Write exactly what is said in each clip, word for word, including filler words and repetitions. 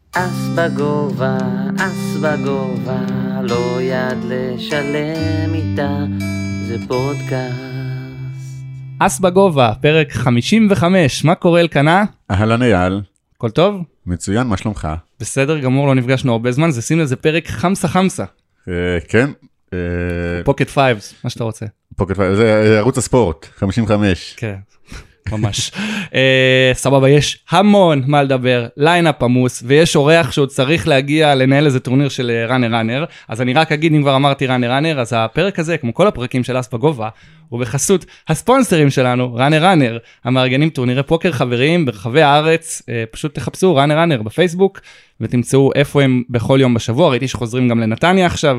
אס בגובה, אס בגובה, לא יד לשלם איתה, זה פודקאסט. אס בגובה, פרק חמישים וחמש, מה קורה אלקנה? אהלן אייל. הכל טוב? מצוין, מה שלומך? בסדר גמור, לא נפגשנו הרבה זמן, זה שים לזה פרק חמסה חמסה. כן. פוקט פייבס, מה שאתה רוצה. פוקט פייבס, זה ערוץ הספורט, חמישים וחמש. כן. ממש. סבבה, יש המון מה לדבר, ליינאפ עמוס, ויש אורח שעוד צריך להגיע לנהל איזה טורניר של ראנר ראנר, אז אני רק אגיד, אם כבר אמרתי ראנר ראנר, אז הפרק הזה, כמו כל הפרקים של אס בגובה, הוא בחסות הספונסרים שלנו, ראנר ראנר, המארגנים טורנירי פוקר חבריים ברחבי הארץ, פשוט תחפשו ראנר ראנר בפייסבוק, ותמצאו איפה הם בכל יום בשבוע, ראיתי שחוזרים גם לנתניה עכשיו,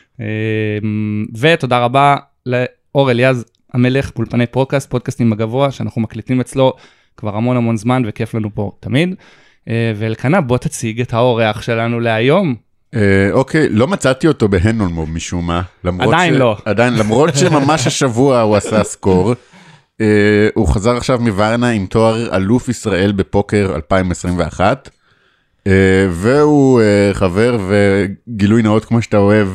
ותודה רבה לאור אליעז, המלך פולפני פודקאסט, פודקאסטים בגבוה, שאנחנו מקליטים אצלו כבר המון המון זמן, וכיף לנו פה תמיד. ואלקנה, בוא תציג את האורח שלנו להיום. אוקיי, לא מצאתי אותו בהנולמוב משום מה. עדיין לא. עדיין, למרות שממש השבוע הוא עשה סקור. הוא חזר עכשיו מוורנה עם תואר אלוף ישראל בפוקר אלפיים עשרים ואחת, והוא חבר וגילוי נאות כמו שאתה אוהב,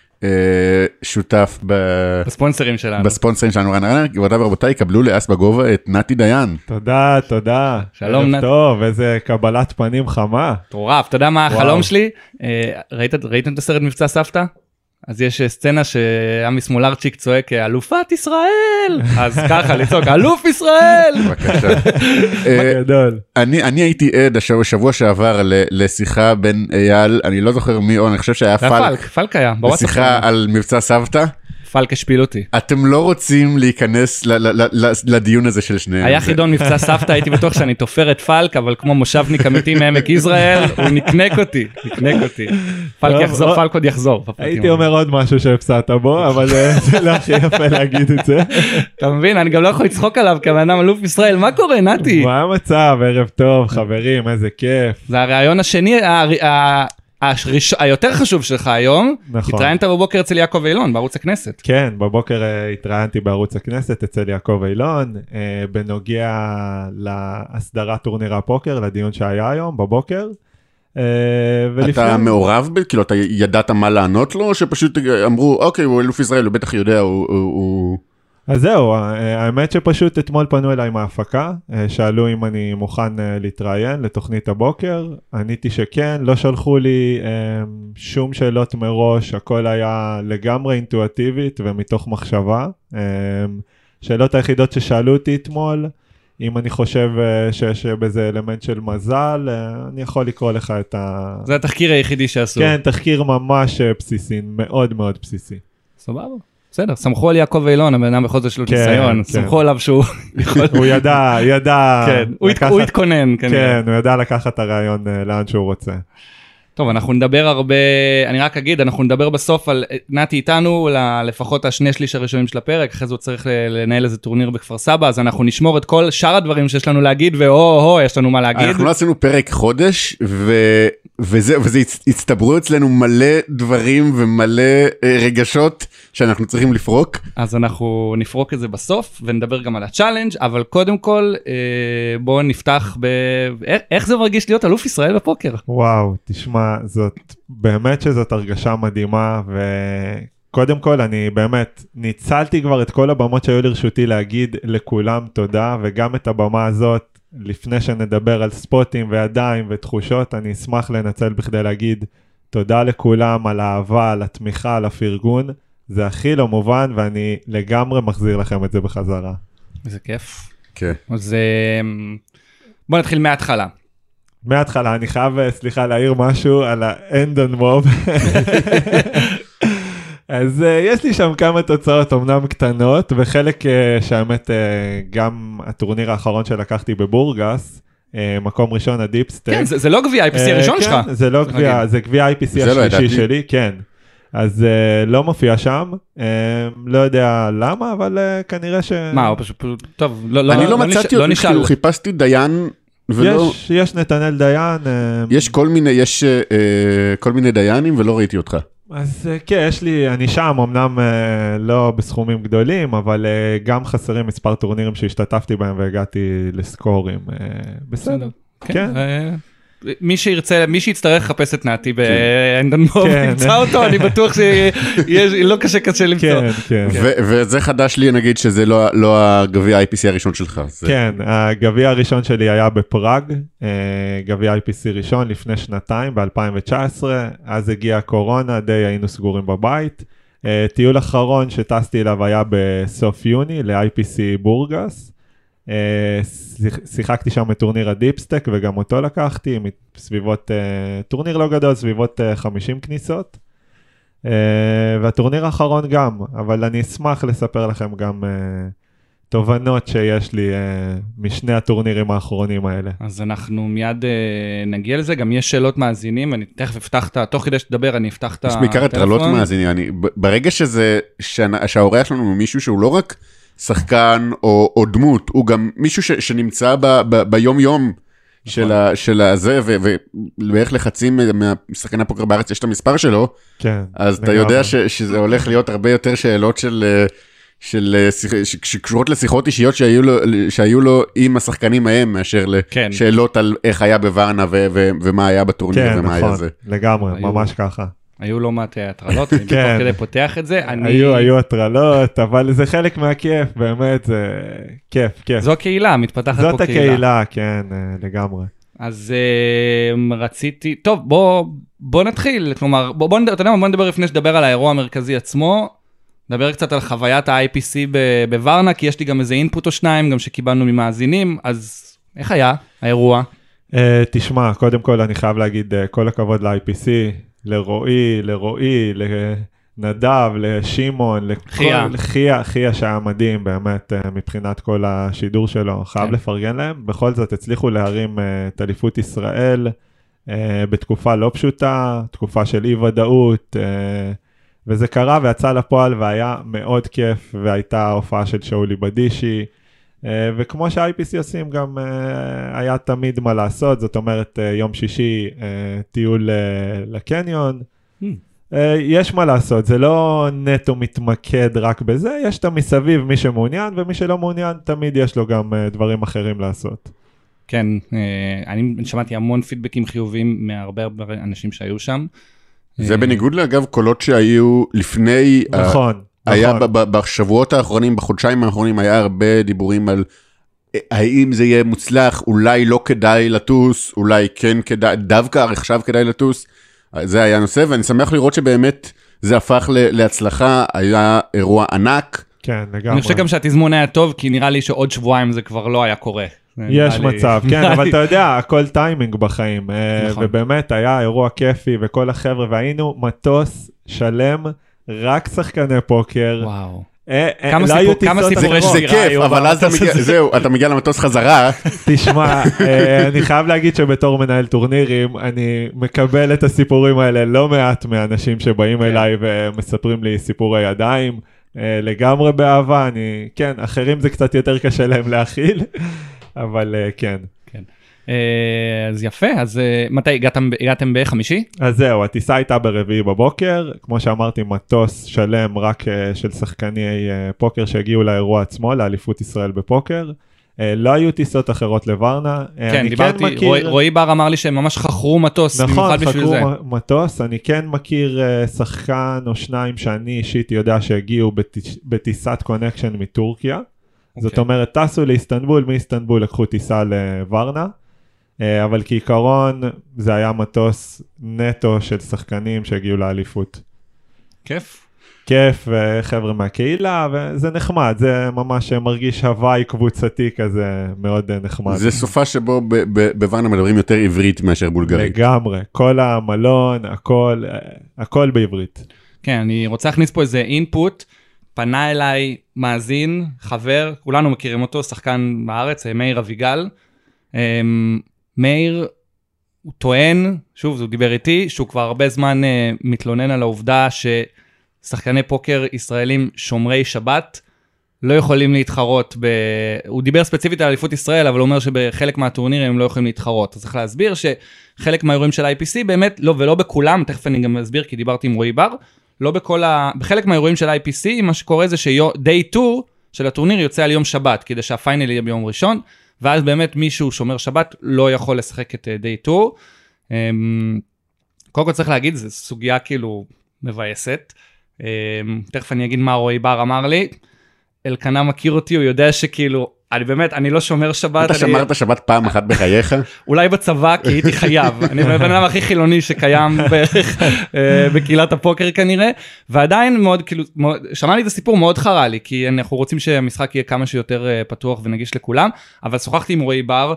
שותף בספונסרים שלנו. בספונסרים שלנו, ראנר ראנר, גבירותיי ורבותיי, קבלו לאס בגובה את נתי דיין. תודה, תודה. שלום נתי. טוב, איזה קבלת פנים חמה. טורף, אתה יודע מה החלום שלי? ראיתם את הסרט מבצע סבתא? אז יש סצנה שעמי סמולרצ'יק צועק, אלופת ישראל! אז ככה, לצעוק, אלוף ישראל! בבקשה. גדול. אני הייתי עד שבוע שעבר לשיחה בין אייל, אני לא זוכר מי, או אני חושב שהיה פלק. פלק היה. בשיחה על מבצע סבתא. פלק השפיל אותי. אתם לא רוצים להיכנס לדיון הזה של שניהם. היה חידון מבצע סבתא, הייתי בטוח שאני תופר את פלק, אבל כמו מושבניק אמיתי מעמק יזרעאל, הוא נקנק אותי, נקנק אותי. פלק יחזור, פלק עוד יחזור. הייתי אומר עוד משהו שהפסעת בו, אבל זה לא הכי יפה להגיד את זה. אתה מבין, אני גם לא יכול לצחוק עליו, כמובן אלוף ישראל, מה קורה, נתי? מה המצב? ערב טוב, חברים, איזה כיף. זה הרעיון השני, היותר חשוב שלך היום, נכון. התראיינת בבוקר אצל יעקב אילון, בערוץ הכנסת. כן, בבוקר התראיינתי בערוץ הכנסת אצל יעקב אילון, בנוגע להסדרת טורניר הפוקר, לדיון שהיה היום בבוקר. אתה מעורב, כאילו אתה ידעת מה לענות לו, או שפשוט אמרו, אוקיי, הוא אלוף ישראל, הוא בטח יודע, הוא... אז זהו, האמת שפשוט אתמול פנו אליי מההפקה, שאלו אם אני מוכן להתראיין לתוכנית הבוקר, עניתי שכן, לא שלחו לי שום שאלות מראש, הכל היה לגמרי אינטואטיבית ומתוך מחשבה. שאלות היחידות ששאלו אותי אתמול, אם אני חושב שיש בזה אלמנט של מזל, אני יכול לקרוא לך את ה... זה התחקיר היחידי שעשו. כן, תחקיר ממש בסיסי, מאוד מאוד בסיסי. סבבה. בסדר, סמכו על יעקב אילון, הבן אדם בכל זאת שלו ניסיון, סמכו עליו שהוא יכול... הוא ידע, ידע... כן, הוא התכונן. כן, הוא ידע לקחת את הרעיון לאן שהוא רוצה. טוב, אנחנו נדבר הרבה, אני רק אגיד, אנחנו נדבר בסוף על נתי איתנו, לפחות השני שליש הראשונים של הפרק, אחרי זה הוא צריך לנהל איזה טורניר בכפר סבא, אז אנחנו נשמור את כל שאר הדברים שיש לנו להגיד, ואו-הו, יש לנו מה להגיד. אנחנו לא עשינו פרק חודש, וזה, וזה הצטברו אצלנו מלא דברים ומלא רגשות שאנחנו צריכים לפרוק. אז אנחנו נפרוק את זה בסוף, ונדבר גם על הצ'אלנג', אבל קודם כל, בואו נפתח ב... איך זה מרגיש להיות אלוף ישראל בפוקר? וואו, תשמע, זאת באמת שזאת הרגשה מדהימה, וקודם כל אני באמת ניצלתי כבר את כל הבמות שהיו לרשותי להגיד לכולם תודה, וגם את הבמה הזאת, לפני שנדבר על ספוטים וידיים ותחושות, אני אשמח לנצל בכדי להגיד תודה לכולם על האהבה, על התמיכה, על הפרגון, זה הכי לא מובן, ואני לגמרי מחזיר לכם את זה בחזרה. זה כיף. כן. אז בוא נתחיל מההתחלה. מההתחלה, אני חייב, סליחה, להעיר משהו על האנדון מוב. אז uh, יש לי שם כמה תוצאות אומנם קטנות, וחלק uh, שהאמת uh, גם הטורניר האחרון שלקחתי בבורגס, uh, מקום ראשון הדיפסטק. כן, זה, זה לא גביע איי פי סי uh, הראשון כן, שלך. זה לא גביע, זה גביע איי פי סי השלישי שלי, כן. אז uh, לא מופיע שם, uh, לא יודע למה, אבל uh, כנראה ש... מה, הוא פשוט, טוב, לא, אני לא, לא מצאתי אותו, כאילו חיפשתי דיין, ולא... יש, יש נתנאל דיין. Uh, יש כל מיני, יש uh, כל מיני דיינים, ולא ראיתי אותך. אז כן, יש לי, אני שם, אמנם אה, לא בסכומים גדולים, אבל אה, גם חסרים מספר טורנירים שהשתתפתי בהם והגעתי לסקורים. אה, בסדר. כן. כן. אה, מי שירצה, מי שיצטרך לחפש את נתי באנדנבורג, נמצא אותו, אני בטוח שלא קשה קשה למצוא. כן, כן. וזה חדש לי, נגיד, שזה לא הגביע ה-איי פי סי הראשון שלך. כן, הגביע הראשון שלי היה בפראג, גביע ה-איי פי סי ראשון לפני שנתיים, ב-אלפיים תשע עשרה, אז הגיעה הקורונה, די היינו סגורים בבית. טיול אחרון שטסתי אליו היה בסוף יוני, ל-איי פי סי בורגס. שיחקתי שם את טורניר הדיפסטק, וגם אותו לקחתי, סביבות, טורניר לא גדול, סביבות חמישים כניסות. והטורניר האחרון גם, אבל אני אשמח לספר לכם גם תובנות שיש לי משני הטורנירים האחרונים האלה. אז אנחנו מיד נגיע לזה, גם יש שאלות מאזינים, אני תכף אפתח את, תוך כדי שתדבר, אני אפתח את הטלפון. יש בעיקר הטרלות מאזינים, אני, ברגע שזה, שהאורח שלנו הוא מישהו שהוא לא רק שחקן או, או דמות, הוא גם מישהו ש, שנמצא ב, ב, ביום יום של, ה, של הזה, ובערך לחצים מהשחקן הפוקר בארץ יש את המספר שלו, כן, אז אתה יודע ש, שזה הולך להיות הרבה יותר שאלות של... של, שקשורות לשיחות אישיות שהיו לו, שהיו לו עם השחקנים ההם, מאשר כן. לשאלות על איך היה בוורנה ו- ו- ומה היה בטורניר כן, ומה נכון, היה זה. לגמרי, היו, ממש ככה. היו לא מעט הטרלות, אני כן. בטוח כדי פותח את זה. אני... היו, היו הטרלות, אבל זה חלק מהכיף, באמת, זה כיף, כיף. זו הקהילה, מתפתחת זאת פה קהילה. זאת הקהילה, כן, לגמרי. אז uh, רציתי, טוב, בוא, בוא נתחיל, כלומר, בוא, בוא, אתה יודע מה, בוא נדבר לפני שדבר על האירוע המרכזי עצמו, נדבר קצת על חוויית ה-איי פי סי בוורנה, כי יש לי גם איזה אינפוט או שניים, גם שקיבלנו ממאזינים, אז איך היה האירוע? Uh, תשמע, קודם כל אני חייב להגיד uh, כל הכבוד ל-איי פי סי, לרועי, לרועי, לנדב, לשימון, חיה. לחיה, חיה שהיה מדהים באמת uh, מבחינת כל השידור שלו, חייב כן. לפרגן להם, בכל זאת הצליחו להרים uh, את אליפות ישראל, uh, בתקופה לא פשוטה, תקופה של אי ודאות, uh, וזה קרה ויצא לפועל והיה מאוד כיף, והייתה הופעה של שאולי בדישי, וכמו שה-איי פי סי עושים גם היה תמיד מה לעשות, זאת אומרת יום שישי טיול לקניון, יש מה לעשות, זה לא נטו מתמקד רק בזה, יש את המסביב מי שמעוניין, ומי שלא מעוניין תמיד יש לו גם דברים אחרים לעשות. כן, אני שמעתי המון פידבקים חיוביים מהרבה אנשים שהיו שם, זה בניגוד לאגב קולות שהיו לפני, נכון, היה נכון. בשבועות האחרונים, בחודשיים האחרונים, היה הרבה דיבורים על האם זה יהיה מוצלח, אולי לא כדאי לטוס, אולי כן כדאי, דווקא עכשיו כדאי לטוס, זה היה נושא, ואני שמח לראות שבאמת זה הפך להצלחה, היה אירוע ענק. כן, לגמרי. אני חושב גם שהתזמון היה טוב, כי נראה לי שעוד שבועיים זה כבר לא היה קורה. יש מצב, כן, אבל אתה יודע, הכל טיימינג בחיים, ובאמת היה אירוע כיפי וכל החבר'ה, והיינו מטוס שלם, רק שחקני פוקר. וואו. כמה סיפורי זה כיף, אבל אז זהו, אתה מגיע למטוס חזרה. תשמע, אני חייב להגיד שבתור מנהל טורנירים, אני מקבל את הסיפורים האלה לא מעט מאנשים שבאים אליי ומספרים לי סיפורי ידיים, לגמרי באהבה, אני, כן, אחרים זה קצת יותר קשה להם להכיל. אבל כן. כן. אז יפה, אז מתי הגעתם, הגעתם בחמישי? אז זהו, הטיסה הייתה ברביעי בבוקר, כמו שאמרתי, מטוס שלם רק של שחקני פוקר שהגיעו לאירוע עצמו, לאליפות ישראל בפוקר. לא היו טיסות אחרות לוורנה. כן, דיברתי, כן מכיר... רועי בר אמר לי שהם ממש חכרו מטוס, נכון, חכרו מטוס, אני כן מכיר שחקן או שניים שאני אישית יודע שהגיעו בטיס... בטיסת קונקשן מטורקיה. זאת אומרת, טסו לאיסטנבול, מאיסטנבול לקחו טיסה לוורנה, אבל כעיקרון זה היה מטוס נטו של שחקנים שהגיעו לאליפות. כיף. כיף, וחבר'ה מהקהילה, וזה נחמד, זה ממש מרגיש הוואי קבוצתי כזה, מאוד נחמד. זה סופה שבו בוורנה מדברים יותר עברית מאשר בולגרית. לגמרי, כל המלון, הכל, הכל בעברית. כן, אני רוצה להכניס פה איזה אינפוט, פנה אליי מאזין, חבר, כולנו מכירים אותו, שחקן בארץ, מאיר אביגל. מאיר, הוא טוען, שוב, הוא דיבר איתי, שהוא כבר הרבה זמן מתלונן על העובדה ששחקני פוקר ישראלים שומרי שבת, לא יכולים להתחרות, ב... הוא דיבר ספציפית על אליפות ישראל, אבל הוא אומר שבחלק מהטורנירים הם לא יכולים להתחרות. אז צריך להסביר שחלק מהאירועים של איי פי סי באמת, לא ולא בכולם, תכף אני גם אסביר כי דיברתי עם רועי בר, לא בכל ה... בחלק מהאירועים של איי פי סי, מה שקורה זה ש-day two של הטורניר יוצא על יום שבת, כדי שהפיינל יהיה ביום ראשון, ואז באמת מישהו שומר שבת לא יכול לשחק את Day טו. קודם כל צריך להגיד, זו סוגיה כאילו מבאסת. תכף אני אגיד מה רועי בר אמר לי. אלקנה מכיר אותי, הוא יודע שכאילו, אני באמת, אני לא שומר שבת. אתה שמרת שבת פעם אחת בחייך? אולי בצבא, כי הייתי חייב. אני בן אדם הכי חילוני שקיים בערך בקהילת הפוקר כנראה, ועדיין מאוד, כאילו, שמעתי את הסיפור, מאוד חרה לי, כי אנחנו רוצים שהמשחק יהיה כמה שיותר פתוח ונגיש לכולם, אבל שוחחתי עם רועי בר,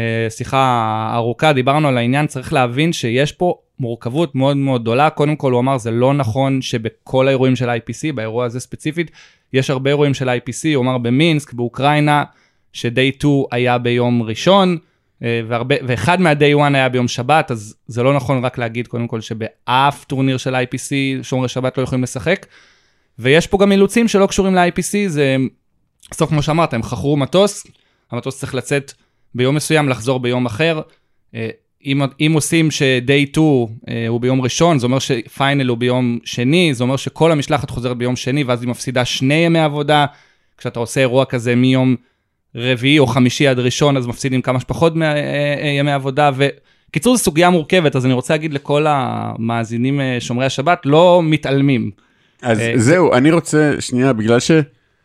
שיחה ארוכה, דיברנו על העניין, צריך להבין שיש פה מורכבות מאוד מאוד גדולה. קודם כל הוא אמר, זה לא נכון שבכל האירועים של איי פי סי, באירוע הזה ספציפית, יש הרבה אירועים של איי פי סי, הוא אמר במינסק, באוקראינה, ש-Day טו היה ביום ראשון, והרבה, ואחד מה-Day וואן היה ביום שבת, אז זה לא נכון רק להגיד קודם כל שבאף טורניר של איי פי סי שומרי שבת לא יכולים לשחק, ויש פה גם אילוצים שלא קשורים ל-איי פי סי, זה, בסוף כמו שאמרת, הם חכרו מטוס, המטוס צריך לצאת ביום מסוים, לחזור ביום אחר, אם, אם עושים ש-Day טו הוא ביום ראשון, זה אומר שפיינל הוא ביום שני, זה אומר שכל המשלחת חוזרת ביום שני, ואז היא מפסידה שני ימי עבודה, כשאתה עושה אירוע כזה מיום רביעי או חמישי עד ראשון, אז מפסידים כמה שפחות מימי עבודה, וקיצור זו סוגיה מורכבת, אז אני רוצה להגיד לכל המאזינים שומרי השבת, לא מתעלמים. אז זהו, אני רוצה, שנייה, בגלל ש...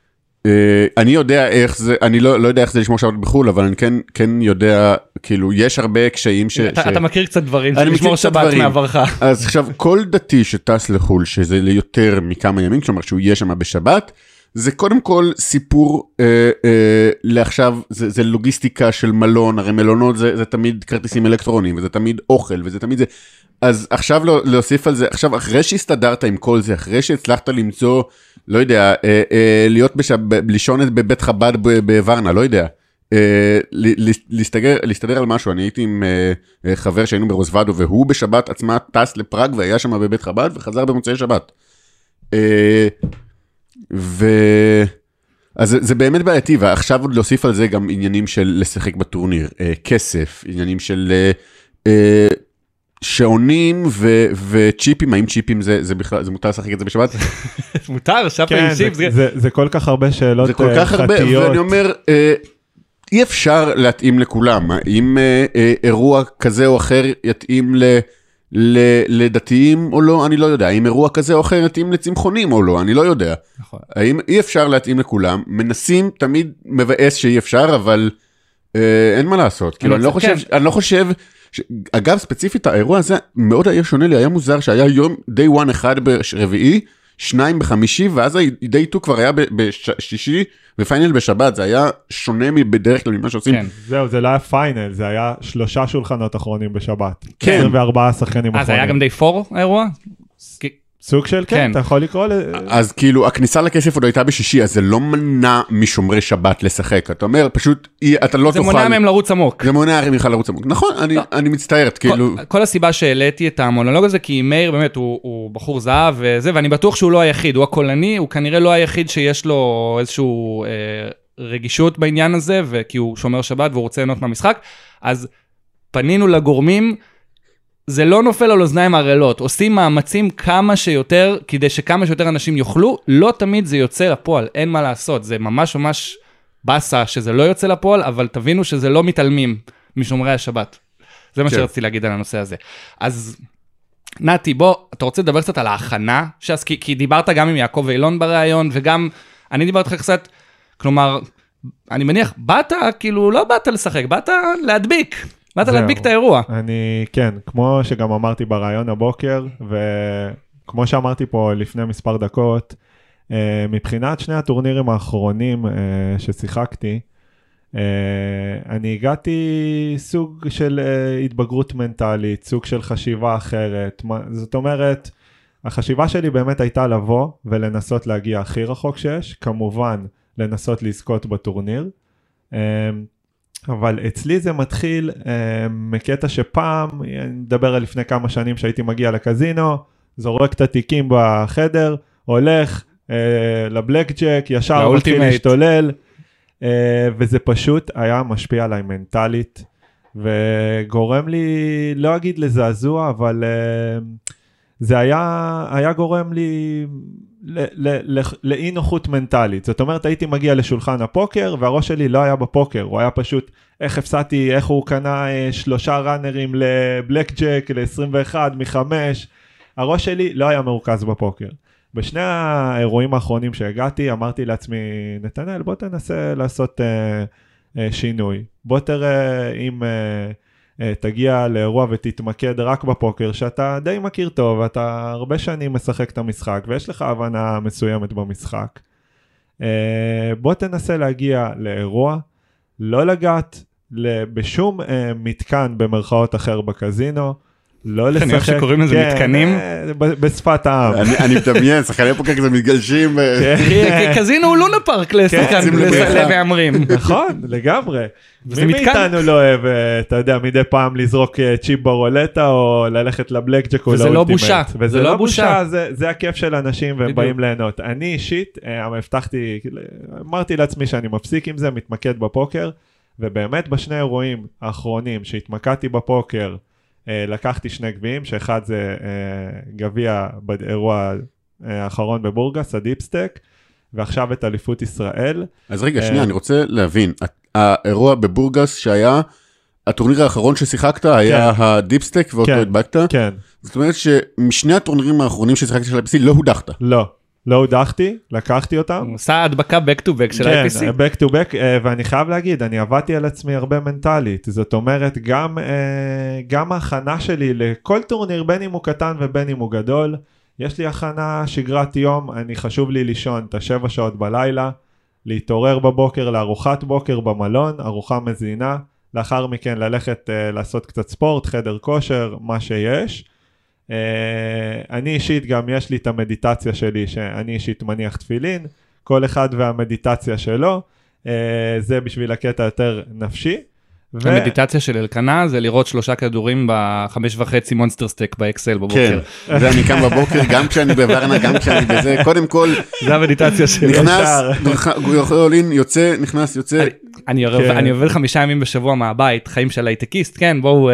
אני יודע איך זה, אני לא, לא יודע איך זה לשמור שבת בחול, אבל אני כן, כן יודע, כאילו, יש הרבה קשיים ש... אתה, ש... אתה מכיר קצת דברים, לשמור שבת מעברך. אז עכשיו, כל דתי שטס לחול, שזה ליותר מכמה ימים, כלומר שהוא יהיה שם בשבת, זה קודם כל סיפור אה, אה, לעכשיו, זה, זה לוגיסטיקה של מלון, הרי מלונות זה, זה תמיד כרטיסים אלקטרונים, וזה תמיד אוכל, וזה תמיד זה... אז עכשיו לא, להוסיף על זה, עכשיו אחרי שהסתדרת עם כל זה, אחרי שהצלחת למצוא, לא יודע, אה, אה, להיות בשב, לישון בבית חב"ד בוורנה, לא יודע, אה, להסתגר, להסתדר על משהו, אני הייתי עם אה, חבר שהיינו ברוזוודו, והוא בשבת עצמה טס לפראג, והיה שם בבית חב"ד, וחזר במוצאי שבת. אה, ו... אז זה, זה באמת בעייתי, ועכשיו עוד להוסיף על זה גם עניינים של לשחק בטורניר, אה, כסף, עניינים של... אה, אה, שעונים ו- וצ'יפים, האם צ'יפים זה, זה בכלל, זה מותר לשחק את זה בשבת? מותר, שפה עם צ'יפ. זה, זה, זה כל כך הרבה שאלות חתיות. זה כל כך הרבה, ואני אומר, אה, אי אפשר להתאים לכולם. אם אה, אה, אירוע כזה או אחר יתאים ל, ל, לדתיים או לא, אני לא יודע. אם אירוע כזה או אחר יתאים לצמחונים או לא, אני לא יודע. נכון. האם אי אפשר להתאים לכולם? מנסים, תמיד מבאס שאי אפשר, אבל אה, אין מה לעשות. כאילו, אני לא חושב, אני לא חושב, אגב, ספציפית, האירוע הזה מאוד היה שונה לי, היה מוזר שהיה יום די וואן אחד ברביעי, שניים בחמישי, ואז די טו כבר היה בשישי, ופיינל בשבת, זה היה שונה בדרך כלל ממה שעושים. כן, זהו, זה לא היה פיינל, זה היה שלושה שולחנות אחרונים בשבת. כן. עשרים וארבעה שחקנים אחרונים. אז היה גם די פור האירוע? סוג של כן, אתה יכול לקרוא ל... אז כאילו, הכניסה לכסף עוד הייתה בשישי, אז זה לא מנע משומרי שבת לשחק. אתה אומר, פשוט, אתה לא תוכל... זה מונע מהם לרוץ עמוק. זה מונע מהם לרוץ עמוק. נכון, אני מצטערת, כאילו... כל הסיבה שהעליתי את המונולוג הזה, כי מאיר באמת הוא בחור זהב וזה, ואני בטוח שהוא לא היחיד, הוא הקולני, הוא כנראה לא היחיד שיש לו איזשהו רגישות בעניין הזה, כי הוא שומר שבת והוא רוצה ליהנות מהמשחק, אז פנינו לגורמים, זה לא נופל על אוזניים ערלות, עושים מאמצים כמה שיותר, כדי שכמה שיותר אנשים יוכלו, לא תמיד זה יוצא לפועל, אין מה לעשות, זה ממש ממש בסה שזה לא יוצא לפועל, אבל תבינו שזה לא מתעלמים משומרי השבת. זה מה שרציתי להגיד על הנושא הזה. אז נתי, בוא, אתה רוצה לדבר קצת על ההכנה, שאז, כי, כי דיברת גם עם יעקב אילון בראיון, וגם אני דיברתי קצת, כלומר, אני מניח, באת, כאילו, לא באת לשחק, באת להדביק. באת להדביק את האירוע. אני, כן, כמו שגם אמרתי ברעיון הבוקר, וכמו שאמרתי פה לפני מספר דקות, מבחינת שני הטורנירים האחרונים ששיחקתי, אני הגעתי סוג של התבגרות מנטלית, סוג של חשיבה אחרת. זאת אומרת, החשיבה שלי באמת הייתה לבוא ולנסות להגיע הכי רחוק שיש, כמובן לנסות לזכות בטורניר, אבל אצלי זה מתחיל אה, מקטע שפעם, אני מדבר על לפני כמה שנים שהייתי מגיע לקזינו, זורק את התיקים בחדר, הולך אה, לבלק ג'ק, ישר מתחיל להשתולל, אה, וזה פשוט היה משפיע עליי מנטלית, וגורם לי, לא אגיד לזעזוע, אבל אה, זה היה, היה גורם לי לאי נוחות מנטלית. זאת אומרת, הייתי מגיע לשולחן הפוקר, והראש שלי לא היה בפוקר, הוא היה פשוט, איך הפסעתי, איך הוא קנה שלושה ראנרים לבלק ג'ק, ל-עשרים ואחת מחמש, הראש שלי לא היה מרוכז בפוקר. בשני האירועים האחרונים שהגעתי, אמרתי לעצמי, נתנאל, בוא תנסה לעשות uh, uh, שינוי. בוא תראה אם uh, uh, תגיע לאירוע ותתמקד רק בפוקר, שאתה די מכיר טוב, אתה הרבה שנים משחק את המשחק, ויש לך הבנה מסוימת במשחק. Uh, בוא תנסה להגיע לאירוע, לא לגעת בשום uh, מתקן במרכאות אחר בקזינו, לא לשחק. אני חושב שקוראים לזה מתקנים. בשפת העם. אני מתדמיין, שחקני פוקר כזה מתגלשים. קזינו הוא לונה פארק לשחקנים ואמרים. נכון, לגמרי. מי מאיתנו לא אוהב, אתה יודע, מדי פעם לזרוק צ'יפ ברולטה, או ללכת לבלק ג'ק או לאולטימט. וזה לא בושה. וזה לא בושה, זה הכיף של אנשים והם באים ליהנות. אני אישית, הבטחתי, אמרתי לעצמי שאני מפסיק עם זה, מתמקד בפוקר, ובאמת בשני אירועים האחרונים שהתמקדתי בפוקר, לקחתי שני גביעים, שאחד זה גביע באירוע האחרון בבורגס, הדיפסטק, ועכשיו את אליפות ישראל. אז רגע, שנייה, אני רוצה להבין, האירוע בבורגס שהיה, הטורניר האחרון ששיחקת היה הדיפסטק ואותו הדבקת? כן. זאת אומרת שמשני הטורנירים האחרונים ששיחקת של איי פי סי לא הודחת? לא. לא הודחתי, לקחתי אותם. הוא עושה הדבקה back to back של איי פי סי. כן, back to back, ואני חייב להגיד, אני עבדתי על עצמי הרבה מנטלית, זאת אומרת, גם, גם ההכנה שלי לכל טורניר, בין אם הוא קטן ובין אם הוא גדול, יש לי הכנה שגרת יום, אני חשוב לי לישון את השבע שעות בלילה, להתעורר בבוקר לארוחת בוקר במלון, ארוחה מזינה, לאחר מכן ללכת לעשות קצת ספורט, חדר כושר, מה שיש, Uh, אני אישית גם יש לי את המדיטציה שלי, שאני אישית מניח תפילין, כל אחד והמדיטציה שלו, uh, זה בשביל הקטע יותר נפשי. המדיטציה של אלקנה זה לראות שלושה כדורים בחמש וחצי מונסטר סטייק באקסל בבוקר. כן, זה אני קם בבוקר, גם כשאני בוורנה, גם כשאני בזה, קודם כל, זה המדיטציה שלי. נכנס, יוצא, נכנס, יוצא. אני עובד חמישה ימים בשבוע מהבית, חיים של הייטקיסט, כן, בואו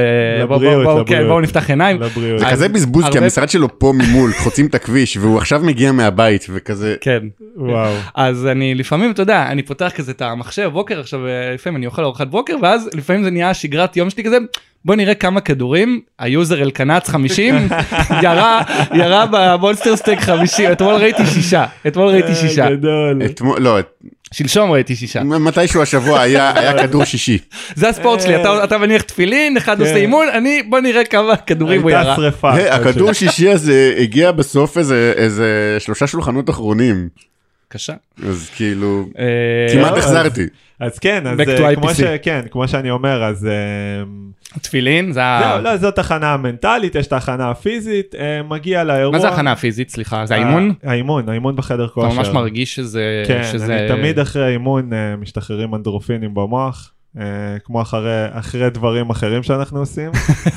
נפתח עיניים. זה כזה בזבוז, כי המשרד שלו פה ממול, חוצים את הכביש, והוא עכשיו מגיע מהבית, וכזה. כן. וואו. אז אני לפעמים, אתה יודע, אני פותח כזה את המחשב, בוקר, עכשיו לפעמים אני אוכל ארוחת בוקר, ואז לפעמים זה נהיה שגרת יום שלי כזה, בוא נראה כמה כדורים, היוזר אלקנץ חמישים, ירה, ירה במונסטר סטייק חמישים, אתמול ראיתי שישה, אתמול ראיתי שישה. גדול. אתמול, לא. שלשום ראיתי שישה. מתישהו השבוע היה כדור שישי. זה הספורט שלי, אתה מניח תפילין, אחד עושה אימון, אני, בוא נראה כמה כדורים הוא ירה. הייתה שריפה. הכדור שישי הזה הגיע בסוף איזה שלושה שולחנות אחרונים. קשה. אז כאילו, כמעט החזרתי. אז כן, אז כמו ש, כן, כמו שאני אומר, אז תפילין, זה לא, לא, זאת הכנה מנטלית, יש את ההכנה הפיזית, מגיע לאירוע. מה זה הכנה הפיזית, סליחה? זה האימון? האימון, האימון בחדר כושר. אתה ממש מרגיש שזה... כן, אני תמיד אחרי האימון משתחררים אנדרופינים במוח, כמו אחרי דברים אחרים שאנחנו עושים.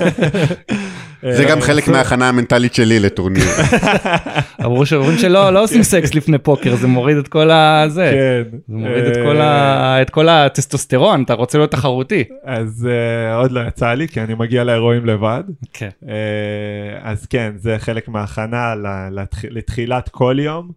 זה גם חלק מההכנה המנטלית שלי לטורניר. אמרו שאומרים שלא, לא עושים סקס לפני פוקר, זה מוריד את כל הזה. כן. זה מוריד את כל הטסטוסטרון, אתה רוצה להיות תחרותי. אז עוד לא יצא לי, כי אני מגיע לאירועים לבד. כן. אז כן, זה חלק מההכנה לתחילת כל יום.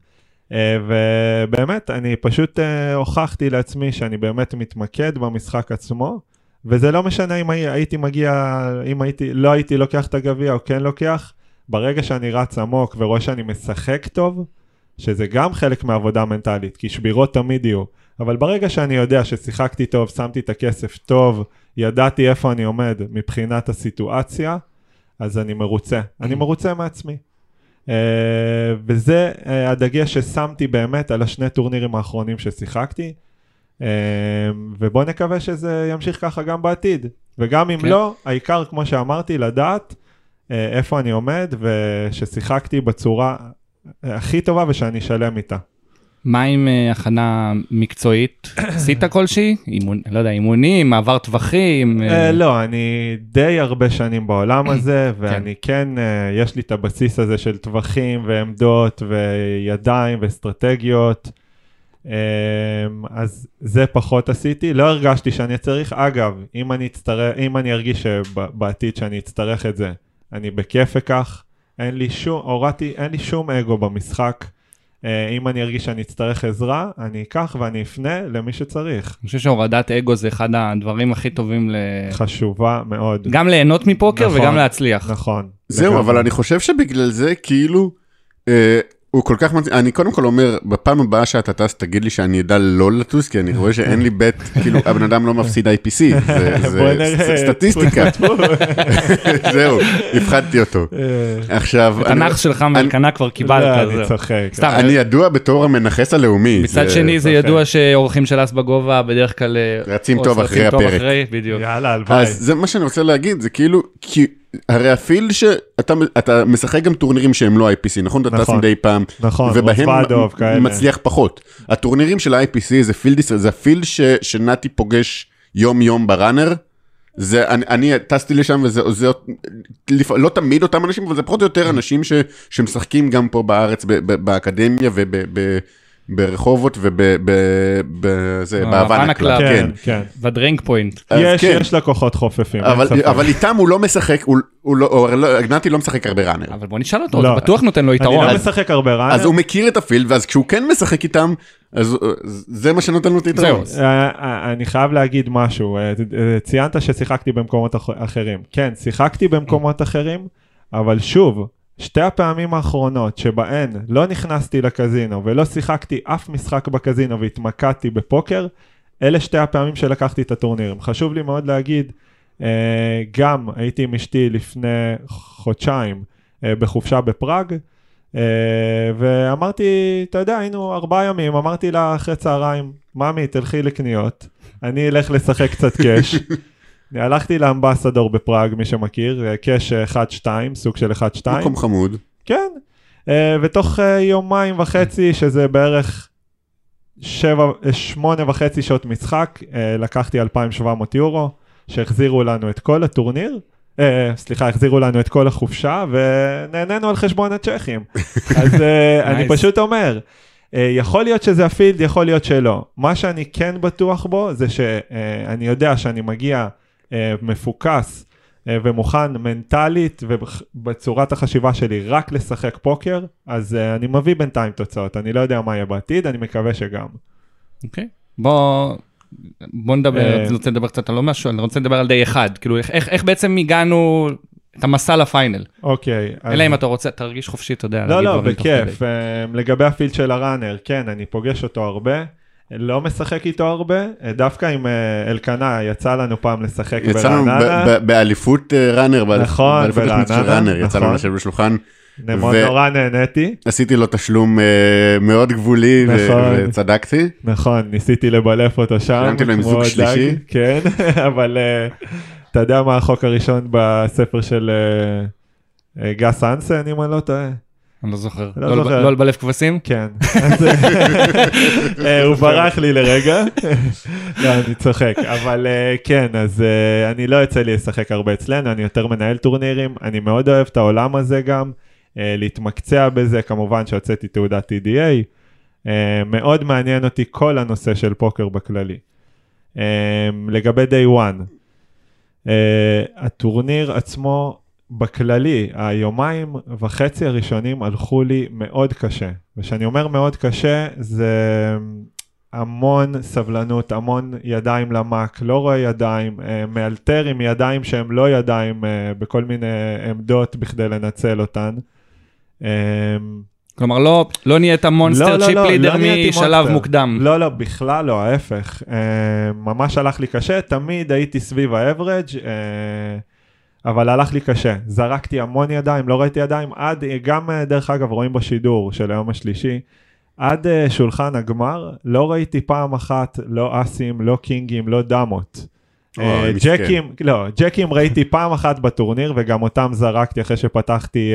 ובאמת, אני פשוט הוכחתי לעצמי שאני באמת מתמקד במשחק עצמו, וזה לא משנה אם הייתי מגיע, אם הייתי, לא הייתי לוקח את הגביע או כן לוקח, ברגע שאני רץ עמוק ורואה שאני משחק טוב, שזה גם חלק מהעבודה מנטלית, כי שבירות תמיד יהיו, אבל ברגע שאני יודע ששיחקתי טוב, שמתי את הכסף טוב, ידעתי איפה אני עומד מבחינת הסיטואציה, אז אני מרוצה, אני מרוצה מעצמי. Uh, וזה uh, הדגש ששמתי באמת על השני טורנירים האחרונים ששיחקתי, uh, ובוא נקווה שזה ימשיך ככה גם בעתיד, וגם אם כן. לא, העיקר כמו שאמרתי לדעת uh, איפה אני עומד וששיחקתי בצורה הכי טובה ושאני שלם איתה. מה עם uh, הכנה מקצועית? עשית כלשהי? אימון, לא יודע, אימונים, מעבר טווחים? Uh, לא, אני די הרבה שנים בעולם הזה, ואני כן, uh, יש לי את הבסיס הזה של טווחים ועמדות וידיים ואסטרטגיות, um, אז זה פחות עשיתי, לא הרגשתי שאני צריך, אגב, אם אני, אצטרך, אם אני ארגיש שבעתיד שאני אצטרך את זה, אני בכיף אקח, אין לי שום, הורדתי, אין לי שום אגו במשחק. אם אני ארגיש שאני אצטרך עזרה, אני אקח ואני אפנה למי שצריך. אני חושב שהורדת אגו זה אחד הדברים הכי טובים ל... חשובה מאוד. גם ליהנות מפוקר נכון, וגם להצליח. נכון. זהו, לגמרי. אבל אני חושב שבגלל זה כאילו, אה, הוא כל כך, מצ... אני קודם כל אומר, בפעם הבאה שאתה טס, תגיד לי שאני אדע לא לטוס, כי אני רואה שאין לי בית, כאילו, הבן אדם לא מפסיד איי פי סי, זה, זה ס- סטטיסטיקה. זהו, הפחדתי אותו. עכשיו, את אני- הנח שלך מאלקנה כבר קיבלת. לא, זהו. אני צוחק. סתם, אני ידוע בתור המנחס הלאומי. מצד זה- שני זה צוחק. ידוע שאורחים של אס בגובה בדרך כלל... אה, רצים או טוב רצים אחרי טוב הפרק. אחרי, בדיוק. יאללה, הלוואי. אז זה מה שאני רוצה להגיד, זה כאילו, כי הרי הפילד שאתה אתה משחק גם טורנירים שהם לא איי פי סי, נכון? אתה טס נכון. מדי פעם, נכון, ובהם רוסוודוב, כאלה. מצליח פחות. הטורנירים של ה-איי פי סי זה פילד ישראל, זה הפילד ש- שנתי פוגש יום יום בראנר, זה, אני, אני טסתי לשם וזה, זה, לפ- לא תמיד אותם אנשים, אבל זה פחות או יותר אנשים ש, שמשחקים גם פה בארץ, ב, ב, באקדמיה וברחובות ובזה, אה, בהוואנה הוואנה קלאב, קלאב. כן. כן, כן. בדרינק פוינט. אז יש, כן. יש לקוחות חופפים. אין אבל, ספק. אבל איתם הוא לא משחק, הוא, הוא לא, הוא, לא, נתי לא משחק הרבה ראנר. אבל בוא נשאל אותו, לא. זה בטוח נותן לו אני יתרון. לא אז- משחק הרבה ראנר. אז הוא מכיר את הפילד, ואז כשהוא כן משחק איתם, אז זה מה שנותן לו את היתרון. זהו. אה, אה, אני חייב להגיד משהו, אה, אה, ציינת ששיחקתי במקומות אח- אחרים. כן, שיחקתי במקומות אחרים, אבל שוב, שתי הפעמים האחרונות שבהן לא נכנסתי לקזינו ולא שיחקתי אף משחק בקזינו והתמקדתי בפוקר, אלה שתי הפעמים שלקחתי את הטורנירים. חשוב לי מאוד להגיד, אה, גם הייתי עם אשתי לפני חודשיים אה, בחופשה בפראג, Uh, ואמרתי, אתה יודע, היינו ארבעה ימים, אמרתי לה אחרי צהריים, ממי, תלכי לקניות, אני אלך לשחק קצת קש. הלכתי לאמבסדור בפראג, מי שמכיר, קש אחת שתיים, סוג של אחת שתיים. מקום חמוד. כן, uh, ותוך uh, יומיים וחצי, שזה בערך שבע, שמונה וחצי שעות משחק, uh, לקחתי אלפיים ושבע מאות יורו, שהחזירו לנו את כל הטורניר, Uh, סליחה, החזירו לנו את כל החופשה, ונהנינו על חשבון הצ'כים. אז uh, אני פשוט אומר, uh, יכול להיות שזה הפילד, יכול להיות שלא. מה שאני כן בטוח בו, זה שאני יודע שאני מגיע uh, מפוקס uh, ומוכן מנטלית, ובצורת החשיבה שלי רק לשחק פוקר, אז uh, אני מביא בינתיים תוצאות. אני לא יודע מה יהיה בעתיד, אני מקווה שגם. אוקיי. בוא... בוא נדבר, אני רוצה לדבר קצת על לא משהו, אני רוצה לדבר על די אחד, כאילו איך, איך בעצם הגענו את המסע לפיינל? אוקיי. אלא אם אתה רוצה, תרגיש חופשי, אתה יודע. לא, להגיד לא, דברים תוך בכיף. כדי. לגבי הפילד של הראנר, כן, אני פוגש אותו הרבה, לא משחק איתו הרבה, דווקא עם אלקנה, יצא לנו פעם לשחק יצא לנו ברעננה. ב- ב- באליפות אה, ראנר, באליפות- נכון, באליפות התחמית של ברעננה, ראנר, יצא לנו נכון. לשבת בשולחן, מאוד ו- נורא נהניתי. עשיתי לו תשלום אה, מאוד גבולי, ו- נכון. וצדקתי. נכון, ניסיתי לבלף אותו שם. שילמתי לו עם כמו זוג דג, שלישי. כן, אבל אה, אתה יודע מה החוק הראשון בספר של אה, אה, גס אנסן, אם אני לא טועה? אני לא זוכר. לא לא זוכר. לא לבלף כבשים? כן. אז, אה, הוא ברח לי לרגע. לא, אני צוחק. אבל אה, כן, אז אה, אני לא יוצא לי לשחק הרבה אצלנו, אני יותר מנהל טורנירים, אני מאוד אוהב את העולם הזה גם, אה, להתמקצע בזה, כמובן שהוצאתי תעודת טי די איי. אה, מאוד מעניין אותי כל הנושא של פוקר בכללי. אה, לגבי day one, אה, הטורניר עצמו, בכללי, היומיים וחצי הראשונים הלכו לי מאוד קשה. ושאני אומר מאוד קשה, זה המון סבלנות, המון ידיים למק, לא רואה ידיים, מאלתר עם ידיים שהם לא ידיים, בכל מיני עמדות בכדי לנצל אותן. כלומר, לא, לא נהיית מונסטר צ'יפ לידר משלב מוקדם. לא, לא, בכלל לא, ההפך. ממש הלך לי קשה, תמיד הייתי סביב האברג', אבל הלך לי קשה. זרקתי המון ידיים, לא ראיתי ידיים, עד, גם דרך אגב רואים בשידור של היום השלישי, עד שולחן הגמר, לא ראיתי פעם אחת, לא אסים, לא קינגים, לא דמות. ג'קים, לא, ג'קים ראיתי פעם אחת בטורניר, וגם אותם זרקתי אחרי שפתחתי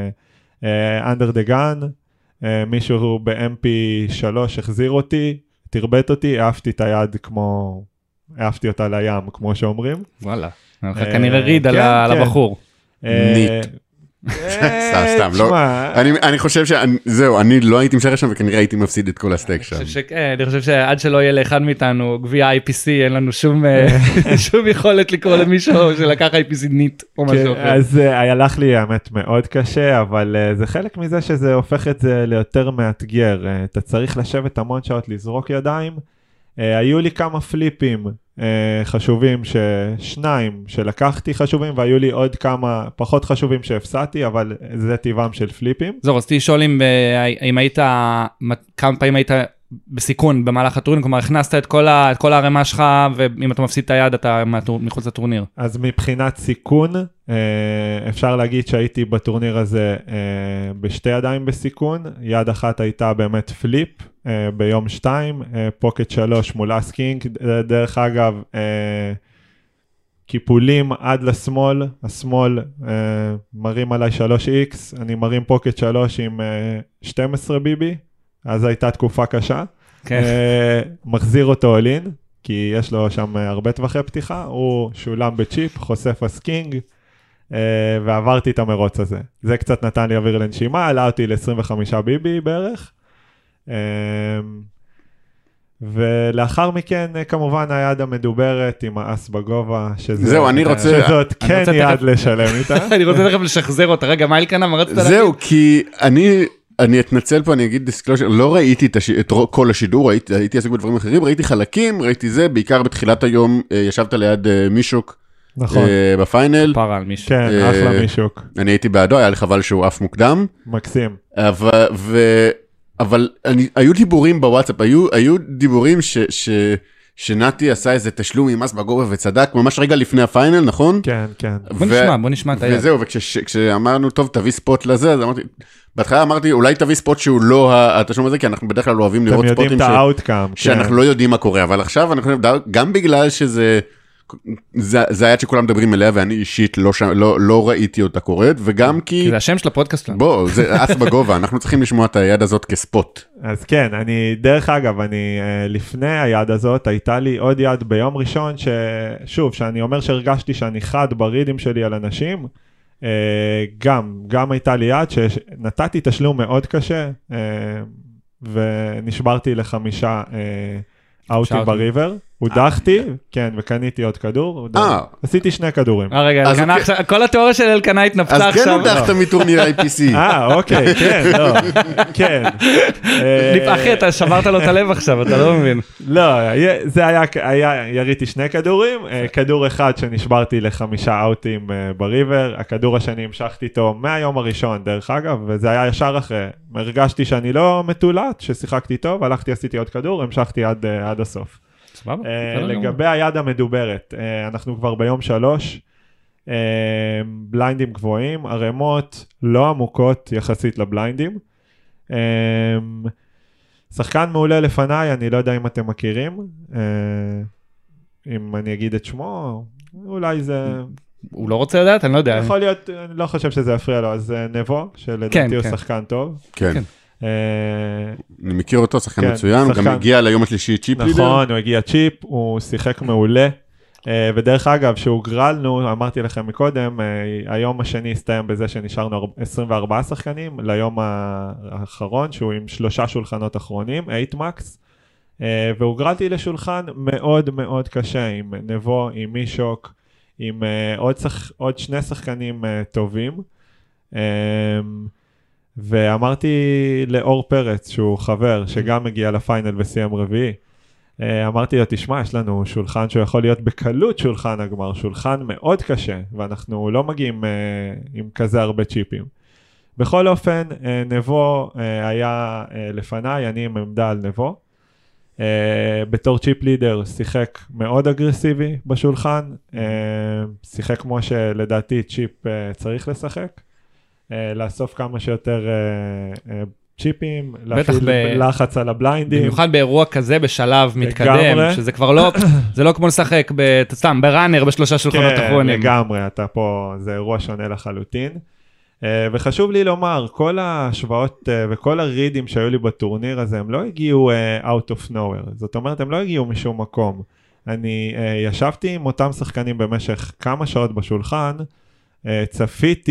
אנדר דה גן, מישהו ב-אם פי שלוש החזיר אותי, תרבט אותי, אהבתי את היד כמו, אהבתי אותה לים, כמו שאומרים. וואלה, כנראה ריד על הבחור. ניט. סתם, סתם, לא. אני חושב שזהו, אני לא הייתי משחק שם וכנראה הייתי מפסיד את כל הסטייק שם. אני חושב שעד שלא יהיה לאחד מאיתנו גביע איי פי סי, אין לנו שום יכולת לקרוא למישהו שלקח איי פי סי ניט או משהו אחר. אז הלך לי האמת מאוד קשה, אבל זה חלק מזה שזה הופך את זה ליותר מאתגר. אתה צריך לשבת המון שעות, לזרוק ידיים. היו לי כמה פליפים חשובים, שניים שלקחתי חשובים, והיו לי עוד כמה פחות חשובים שהפסעתי, אבל זה טבעם של פליפים. זהו, רציתי לשאול אם היית, כמה פעמים היית בסיכון במהלך הטורניר, כלומר הכנסת את כל, ה, את כל הרמה שלך, ואם אתה מפסיד את היד אתה מחוץ לטורניר. אז מבחינת סיכון, אפשר להגיד שהייתי בטורניר הזה בשתי ידיים בסיכון, יד אחת הייתה באמת פליפ, ביום שתיים, פוקט שלוש מול אסקינג, דרך אגב, קיפולים עד לשמאל, השמאל מרים עליי שלוש איקס, אני מרים פוקט שלוש עם שתים עשרה ביבי, אז הייתה תקופה קשה, מחזיר אותו אולין, כי יש לו שם הרבה טווחי פתיחה, הוא שולם בצ'יפ, חושף אסקינג, ועברתי את המרוץ הזה. זה קצת נתן לי אוויר לנשימה, עלה אותי ל-עשרים וחמישה ביבי בערך, ולאחר מכן כמובן היד המדוברת עם האס בגובה, זהו, אני רוצה... שזאת כן יד לשלם איתה. אני רוצה תכף לשחזר אותה. רגע, מה אלקנה, מה רצית להגיד? זהו, כי אני... אני אתנצל פה, אני אגיד דיסקלושר, לא ראיתי את, הש... את כל השידור, ראיתי, הייתי עסק בדברים אחרים, ראיתי חלקים, ראיתי זה, בעיקר בתחילת היום ישבת ליד מישוק, נכון. בפיינל. פרה על מישוק. כן, אחלה מישוק. אני הייתי בעדו, היה לי חבל שהוא אף מוקדם. מקסים. אבל, ו... אבל אני, היו דיבורים בוואטסאפ, היו, היו דיבורים ש... ש... שנתי עשה איזה תשלום עם מס בגובה וצדק, ממש רגע לפני הפיינל, נכון? כן, כן. בוא נשמע, בוא נשמע את היד. וזהו, וכשאמרנו, טוב, תביא ספוט לזה, אז אמרתי, בהתחלה אמרתי, אולי תביא ספוט שהוא לא התשלום הזה, כי אנחנו בדרך כלל אוהבים לראות ספוטים שאנחנו לא יודעים מה קורה, אבל עכשיו אנחנו גם בגלל שזה, זה היד שכולם מדברים אליה, ואני אישית לא ראיתי אותה קורית, וגם כי... כי זה השם של הפודקאסט. בוא, זה אס בגובה, אנחנו צריכים לשמוע את היד הזאת כספוט. אז כן, אני, דרך אגב, אני, לפני היד הזאת, הייתה לי עוד יד ביום ראשון, ששוב, שאני אומר שהרגשתי שאני חד ברידים שלי על אנשים, גם, גם הייתה לי יד שנתתי תשלום מאוד קשה, ונשברתי לחמישה אאוטים בריבר, הודחתי, כן, וקניתי עוד כדור, עשיתי שני כדורים. רגע, כל התיאוריה של אלקנה התנפצה עכשיו. אז כן הודחת מטורניר איי פי סי. אה, אוקיי, כן, לא, כן. אחי, אתה שברת לו את הלב עכשיו, אתה לא מבין. לא, זה היה, יריתי שני כדורים, כדור אחד שנשברתי לחמישה אאוטים בריבר, הכדור השני המשכתי איתו מהיום הראשון, דרך אגב, וזה היה ישר אחרי. הרגשתי שאני לא מתולת, ששיחקתי טוב, הלכתי, עשיתי עוד כדור, המשכתי עד הסוף. לגבי היד המדוברת, אנחנו כבר ביום שלוש, בליינדים גבוהים, הרמות לא עמוקות יחסית לבליינדים, שחקן מעולה לפניי, אני לא יודע אם אתם מכירים, אם אני אגיד את שמו, אולי זה... הוא לא רוצה לדעת, אני לא יודע. יכול להיות, אני לא חושב שזה יפריע לו, אז נבו, שלדעתי הוא שחקן טוב. כן. אני מכיר אותו, שחקן מצוין, הוא גם הגיע ליום השלישי צ'יפ לידר. נכון, הוא הגיע צ'יפ, הוא שיחק מעולה, ודרך אגב, שהוגרלנו, אמרתי לכם מקודם, היום השני הסתיים בזה שנשארנו עשרים וארבעה שחקנים, ליום האחרון, שהוא עם שלושה שולחנות אחרונים, שמונה מקס, והוגרלתי לשולחן מאוד מאוד קשה, עם נבו, עם מישוק, עם עוד שני שחקנים טובים, ואמרתי לאור פרץ, שהוא חבר, שגם מגיע לפיינל וסיים רביעי, אמרתי לו, תשמע, יש לנו שולחן שהוא יכול להיות בקלות שולחן הגמר, שולחן מאוד קשה, ואנחנו לא מגיעים עם כזה הרבה צ'יפים. בכל אופן, נבו היה לפניי, אני עם עמדה על נבו. בתור צ'יפ לידר, שיחק מאוד אגרסיבי בשולחן, שיחק כמו שלדעתי צ'יפ צריך לשחק. לאסוף כמה שיותר צ'יפים, להפעיל לחץ על הבליינדים. במיוחד באירוע כזה בשלב מתקדם, שזה כבר לא, זה לא כמו לשחק סתם בראנר בשלושה שולחנות אחרונים. כן, לגמרי, אתה פה, זה אירוע שונה לחלוטין. וחשוב לי לומר, כל ההשוואות וכל הרידים שהיו לי בטורניר הזה, הם לא הגיעו out of nowhere. זאת אומרת, הם לא הגיעו משום מקום. אני ישבתי עם אותם שחקנים במשך כמה שעות בשולחן, צפיתי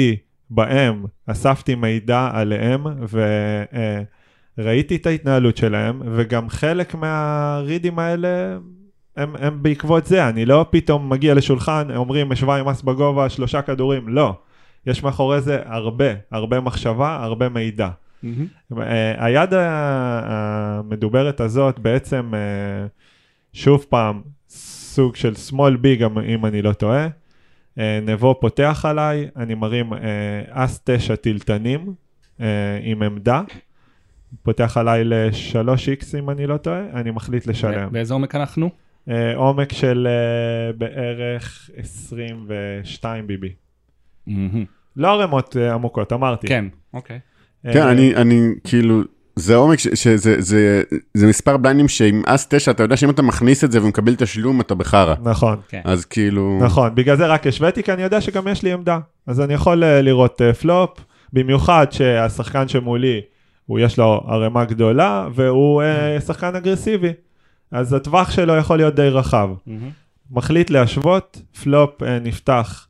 בהם, אספתי מידע עליהם, וראיתי את ההתנהלות שלהם, וגם חלק מהרידים האלה, הם, הם בעקבות זה, אני לא פתאום מגיע לשולחן, אומרים, משווה עם מס בגובה, שלושה כדורים, לא. יש מאחורי זה הרבה, הרבה מחשבה, הרבה מידע. Mm-hmm. היד המדוברת הזאת בעצם, שוב פעם, סוג של small big, אם אני לא טועה, נבו פותח עליי, אני מרים אס תשע טילטנים עם עמדה, פותח עליי ל-שלוש איקס אם אני לא טועה, אני מחליט לשלם. באיזה עומק אנחנו? עומק של בערך עשרים ושתיים בי בי. לא הרמות עמוקות, אמרתי. כן, אוקיי. כן, אני, אני, כאילו, זה עומק, שזה, זה, זה מספר בליינדים שעם אס תשע, אתה יודע שאם אתה מכניס את זה ומקבל תשלום, אתה בחרה. נכון. אז כאילו... נכון, בגלל זה רק השוויתי, כי אני יודע שגם יש לי עמדה. אז אני יכול לראות פלופ, במיוחד שהשחקן שמולי, הוא יש לו הרמה גדולה, והוא שחקן אגרסיבי. אז הטווח שלו יכול להיות די רחב. מחליט להשוות, פלופ נפתח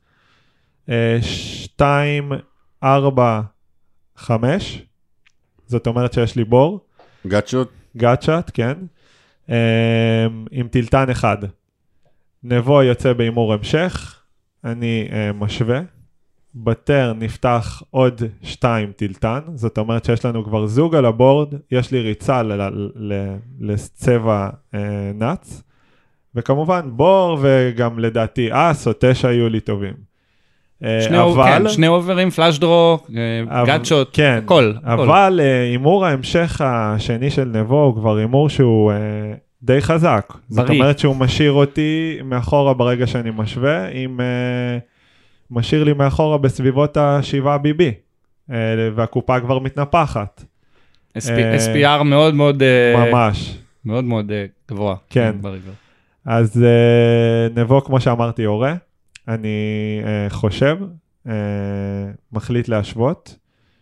שתיים, ארבע, חמש, זאת אומרת שיש לי בור. גאצ'ות. גאצ'ת, כן. עם טילטן אחד. נבו יוצא באימור המשך, אני משווה. בטר נפתח עוד שתיים טילטן, זאת אומרת שיש לנו כבר זוג על הבורד, יש לי ריצה לצבע נץ, וכמובן בור וגם לדעתי אס או תשע היו לי טובים. שני, אבל, כן, שני אוברים, פלאש דרו, גאצ'ות, כן, הכל. אבל אימור ההמשך השני של נבו הוא כבר אימור שהוא די חזק. בריא. זאת אומרת שהוא משאיר אותי מאחורה ברגע שאני משווה, עם... משאיר לי מאחורה בסביבות ה-שבע בי בי, והקופה כבר מתנפחת. אס פי אר מאוד מאוד... ממש. מאוד מאוד גבוה. כן. אז נבו, כמו שאמרתי, הורה. אני חושב, מחליט להשוות.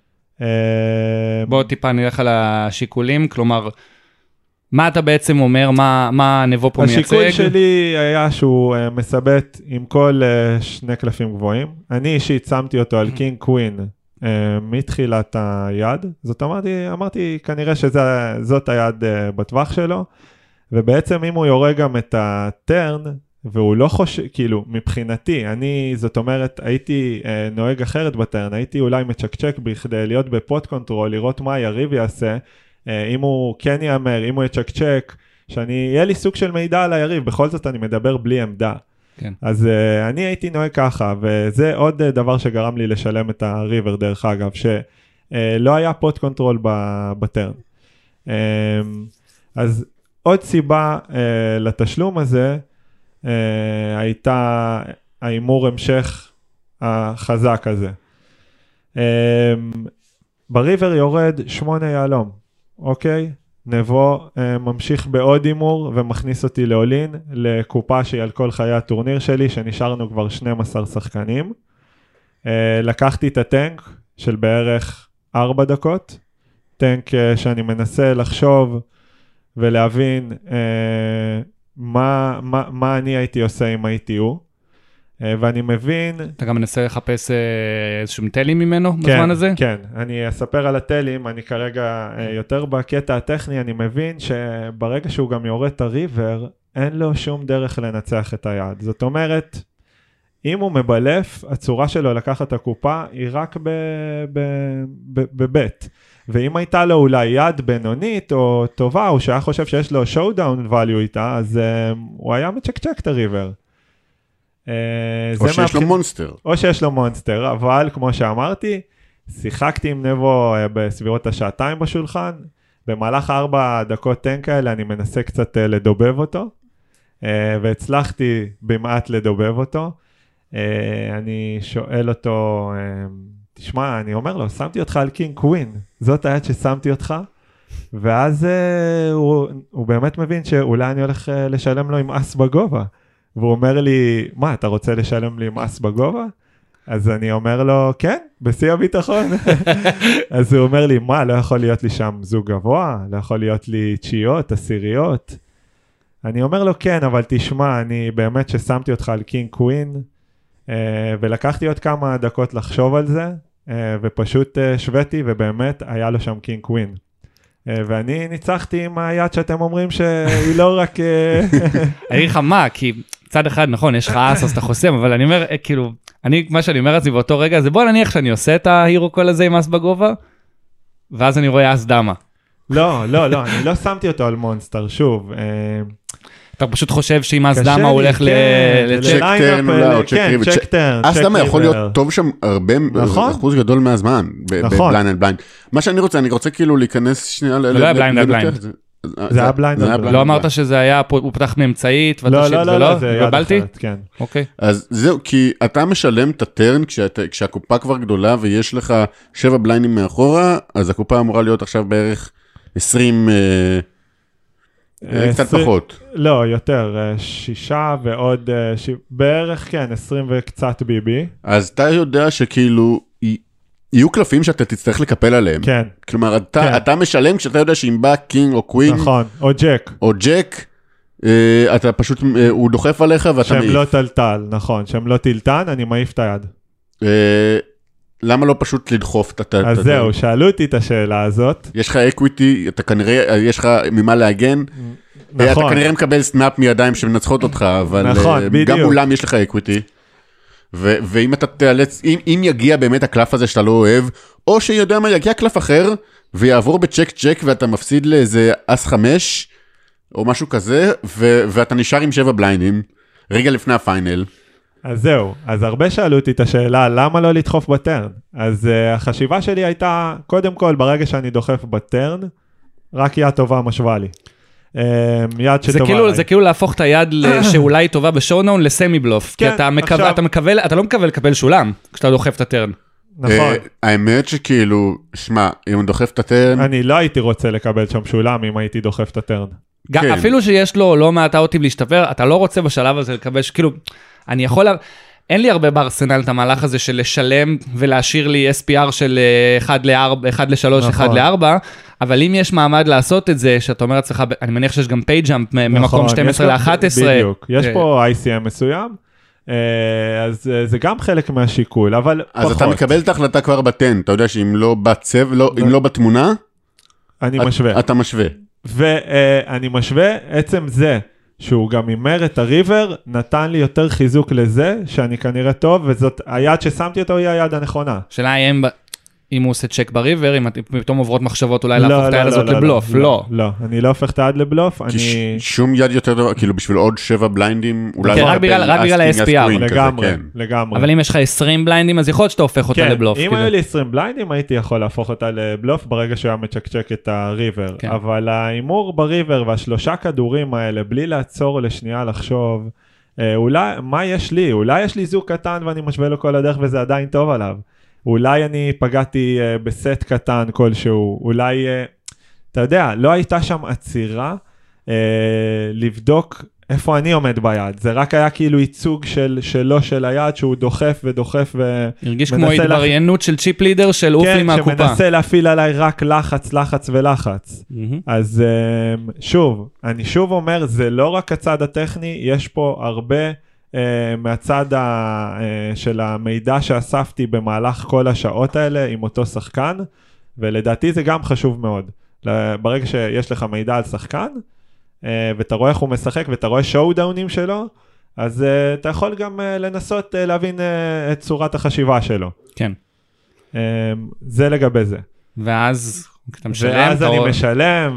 בוא טיפה נלך על השיקולים, כלומר... מה אתה בעצם אומר, מה, מה נבו פה מייצג? השיקול שלי היה שהוא uh, מסבט עם כל uh, שני קלפים גבוהים. אני אישית שמתי אותו על קינג קווין uh, מתחילת היד. זאת אמרתי, אמרתי כנראה שזאת היד uh, בטווח שלו. ובעצם אם הוא יורה גם את הטרן, והוא לא חושב, כאילו מבחינתי, אני זאת אומרת הייתי uh, נוהג אחרת בטרן, הייתי אולי מצ'קצ'ק בכדי להיות בפוט קונטרול, לראות מה היריב יעשה, אם הוא כן יאמר, אם הוא יצ'קצ'ק, שאני, יהיה לי סוג של מידע על היריב, בכל זאת אני מדבר בלי עמדה. כן. אז uh, אני הייתי נוהג ככה, וזה עוד uh, דבר שגרם לי לשלם את הריבר, דרך אגב, שלא uh, היה פוט קונטרול בטרן. Um, אז עוד סיבה uh, לתשלום הזה, uh, הייתה האימור המשך החזק הזה. Um, בריבר יורד שמונה יעלום. אוקיי, נבו אה, ממשיך בעוד אימור ומכניס אותי לאולין, לקופה שהיא על כל חיי הטורניר שלי, שנשארנו כבר שנים עשר שחקנים. אה, לקחתי את הטנק של בערך ארבע דקות, טנק אה, שאני מנסה לחשוב ולהבין אה, מה, מה, מה אני הייתי עושה אם הייתי הוא. ואני מבין... אתה גם מנסה לחפש איזשהו טלים ממנו בזמן הזה? כן, אני אספר על הטלים, אני כרגע יותר בקטע הטכני, אני מבין שברגע שהוא גם יורד את הריבר, אין לו שום דרך לנצח את היד. זאת אומרת, אם הוא מבלף, הצורה שלו לקחת את הקופה היא רק בבית. ואם הייתה לו אולי יד בינונית או טובה, או שהיה חושב שיש לו showdown value איתה, אז הוא היה מצ'קצ'ק את הריבר. או שיש לו מונסטר. או שיש לו מונסטר, אבל כמו שאמרתי, שיחקתי עם נבו בסבירות השעתיים בשולחן, במהלך ארבע דקות טנק האלה אני מנסה קצת לדובב אותו, והצלחתי במעט לדובב אותו. אני שואל אותו, תשמע, אני אומר לו, שמתי אותך על קינג קווין, זאת היד ששמתי אותך, ואז הוא, הוא באמת מבין שאולי אני הולך לשלם לו עם אס בגובה. והוא אומר לי, מה, אתה רוצה לשלם לי מס בגובה? אז אני אומר לו, כן, בשיא הביטחון. אז הוא אומר לי, מה, לא יכול להיות לי שם זוג גבוה? לא יכול להיות לי תשיעיות, עשיריות? אני אומר לו, כן, אבל תשמע, אני באמת ששמתי אותך על קינג קווין, ולקחתי עוד כמה דקות לחשוב על זה, ופשוט שוויתי, ובאמת היה לו שם קינג קווין. ואני ניצחתי עם היד שאתם אומרים שהיא לא רק... אני אגיד לך מה, כי צד אחד, נכון, יש לך אס, אז אתה חוסם, אבל אני אומר, כאילו, אני, מה שאני אומר את זה באותו רגע, זה בוא נניח שאני עושה את ההירו קול הזה עם אס בגובה, ואז אני רואה אס דמה. לא, לא, לא, אני לא שמתי אותו על מונסטר, שוב. אתה פשוט חושב שאם אס דמה הוא הולך לצ'ק טרן אולי, או צ'ק ריב. צ'ק טרן, אס דמה יכול להיות טוב שם הרבה, אחוז גדול מהזמן, בבליינד אנד בליינד. מה שאני רוצה, אני רוצה כאילו להיכנס שנייה... זה לא היה בליינד אנד בליינד. זה היה בליינד. לא אמרת שזה היה, הוא פתח מאמצעית, לא, לא, לא, זה יד אחת, כן. אוקיי. אז זהו, כי אתה משלם את הטרן כשהקופה כבר גדולה ויש לך שבע בליינדים מאחורה, אז הקופה אמורה להיות עכשיו בערך עשרים, קצת פחות. לא, יותר, שישה ועוד, בערך, כן, עשרים וקצת ביבי. אז אתה יודע שכאילו, יהיו קלפים שאתה תצטרך לקפל עליהם. כן. כלומר, אתה, אתה משלם כשאתה יודע שאם בא קינג או קווין. נכון, או ג'ק. או ג'ק, אתה פשוט, הוא דוחף עליך ואתה מעיף. שהם לא טלטל, נכון, שהם לא טלטן, אני מעיף את היד. למה לא פשוט לדחוף את הטלטל? אז זהו, שאלו אותי את השאלה הזאת. יש לך אקוויטי, אתה כנראה, יש לך ממה להגן. נכון. אתה כנראה מקבל סנאפ מידיים שמנצחות אותך, אבל נכון, בדיוק. גם מולם יש לך אקוויטי. ו- ואם אתה תיאלץ, אם, אם יגיע באמת הקלף הזה שאתה לא אוהב, או שיודע מה, יגיע קלף אחר, ויעבור בצ'ק צ'ק, ואתה מפסיד לאיזה אס חמש, או משהו כזה, ו- ואתה נשאר עם שבע בליינדים, רגע לפני הפיינל. אז זהו, אז הרבה שאלו אותי את השאלה, למה לא לדחוף בטרן? אז uh, החשיבה שלי הייתה, קודם כל, ברגע שאני דוחף בטרן, רק יד טובה משווה לי. יד שטובה כאילו, זה כאילו להפוך את היד שאולי טובה בשואונאון לסמי בלוף, כי אתה מקווה, אתה מקבל, אתה לא מקבל לקבל שולם, כשאתה דוחף את הטרן. נכון. האמת שכאילו, שמע, אם אני דוחף את הטרן... אני לא הייתי רוצה לקבל שם שולם אם הייתי דוחף את הטרן. אפילו שיש לו לא מעט אאוטים להשתפר, אתה לא רוצה בשלב הזה לקבל, כאילו, אני יכול... אין לי הרבה בארסנל את המהלך הזה של לשלם ולהשאיר לי אס פי אר של אחד לארבע, אחד לשלוש, אחד לארבע, אבל אם יש מעמד לעשות את זה, שאתה אומר אצלך, אני מניח שיש גם פייג'אמפ ממקום שתים עשרה ל-אחת עשרה. בדיוק, יש פה איי סי אם מסוים, אז זה גם חלק מהשיקול, אבל פחות. אז אתה מקבל את ההחלטה כבר בטן, אתה יודע שאם לא בצב, אם לא בתמונה, אני משווה. אתה משווה. ואני משווה עצם זה, שהוא גם אימר את הריבר, נתן לי יותר חיזוק לזה, שאני כנראה טוב, וזאת היד ששמתי אותו, היא היד הנכונה. שאלה היא, אם הוא עושה צ'ק בריבר, אם פתאום עוברות מחשבות אולי להפוך את היד הזאת לבלוף, לא. לא, אני לא הופך את היד לבלוף, אני... שום יד יותר טובה, כאילו בשביל עוד שבע בליינדים, אולי... רק בגלל ה-אס פי אר. לגמרי, לגמרי. אבל אם יש לך עשרים בליינדים, אז יכול להיות שאתה הופך אותה לבלוף. אם היו לי עשרים בליינדים, הייתי יכול להפוך אותה לבלוף, ברגע שהוא היה מצ'קצ'ק את הריבר. אבל האימור בריבר והשלושה כדורים האלה, בלי לעצור לשנייה לחשוב, אולי, מה יש לי? אולי יש לי זוג קטן ואני משווה לו כל הדרך וזה עדיין טוב עליו. אולי אני פגעתי uh, בסט קטן כלשהו, אולי, uh, אתה יודע, לא הייתה שם עצירה uh, לבדוק איפה אני עומד ביד, זה רק היה כאילו ייצוג של, שלו של היד, שהוא דוחף ודוחף ו... הרגיש כמו התבריינות של צ'יפ לידר של אופלי מהקופה. כן, שמנסה להפעיל עליי רק לחץ, לחץ ולחץ. Mm-hmm. אז uh, שוב, אני שוב אומר, זה לא רק הצד הטכני, יש פה הרבה... Uh, מהצד ה, uh, של המידע שאספתי במהלך כל השעות האלה עם אותו שחקן, ולדעתי זה גם חשוב מאוד. ברגע שיש לך מידע על שחקן, uh, ואתה רואה איך הוא משחק, ואתה רואה שואו-דאונים שלו, אז uh, אתה יכול גם uh, לנסות uh, להבין uh, את צורת החשיבה שלו. כן. Uh, זה לגבי זה. ואז אתה משלם. ואז אני או... משלם,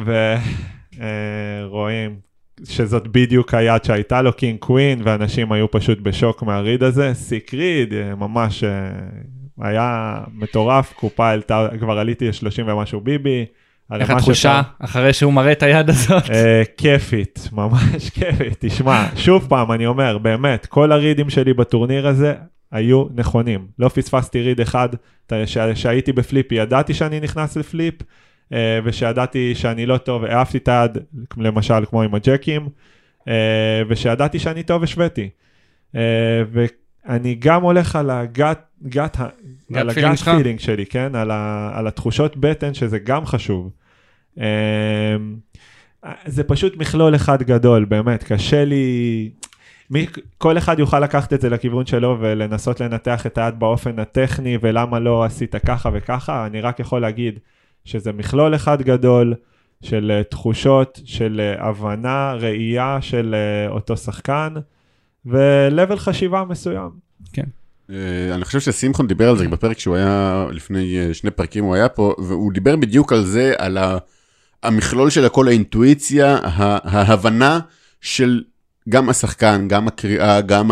ורואים... Uh, שזאת בדיוק היד שהייתה לו קינג קווין, ואנשים היו פשוט בשוק מהריד הזה, סיק ריד, ממש היה מטורף, קופה אלתה, כבר עליתי שלושים ומשהו ביבי. איך התחושה אחרי שהוא מראה את היד הזאת? כיפית, ממש כיפית, תשמע, שוב פעם אני אומר, באמת, כל הרידים שלי בטורניר הזה היו נכונים, לא פספסתי ריד אחד, שהייתי בפליפ, ידעתי שאני נכנס לפליפ, ושידעתי שאני לא טוב, אהבתי את היד, למשל כמו עם הג'קים, ושידעתי שאני טוב ושוויתי. ואני גם הולך על הגאט, גאט, על הגאט פילינג שלי, כן? על, ה, על התחושות בטן, שזה גם חשוב. זה פשוט מכלול אחד גדול, באמת, קשה לי... מי, כל אחד יוכל לקחת את זה לכיוון שלו ולנסות לנתח את היד באופן הטכני ולמה לא עשית ככה וככה, אני רק יכול להגיד שזה מכלול אחד גדול של תחושות, של הבנה, ראייה של אותו שחקן ולבל חשיבה מסוים. כן. אני חושב שסימכון דיבר על זה בפרק שהוא היה, לפני שני פרקים הוא היה פה, והוא דיבר בדיוק על זה, על המכלול של הכל, האינטואיציה, ההבנה של גם השחקן, גם הקריאה, גם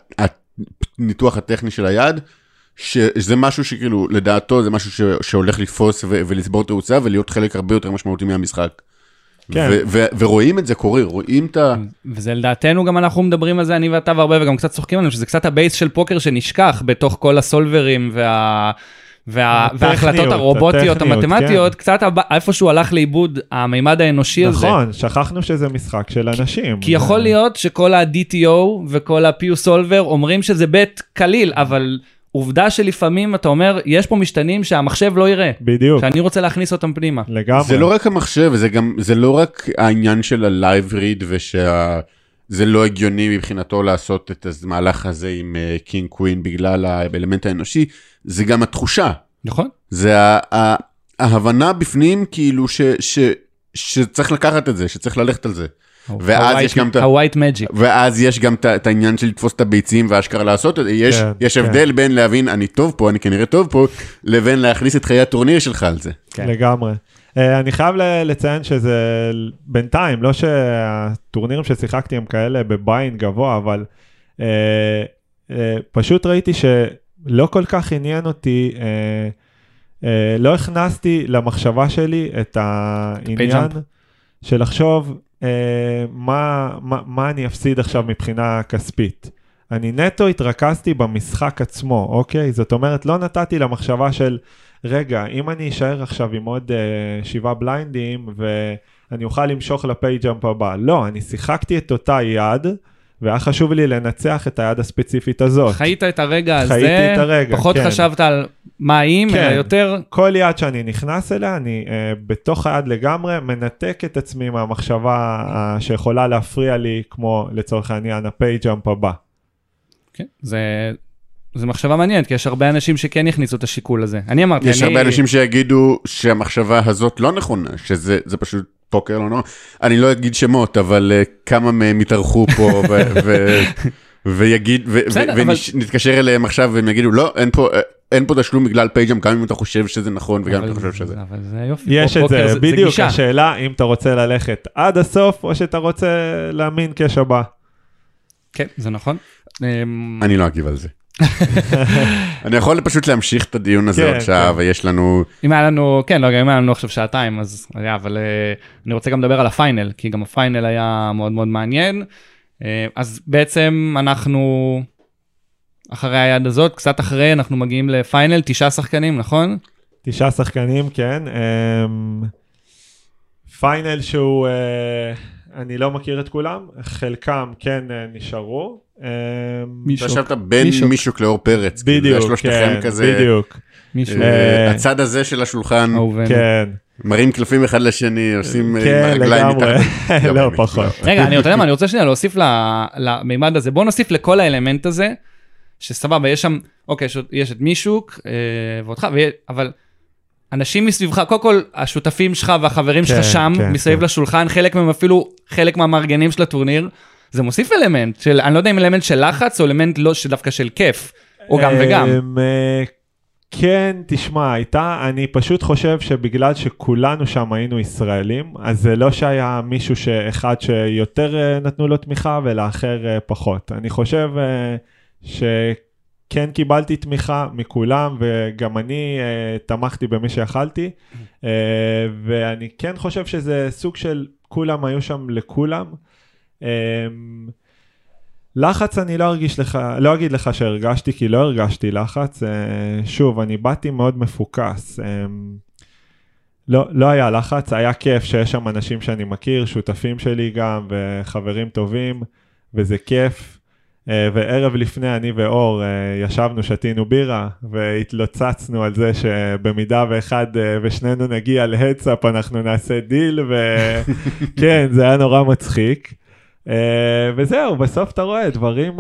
הניתוח הטכני של היד, שזה משהו שכאילו, לדעתו זה משהו שהולך לתפוס ולסבור תאוצה, ולהיות חלק הרבה יותר משמעותי מהמשחק. כן. ו- ו- ורואים את זה קורה, רואים את ה... וזה לדעתנו גם אנחנו מדברים על זה, אני ואתה והרבה, וגם קצת צוחקים עלינו, שזה קצת הבייס של פוקר שנשכח בתוך כל הסולברים וה... וה... וההחלטות הרובוטיות, המתמטיות, כן. קצת איפשהו הלך לאיבוד המימד האנושי הזה. נכון, שכחנו שזה משחק של אנשים. כי יכול להיות שכל ה-די טי או וכל ה-פי יו Solver אומרים שזה בית קליל, אבל עובדה שלפעמים אתה אומר, יש פה משתנים שהמחשב לא יראה. בדיוק. שאני רוצה להכניס אותם פנימה. לגמרי. זה לא רק המחשב, זה גם, זה לא רק העניין של ה-live read, ושזה לא הגיוני מבחינתו לעשות את המהלך הזה עם קינג קווין בגלל האלמנט האנושי, זה גם התחושה. נכון. זה ההבנה בפנים, כאילו ש, ש, שצריך לקחת את זה, שצריך ללכת על זה. ואז יש גם ה-white magic. ואז יש גם את העניין של לתפוס את הביצים ואשכרה לעשות את זה. יש, כן, יש כן. הבדל בין להבין אני טוב פה, אני כנראה טוב פה, לבין להכניס את חיי הטורניר שלך על זה. כן. לגמרי. Uh, אני חייב לציין שזה בינתיים, לא שהטורנירים ששיחקתי הם כאלה בביין גבוה, אבל uh, uh, פשוט ראיתי שלא כל כך עניין אותי, uh, uh, לא הכנסתי למחשבה שלי את העניין של לחשוב, Uh, מה, מה, מה אני אפסיד עכשיו מבחינה כספית. אני נטו התרכזתי במשחק עצמו, אוקיי? זאת אומרת, לא נתתי למחשבה של, רגע, אם אני אשאר עכשיו עם עוד uh, שבעה בליינדים, ואני אוכל למשוך לפייג'אמפ הבא. לא, אני שיחקתי את אותה יד, והיה חשוב לי לנצח את היד הספציפית הזאת. חיית את הרגע הזה, חייתי את הרגע, פחות כן. חשבת על מה האם, כן. אלא יותר... כל יד שאני נכנס אליה, אני uh, בתוך היד לגמרי, מנתק את עצמי מהמחשבה uh, שיכולה להפריע לי, כמו לצורך העניין, הפייג'אמפ הבא. כן, זה... זה מחשבה מעניינת, כי יש הרבה אנשים שכן יכניסו את השיקול הזה. אני אמרתי, יש אני... הרבה אנשים שיגידו שהמחשבה הזאת לא נכונה, שזה זה פשוט פוקר לא נורא. אני לא אגיד שמות, אבל uh, כמה מהם יתארחו פה ו... ו... ויגיד, ונתקשר אליהם עכשיו והם יגידו, לא, אין פה, אין פה תשלום בגלל פייג'אמפ, גם אם אתה חושב שזה נכון וגם אם אתה חושב שזה. אבל זה יופי. יש את זה, בדיוק השאלה, אם אתה רוצה ללכת עד הסוף, או שאתה רוצה להאמין קש הבא. כן, זה נכון. אני לא אגיב על זה. אני יכול פשוט להמשיך את הדיון הזה עכשיו, ויש לנו... אם היה לנו, כן, לא, אם היה לנו עכשיו שעתיים, אז היה, אבל אני רוצה גם לדבר על הפיינל, כי גם הפיינל היה מאוד מאוד מעניין. אז בעצם אנחנו, אחרי היד הזאת, קצת אחרי, אנחנו מגיעים לפיינל, תשעה שחקנים, נכון? תשעה שחקנים, כן. פיינל שהוא, אני לא מכיר את כולם, חלקם כן נשארו. חשבת בין מישוק לאור פרץ. בדיוק, כן, בדיוק. הצד הזה של השולחן. כן. מראים קלפים אחד לשני, עושים רגליים מתחת. לא, פחות. רגע, אני רוצה, אני רוצה שנייה להוסיף למימד הזה, בוא נוסיף לכל האלמנט הזה, שסבבה, יש שם, אוקיי, יש את מישוק, ואותך, אבל אנשים מסביבך, קודם כל, השותפים שלך והחברים שלך שם, מסביב לשולחן, חלק מהם אפילו, חלק מהמארגנים של הטורניר, זה מוסיף אלמנט של, אני לא יודע אם אלמנט של לחץ, או אלמנט לא, שדווקא של כיף, או גם וגם. כן, תשמע, הייתה, אני פשוט חושב שבגלל שכולנו שם היינו ישראלים, אז זה לא שהיה מישהו שאחד שיותר נתנו לו תמיכה ולאחר פחות. אני חושב שכן קיבלתי תמיכה מכולם, וגם אני תמכתי במי שיכלתי, ואני כן חושב שזה סוג של כולם היו שם לכולם. לחץ אני לא ארגיש לך, לא אגיד לך שהרגשתי, כי לא הרגשתי לחץ. שוב, אני באתי מאוד מפוקס. לא, לא היה לחץ, היה כיף שיש שם אנשים שאני מכיר, שותפים שלי גם, וחברים טובים, וזה כיף. וערב לפני אני ואור ישבנו, שתינו בירה, והתלוצצנו על זה שבמידה ואחד ושנינו נגיע להצאפ, אנחנו נעשה דיל, וכן, זה היה נורא מצחיק. וזהו, בסוף אתה רואה, דברים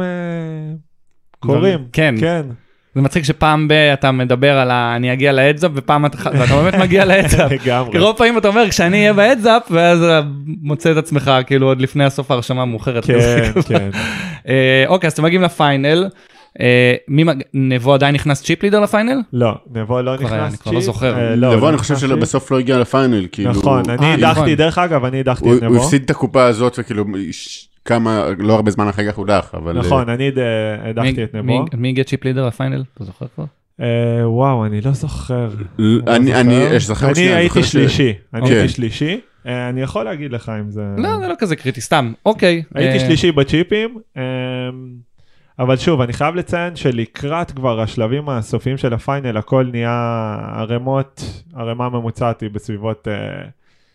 קורים. כן. כן. זה מצחיק שפעם ב- אתה מדבר על ה... אני אגיע לאדזאפ, ופעם אתה ואתה באמת מגיע לאדזאפ. לגמרי. רוב פעמים אתה אומר, כשאני אהיה באדזאפ, ואז מוצא את עצמך, כאילו עוד לפני הסוף ההרשמה המאוחרת. כן, כן. אה, אוקיי, אז אתם מגיעים לפיינל. אה, מי מג... נבו עדיין נכנס צ'יפ לידר לפיינל? לא, נבו לא כבר היה, נכנס אני כבר לא צ'יפ. זוכר. אה, לא, לבוא, לא אני נכנס חושב צ'יפ. שבסוף לא הגיע לפיינל, כאילו... נכון, אני אה, הדחתי, נכון. דרך אגב, אני הדחתי הוא את הוא נבו. הפסיד את הקופה הזאת, וכאילו, ש- כמה, לא הרבה זמן אחר כך הוא דח, אבל... נכון, אני ד- הדחתי מי- את מי- נבו. מי הגיע צ'יפ לידר לפיינל? אתה זוכר כבר? אה, וואו, אני לא זוכר. ל- לא אני, זוכר. אני, זוכר אני שנייה, הייתי זוכר ש- שלישי, אני כן. הייתי שלישי. אה, אני יכול להגיד לך אם זה... לא, זה לא כזה קריטי, סתם. אוקיי. הייתי אה, שלישי בצ'יפים, אמ, אבל שוב, אני חייב לציין שלקראת כבר השלבים הסופיים של הפיינל, הכל נהיה הרמות, הרמה הממוצעת היא בסביבות אה,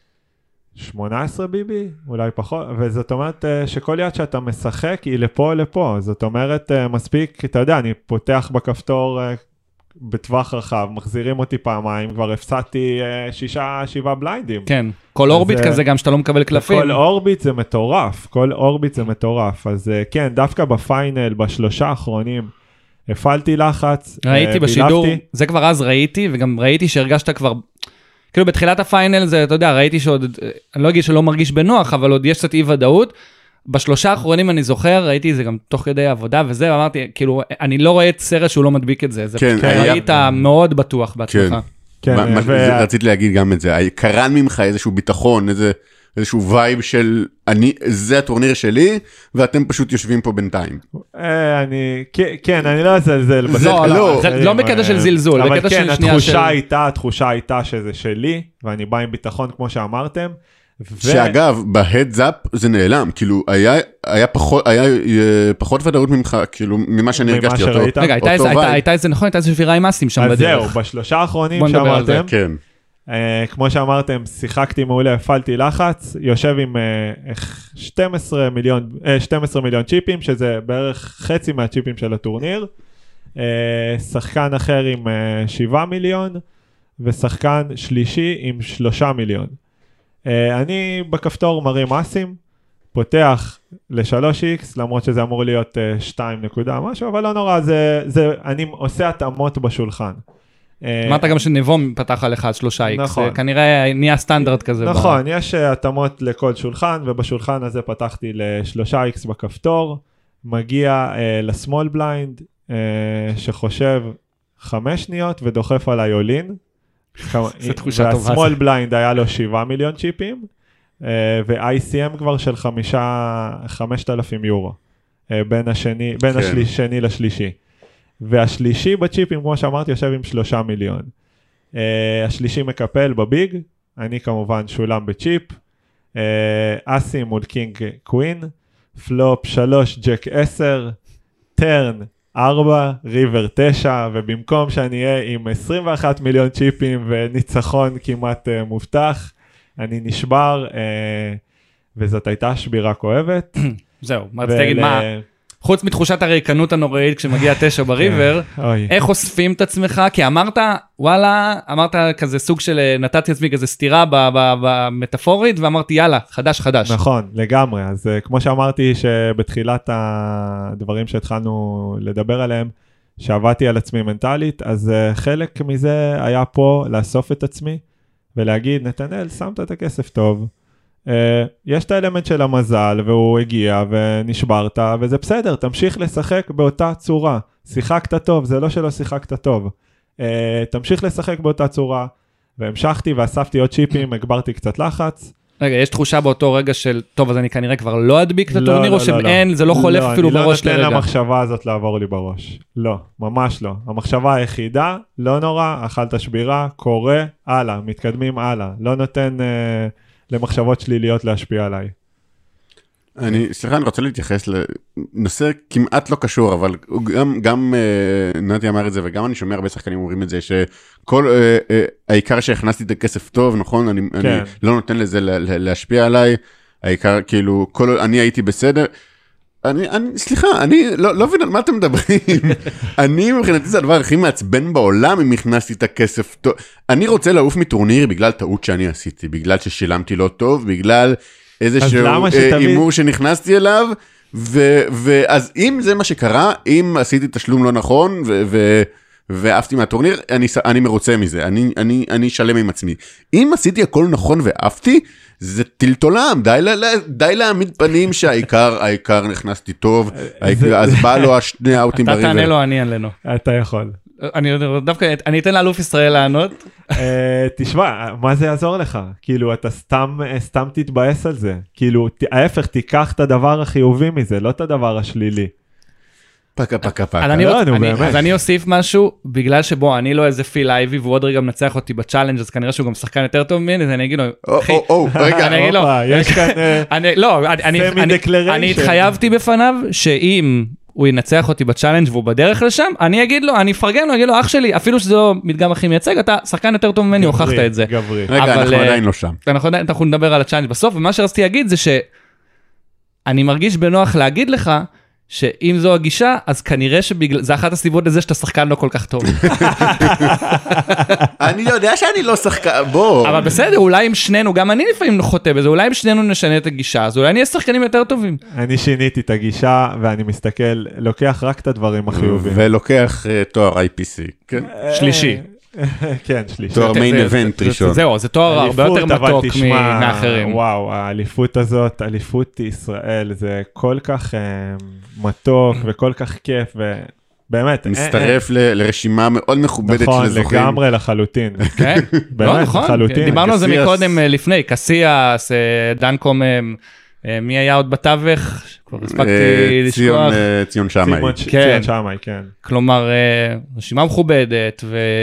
שמונה עשרה ביבי, אולי פחות, וזאת אומרת אה, שכל יד שאתה משחק היא לפה או לפה, זאת אומרת אה, מספיק, אתה יודע, אני פותח בכפתור אה, בטווח רחב, מחזירים אותי פעמיים, כבר הפסדתי אה, שישה, שבעה בליינדים. כן. כל אז, אורביט אה, כזה, גם שאתה לא מקבל קלפים. כל אורביט זה מטורף, כל אורביט זה מטורף, אז uh, כן, דווקא בפיינל, בשלושה האחרונים, הפעלתי לחץ, ראיתי uh, בשידור, בילבתי. זה כבר אז ראיתי, וגם ראיתי שהרגשת כבר, כאילו בתחילת הפיינל זה, אתה יודע, ראיתי שעוד, אני לא אגיד שלא מרגיש בנוח, אבל עוד יש קצת אי ודאות. בשלושה האחרונים אני זוכר, ראיתי זה גם תוך כדי העבודה וזה, ואמרתי, כאילו, אני לא רואה את סרט שהוא לא מדביק את זה, זה כן, פשוט היה- ראית מאוד בטוח בעצמך. כן. כן, מה- מה- ו- זה- רציתי להגיד גם את זה, קרן ממך איזשהו ביטחון, איזה- איזשהו וייב של אני, זה הטורניר שלי, ואתם פשוט יושבים פה בינתיים. אה, אני, כן, כן, אני לא אזלזל. בזה. לא, לא, זה לא בקטע של זלזול, אבל בקטע כן, של שנייה של... התחושה הייתה, התחושה הייתה שזה שלי, ואני בא עם ביטחון כמו שאמרתם. ו- שאגב, בהדזאפ זה נעלם, כאילו היה, היה פחות, היה אה, פחות ודאות ממך, כאילו ממה שאני ממה הרגשתי אותו. שראית? רגע, הייתה אותו איזה- הייתה- וייב. הייתה איזה, נכון, הייתה איזה שבירה עם אסים שם אז זהו, בדרך. בשלושה האחרונים בוא נדבר על זה. שאמרתם, כן, Uh, כמו שאמרתם, שיחקתי מעולה, הפעלתי לחץ, יושב עם uh, שנים עשר מיליון, uh, שנים עשר מיליון צ'יפים, שזה בערך חצי מהצ'יפים של הטורניר, uh, שחקן אחר עם uh, שבעה מיליון, ושחקן שלישי עם שלושה מיליון. Uh, אני בכפתור מרים אסים, פותח ל-שלוש איקס, למרות שזה אמור להיות uh, שתיים נקודה משהו, אבל לא נורא, זה, זה, אני עושה התאמות בשולחן. אמרת גם שנבו פתח על אחד שלושה איקס, נכון. זה כנראה נהיה סטנדרט כזה. ב- נכון, יש uh, התאמות לכל שולחן, ובשולחן הזה פתחתי ל-שלושה איקס בכפתור, מגיע uh, לסמול בליינד, uh, שחושב חמש שניות ודוחף עליי אולין. זו תחושה טובה. והסמול בליינד היה לו שבעה מיליון צ'יפים, uh, ו-איי סי אם כבר של חמישה, חמשת אלפים יורו, uh, בין השני, בין כן. השני לשלישי. והשלישי בצ'יפים, כמו שאמרתי, יושב עם שלושה מיליון. Uh, השלישי מקפל בביג, אני כמובן שולם בצ'יפ, uh, אסי מול קינג קווין, פלופ שלוש ג'ק עשר, טרן ארבע, ריבר תשע, ובמקום שאני אהיה עם עשרים ואחד מיליון צ'יפים וניצחון כמעט uh, מובטח, אני נשבר, uh, וזאת הייתה שבירה כואבת. זהו, מה רציתי להגיד, מה, ול- חוץ מתחושת הריקנות הנוראית כשמגיע תשע בריבר, אוי. איך אוספים את עצמך? כי אמרת, וואלה, אמרת כזה סוג של, נתתי עצמי כזה סתירה ב- ב- במטאפורית, ואמרתי יאללה, חדש חדש. נכון, לגמרי. אז uh, כמו שאמרתי שבתחילת הדברים שהתחלנו לדבר עליהם, שעבדתי על עצמי מנטלית, אז uh, חלק מזה היה פה לאסוף את עצמי, ולהגיד, נתנאל, שמת את הכסף טוב, uh, יש את האלמנט של המזל, והוא הגיע ונשברת, וזה בסדר, תמשיך לשחק באותה צורה. שיחקת טוב, זה לא שלא שיחקת טוב. Uh, תמשיך לשחק באותה צורה, והמשכתי ואספתי עוד צ'יפים, הגברתי קצת לחץ. רגע, יש תחושה באותו רגע של, טוב, אז אני כנראה כבר לא אדביק את לא, הטורניר, לא, או לא, שאין, לא. זה לא חולף לא, אפילו אני בראש לא נותן לרגע. למחשבה הזאת לעבור לי בראש. לא, ממש לא. המחשבה היחידה, לא נורא, אכלת שבירה, קורא, הלאה, מתקדמים הלאה. לא נותן אה, למחשבות שליליות להשפיע עליי. אני, סליחה, אני רוצה להתייחס לנושא כמעט לא קשור, אבל הוא גם, גם אה, נתי אמר את זה, וגם אני שומע הרבה שחקנים אומרים את זה, שכל, אה, אה, העיקר שהכנסתי את הכסף טוב, נכון? אני, כן. אני לא נותן לזה לה, לה, להשפיע עליי, העיקר, כאילו, כל, אני הייתי בסדר. אני, אני, סליחה, אני לא, לא מבין על מה אתם מדברים. אני מבחינתי זה הדבר הכי מעצבן בעולם אם הכנסתי את הכסף טוב. אני רוצה לעוף מטורניר בגלל טעות שאני עשיתי, בגלל ששילמתי לא טוב, בגלל איזשהו אימור שנכנסתי אליו, ואז אם זה מה שקרה, אם עשיתי תשלום לא נכון, ועפתי מהטורניר, אני מרוצה מזה, אני שלם עם עצמי. אם עשיתי הכל נכון ועפתי, זה טלטולם, די להעמיד פנים שהעיקר, העיקר נכנסתי טוב, אז בא לו השני אאוטים בריבר. אתה תענה לו, אני אענה לו. אתה יכול. אני דווקא, אני אתן לאלוף ישראל לענות. תשמע, מה זה יעזור לך? כאילו, אתה סתם, סתם תתבאס על זה. כאילו, ההפך, תיקח את הדבר החיובי מזה, לא את הדבר השלילי. פקה, פקה, פקה. אז אני אוסיף משהו, בגלל שבו אני לא איזה פיל אייבי, והוא עוד רגע מנצח אותי בצ'אלנג', אז כנראה שהוא גם שחקן יותר טוב ממני, אז אני אגיד לו, אחי, אני אגיד לו, יש כאן אני התחייבתי בפניו, שאם הוא ינצח אותי בצ'אלנג' והוא בדרך לשם, אני אגיד לו, אני אפרגן לו, אגיד לו, אח שלי, אפילו שזה לא מדגם הכי מייצג, אתה שחקן יותר טוב ממני, הוכחת את זה. רגע, אנחנו עדיין לא שם. אנחנו נדבר על הצ'אלנג' בסוף, ומה שרציתי להגיד זה שאני מרגיש בנוח להגיד לך, שאם זו הגישה, אז כנראה שבגלל, זה אחת הסיבות לזה שאתה שחקן לא כל כך טוב. אני יודע שאני לא שחקן, בוא. אבל בסדר, אולי אם שנינו, גם אני לפעמים חוטא בזה, אולי אם שנינו נשנה את הגישה, אז אולי נהיה שחקנים יותר טובים. אני שיניתי את הגישה, ואני מסתכל, לוקח רק את הדברים החיובים. ולוקח תואר איי פי סי, כן? שלישי. כן, שלישי. תואר מיין איבנט ראשון. זהו, זה תואר הרבה יותר מתוק מאחרים. וואו, האליפות הזאת, אליפות ישראל, זה כל כך מתוק וכל כך כיף, ובאמת. מצטרף לרשימה מאוד מכובדת של זוכים. נכון, לגמרי לחלוטין. כן, לא נכון. דיברנו על זה מקודם לפני, קסיאס, דנקום, מי היה עוד בתווך? כבר הספקתי לשכוח. ציון שמאי. ציון שמאי, כן. כלומר, רשימה מכובדת,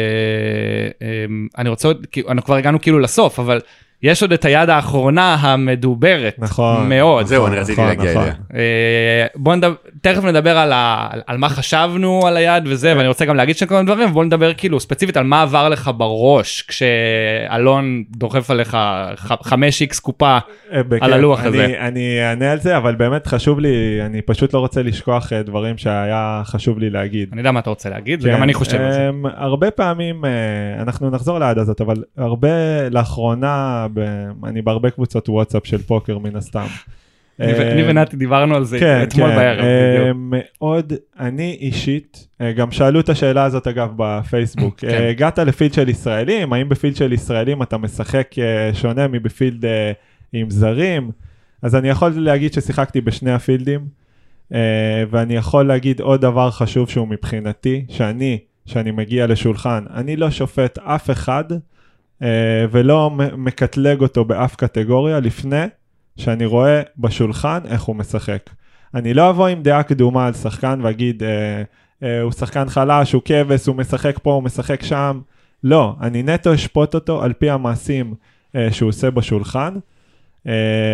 ואני רוצה עוד, אנחנו כבר הגענו כאילו לסוף, אבל יש עוד את היד האחרונה המדוברת. נכון. מאוד. זהו, אני רציתי להגיע אליה. בואו נדבר, תכף נדבר על מה חשבנו על היד וזה, ואני רוצה גם להגיד שכל מיני דברים, ובואו נדבר כאילו ספציפית על מה עבר לך בראש, כשאלון דוחף עליך חמש איקס קופה על הלוח הזה. אני אענה על זה, אבל באמת חשוב לי, אני פשוט לא רוצה לשכוח דברים שהיה חשוב לי להגיד. אני יודע מה אתה רוצה להגיד, וגם אני חושב על זה. הרבה פעמים, אנחנו נחזור ליד הזאת, אבל הרבה לאחרונה, אני בהרבה קבוצות וואטסאפ של פוקר מן הסתם. אני ונתי דיברנו על זה אתמול בערב. מאוד, אני אישית, גם שאלו את השאלה הזאת אגב בפייסבוק, הגעת לפילד של ישראלים, האם בפילד של ישראלים אתה משחק שונה מבפילד עם זרים? אז אני יכול להגיד ששיחקתי בשני הפילדים, ואני יכול להגיד עוד דבר חשוב שהוא מבחינתי, שאני, שאני מגיע לשולחן, אני לא שופט אף אחד, ולא מקטלג אותו באף קטגוריה לפני שאני רואה בשולחן איך הוא משחק. אני לא אבוא עם דעה קדומה על שחקן ואגיד, אה, אה, הוא שחקן חלש, הוא כבש, הוא משחק פה, הוא משחק שם. לא, אני נטו אשפוט אותו על פי המעשים אה, שהוא עושה בשולחן, אה,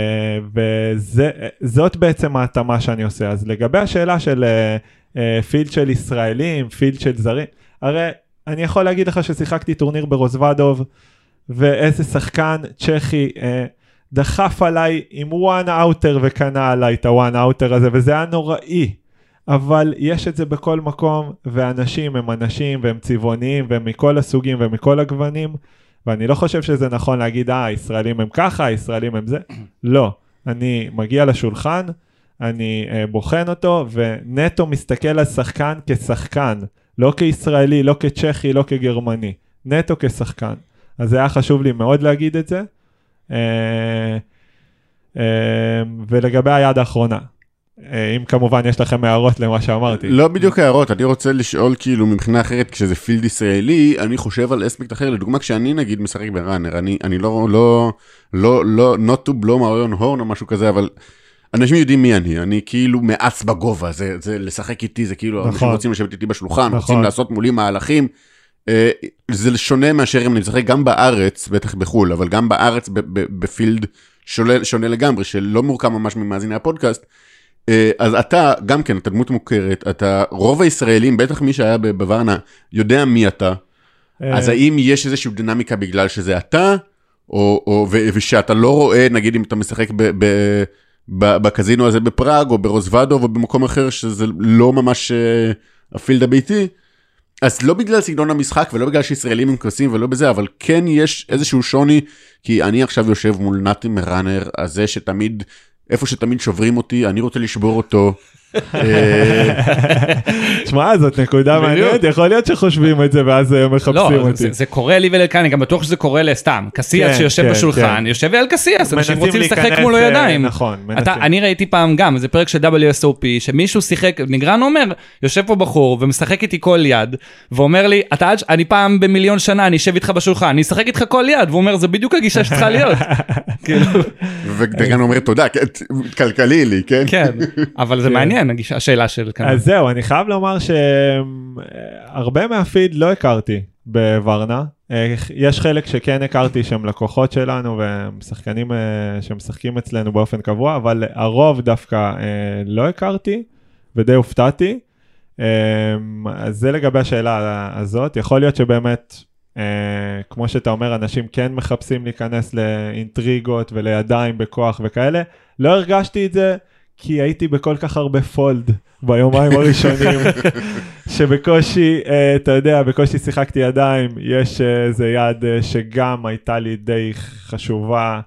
וזאת בעצם ההתאמה שאני עושה. אז לגבי השאלה של אה, אה, פילד של ישראלים, פילד של זרים, הרי אני יכול להגיד לך ששיחקתי טורניר ברוזוודוב, ואיזה שחקן צ'כי אה, דחף עליי עם one outer וקנה עליי את ה-one outer הזה, וזה היה נוראי. אבל יש את זה בכל מקום, ואנשים הם אנשים, והם צבעוניים, והם מכל הסוגים ומכל הגוונים, ואני לא חושב שזה נכון להגיד, אה, הישראלים הם ככה, הישראלים הם זה. לא, אני מגיע לשולחן, אני אה, בוחן אותו, ונטו מסתכל על שחקן כשחקן, לא כישראלי, לא כצ'כי, לא כגרמני, נטו כשחקן. אז זה היה חשוב לי מאוד להגיד את זה. ולגבי היד האחרונה, אם כמובן יש לכם הערות למה שאמרתי. לא בדיוק הערות, אני רוצה לשאול כאילו מבחינה אחרת, כשזה פילד ישראלי, אני חושב על אספקט אחר, לדוגמה כשאני נגיד משחק בראנר, אני, אני לא, לא, לא, לא, not to blow my own horn או משהו כזה, אבל אנשים יודעים מי אני, אני כאילו מאץ בגובה, זה, זה לשחק איתי, זה כאילו, נכון. אנשים רוצים לשבת איתי בשולחן, נכון. רוצים לעשות מולי מהלכים, זה שונה מאשר אם אני משחק גם בארץ, בטח בחול, אבל גם בארץ בפילד שונה, שונה לגמרי, שלא מורכב ממש ממאזיני הפודקאסט, אז אתה, גם כן, אתה דמות מוכרת, אתה, רוב הישראלים, בטח מי שהיה בוורנה, יודע מי אתה, אז האם יש איזושהי דינמיקה בגלל שזה אתה, או, או, ושאתה לא רואה, נגיד אם אתה משחק ב, ב, ב, בקזינו הזה בפראג, או ברוזוודוב, או במקום אחר, שזה לא ממש הפילד הביתי, אז לא בגלל סגנון המשחק, ולא בגלל שישראלים הם כועסים ולא בזה, אבל כן יש איזשהו שוני, כי אני עכשיו יושב מול נתי מראנר, הזה שתמיד, איפה שתמיד שוברים אותי, אני רוצה לשבור אותו. שמע, זאת נקודה מעניינת, יכול להיות שחושבים את זה ואז מחפשים אותי. זה קורה לי ולכאן, אני גם בטוח שזה קורה לסתם. קסיאס שיושב בשולחן, יושב על קסיאס, אנשים רוצים לשחק מולו ידיים. נכון, מנסים. אני ראיתי פעם גם, זה פרק של דאבליו אס או פי, שמישהו שיחק, נגרן אומר, יושב פה בחור ומשחק איתי כל יד, ואומר לי, אני פעם במיליון שנה, אני אשב איתך בשולחן, אני אשחק איתך כל יד, והוא אומר, זה בדיוק הגישה שצריכה להיות. ודגן אומר, תודה, כלכלי לי, כן? כן, אבל זה מעניין. השאלה של כאן. אז זהו, אני חייב לומר שהרבה מהפיד לא הכרתי בוורנה. יש חלק שכן הכרתי שהם לקוחות שלנו ומשחקנים שמשחקים אצלנו באופן קבוע, אבל הרוב דווקא לא הכרתי ודי הופתעתי. אז זה לגבי השאלה הזאת. יכול להיות שבאמת, כמו שאתה אומר, אנשים כן מחפשים להיכנס לאינטריגות ולידיים בכוח וכאלה. לא הרגשתי את זה. כי הייתי בכל כך הרבה פולד ביומיים הראשונים, שבקושי, אתה יודע, בקושי שיחקתי ידיים, יש איזה יד שגם הייתה לי די חשובה,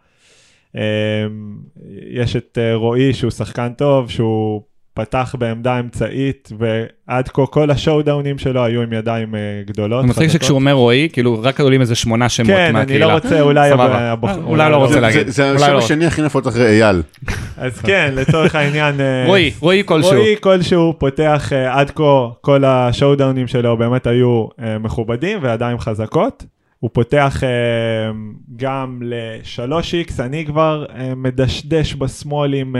יש את רועי שהוא שחקן טוב, שהוא פתח בעמדה אמצעית, ועד כה כל השואודאונים שלו היו עם ידיים גדולות. אני מצחיק שכשהוא אומר רועי, כאילו רק עולים איזה שמונה שמות מהקהילה. כן, אני לא רוצה, אולי... אולי לא רוצה להגיד. זה השם השני הכי נפוץ אחרי אייל. אז כן, לצורך העניין... רועי, רועי כלשהו. רועי כלשהו פותח עד כה, כל השואודאונים שלו באמת היו מכובדים וידיים חזקות. הוא פותח גם ל-שלוש איקס, אני כבר מדשדש בשמאל עם...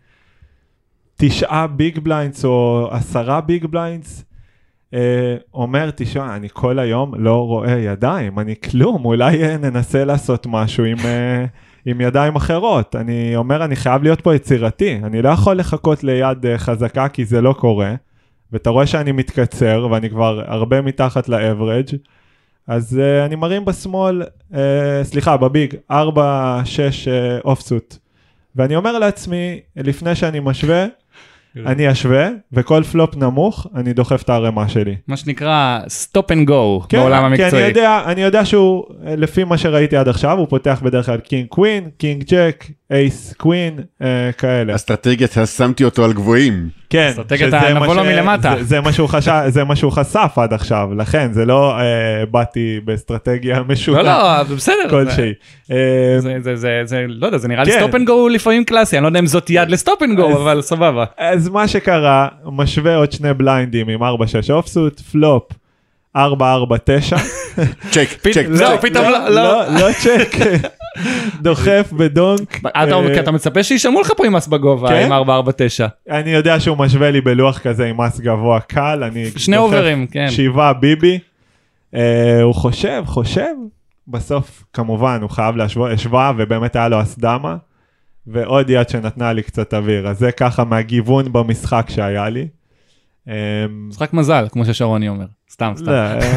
תשעה ביג בליינדס או עשרה ביג בליינדס, אומר, תשמע, אני כל היום לא רואה ידיים, אני כלום, אולי ננסה לעשות משהו עם, עם ידיים אחרות. אני אומר, אני חייב להיות פה יצירתי, אני לא יכול לחכות ליד חזקה כי זה לא קורה, ואתה רואה שאני מתקצר ואני כבר הרבה מתחת לאברג', אז אני מרים בשמאל, סליחה, בביג, ארבע שש אופסוט, ואני אומר לעצמי, לפני שאני משווה, אני אשווה, וכל פלופ נמוך, אני דוחף את הרמה שלי. מה שנקרא stop and go בעולם המקצועי. כן, אני יודע, אני יודע שהוא, לפי מה שראיתי עד עכשיו, הוא פותח בדרך כלל קינג קווין, קינג ג'ק, אייס קווין, כאלה. אסטרטגיית, שמתי אותו על גבוהים. כן, אסטרטגיית הנבוא לו מלמטה. זה מה שהוא חשב, זה מה שהוא חשף עד עכשיו, לכן זה לא באתי באסטרטגיה משונה. לא, לא, בסדר. כלשהי. זה, לא יודע, זה נראה לי stop and go לפעמים קלאסי, אני לא יודע אם זאת יד ל-stop and go, אבל סבבה. אז מה שקרה, משווה עוד שני בליינדים עם ארבע שש אופסוט, פלופ, ארבע ארבע תשע. צ'ק, צ'ק, לא, פתאום לא, לא צ'ק. דוחף בדונק. אתה מצפה שישמעו לך פה עם מס בגובה, עם ארבע ארבע תשע. אני יודע שהוא משווה לי בלוח כזה עם מס גבוה קל, אני שני אוברים, כן. שבעה ביבי. הוא חושב, חושב, בסוף כמובן הוא חייב להשוואה, ובאמת היה לו הסדמה, ועוד יד שנתנה לי קצת אוויר, אז זה ככה מהגיוון במשחק שהיה לי. משחק מזל, כמו ששרוני אומר. סתם, סתם.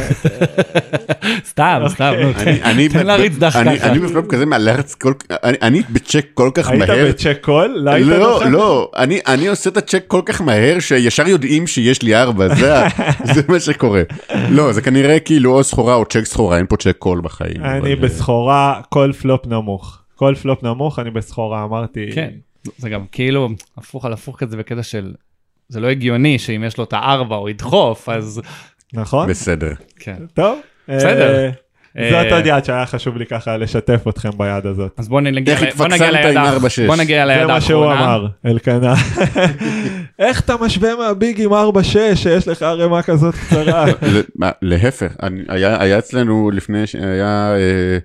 סתם, סתם. תן להריץ דח ככה. אני בפלופ כזה מהלחץ, אני בצ'ק כל כך מהר. היית בצ'ק קול? לא, לא, אני עושה את הצ'ק כל כך מהר, שישר יודעים שיש לי ארבע, זה מה שקורה. לא, זה כנראה כאילו או סחורה או צ'ק סחורה, אין פה צ'ק קול בחיים. אני בסחורה, כל פלופ נמוך. כל פלופ נמוך, אני בסחורה, אמרתי. כן, זה גם כאילו הפוך על הפוך כזה בקטע של... זה לא הגיוני שאם יש לו את הארבע או ידחוף, אז... נכון? בסדר. כן. טוב. בסדר. זאת עוד יד שהיה חשוב לי ככה לשתף אתכם ביד הזאת. אז בואו נגיע ליד האחרונה. בואו נגיע ליד האחרונה. זה מה שהוא אמר, אלקנה. איך אתה משווה מהביג עם ארבע שש, שיש לך הרמה כזאת קצרה? להפך, היה אצלנו לפני, היה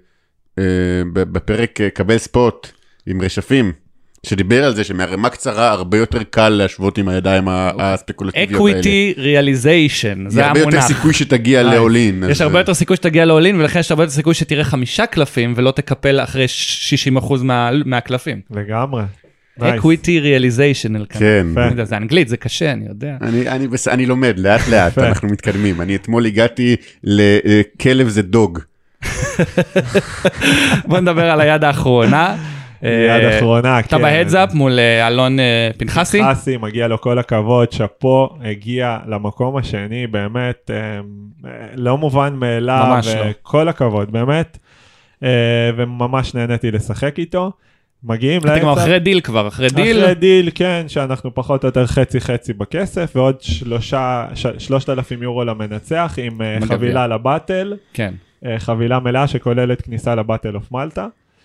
בפרק קבל ספוט עם רשפים, שדיבר על זה שמהרמה קצרה הרבה יותר קל להשוות עם הידיים הספקולטיביות האלה. Equity Realization, זה המונח. הרבה יותר סיכוי שתגיע לאולין. יש הרבה יותר סיכוי שתגיע לאולין, ולכן יש הרבה יותר סיכוי שתראה חמישה קלפים, ולא תקפל אחרי שישים אחוז מהקלפים. לגמרי. Equity Realization. כן. זה אנגלית, זה קשה, אני יודע. אני לומד, לאט לאט, אנחנו מתקדמים. אני אתמול הגעתי לכלב זה דוג. בוא נדבר על היד האחרונה. יד אחרונה, אתה בהדזאפ מול אלון פנחסי? פנחסי, מגיע לו כל הכבוד, שפו, הגיע למקום השני, באמת, לא מובן מאליו, וכל הכבוד, באמת, וממש נהניתי לשחק איתו. מגיעים לאמצע. אתה גם אחרי דיל כבר, אחרי דיל? אחרי דיל, כן, שאנחנו פחות או יותר חצי חצי בכסף, ועוד שלושה, שלושת אלפים יורו למנצח, עם חבילה לבטל. כן. חבילה מלאה שכוללת כניסה לבטל אוף מלטה.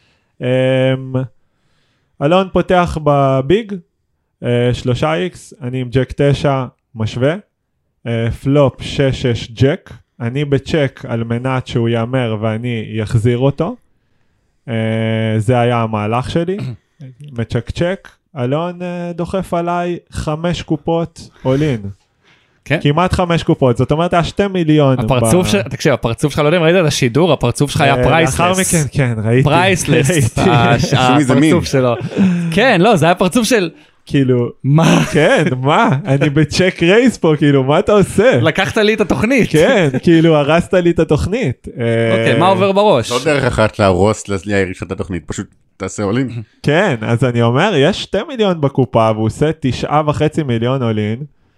אלון פותח בביג, שלושה איקס, אני עם ג'ק תשע משווה, פלופ שש שש ג'ק, אני בצ'ק על מנת שהוא יאמר ואני יחזיר אותו. זה היה המהלך שלי, מצ'ק-צ'ק, אלון דוחף עליי חמש קופות אולין. כן? כמעט חמש קופות, זאת אומרת, היה שתי מיליון. הפרצוף שלך, תקשיב, הפרצוף שלך, לא יודע אם ראית את השידור, הפרצוף שלך היה פרייסלס. לאחר מכן, כן, ראיתי. פרייסלס, הפרצוף שלו. כן, לא, זה היה פרצוף של... כאילו, מה? כן, מה? אני בצ'ק רייס פה, כאילו, מה אתה עושה? לקחת לי את התוכנית. כן, כאילו, הרסת לי את התוכנית. אוקיי, מה עובר בראש? לא דרך אחת להרוס ליריש את התוכנית, פשוט תעשה אולין. כן, אז אני אומר, יש שתי מיליון בקופה, והוא עושה תשעה וחצי מיליון אולין,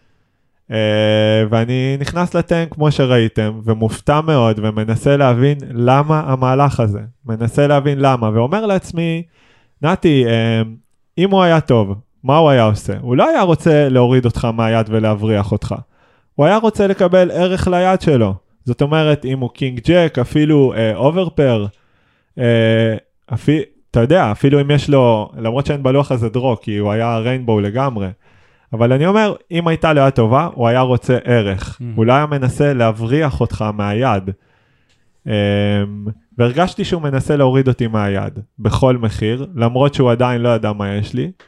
ואני נכנס לטנק כמו שראיתם, ומופתע מאוד, ומנסה להבין למה המהלך הזה. מנסה להבין למה, ואומר לעצמי, נתי, אם הוא היה טוב, מה הוא היה עושה? הוא לא היה רוצה להוריד אותך מהיד ולהבריח אותך. הוא היה רוצה לקבל ערך ליד שלו. זאת אומרת, אם הוא קינג ג'ק, אפילו אוברפר, אה, uh, אפילו, אתה יודע, אפילו אם יש לו, למרות שאין בלוח הזה דרו, כי הוא היה ריינבואו לגמרי. אבל אני אומר, אם הייתה לו טובה, הוא היה רוצה ערך. Mm-hmm. הוא לא היה מנסה להבריח אותך מהיד. Um, והרגשתי שהוא מנסה להוריד אותי מהיד, בכל מחיר, למרות שהוא עדיין לא ידע מה יש לי.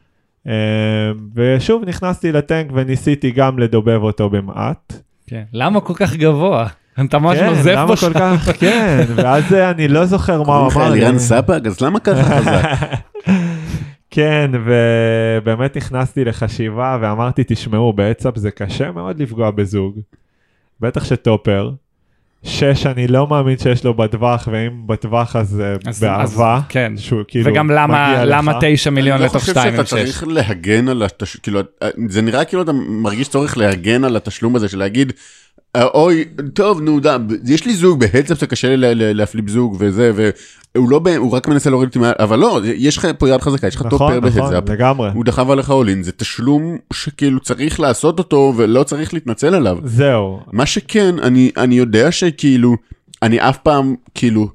ושוב נכנסתי לטנק וניסיתי גם לדובב אותו במעט. כן, למה כל כך גבוה? אתה ממש נוזף בו שם. כן, ואז אני לא זוכר מה הוא אמר לי. לירן סבג, אז למה ככה חזק? כן, ובאמת נכנסתי לחשיבה ואמרתי, תשמעו, בעצם זה קשה מאוד לפגוע בזוג. בטח שטופר. שש, אני לא מאמין שיש לו בטווח, ואם בטווח אז באהבה, כן. שהוא כאילו וגם למה, למה תשע מיליון לתוך שתיים אני לא חושב שאתה צריך להגן על התשלום, כאילו, זה נראה כאילו אתה מרגיש צורך להגן על התשלום הזה, של להגיד, אוי, טוב, נו, יש לי זוג, בהדסאפ זה קשה להפליפ זוג וזה, והוא לא, הוא רק מנסה להוריד אותי, אבל לא, יש לך פה יד חזקה, יש לך טופר בהדסאפ, הוא דחב עליך אולין, זה תשלום שכאילו צריך לעשות אותו, ולא צריך להתנצל עליו. זהו. מה שכן, אני, אני יודע שכאילו, אני אף פעם, כאילו,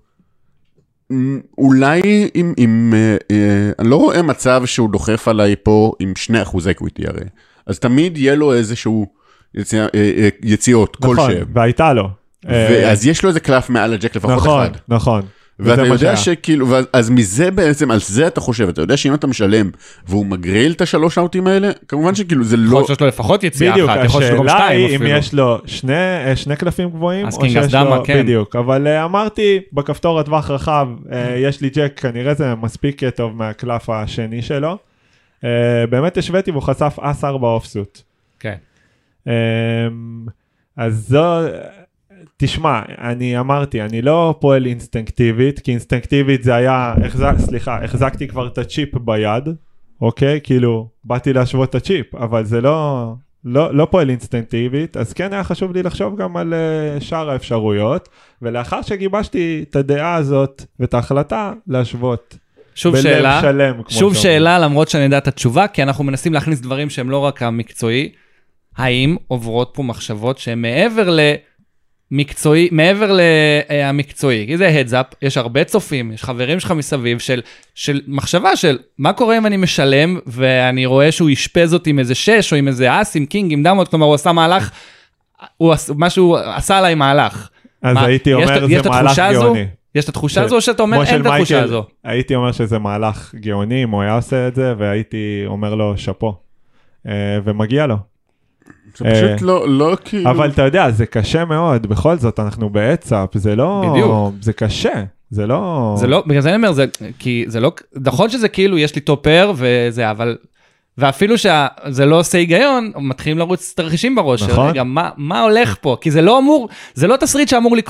אולי אם, אם, אה, אני לא רואה מצב שהוא דוחף עליי פה עם שני אחוזי אקוויטי הרי, אז תמיד יהיה לו איזשהו, יציא, יציאות, נכון, כלשהם. והייתה לו. אז יש לו איזה קלף מעל הג'ק לפחות נכון, אחד. נכון. ואתה יודע שכאילו, אז מזה בעצם, על זה אתה חושב, אתה יודע שאם אתה משלם, והוא מגריל את השלוש האוטים האלה, כמובן שכאילו זה לא... יכול שיש לו לפחות יציאה אחת, יכול שיש לו גם שתיים אפילו. אם יש לו שני, שני קלפים גבוהים, אז קינג אסדמה, כן. בדיוק, אבל אמרתי, בכפתור הטווח רחב, יש לי ג'ק, כנראה זה מספיק טוב מהקלף השני שלו. באמת השוויתי, והוא חשף אס ארבע אופסוט. כן. אז זו, תשמע, אני אמרתי, אני לא פועל אינסטינקטיבית, כי אינסטינקטיבית זה היה, סליחה, החזקתי כבר את הצ'יפ ביד, אוקיי? כאילו, באתי להשוות את הצ'יפ, אבל זה לא, לא, לא פועל אינסטינקטיבית, אז כן היה חשוב לי לחשוב גם על שאר האפשרויות, ולאחר שגיבשתי את הדעה הזאת ואת ההחלטה, להשוות. שוב שאלה, שוב שאלה, למרות שאני יודע את התשובה, כי אנחנו מנסים להכניס דברים שהם לא רק המקצועי, האם עוברות פה מחשבות שהן מעבר למקצועי, מעבר למקצועי, כי זה הדזאפ, יש הרבה צופים, יש חברים שלך מסביב של, של מחשבה של מה קורה אם אני משלם, ואני רואה שהוא ישפז אותי עם איזה שש, או עם איזה אס, עם קינג, עם דמות, כלומר הוא עשה מהלך, הוא, מה שהוא עשה עליי מהלך. אז מה, הייתי אומר יש, זה מהלך גאוני. יש את התחושה הזו, או שאתה אומר אין את התחושה הזו? הייתי אומר שזה מהלך גאוני, אם הוא היה עושה את זה, והייתי אומר לו שפו, ומגיע לו. זה פשוט לא, לא כאילו... אבל אתה יודע, זה קשה מאוד, בכל זאת אנחנו בהדסאפ, זה לא... בדיוק. זה קשה, זה לא... זה לא, בגלל זה אני אומר, זה, כי זה לא... נכון שזה כאילו, יש לי טופר וזה, אבל... ואפילו שזה לא עושה היגיון, מתחילים לרוץ תרחישים בראש. נכון. רגע, מה, מה הולך פה? כי זה לא אמור, זה לא תסריט שאמור לקרות.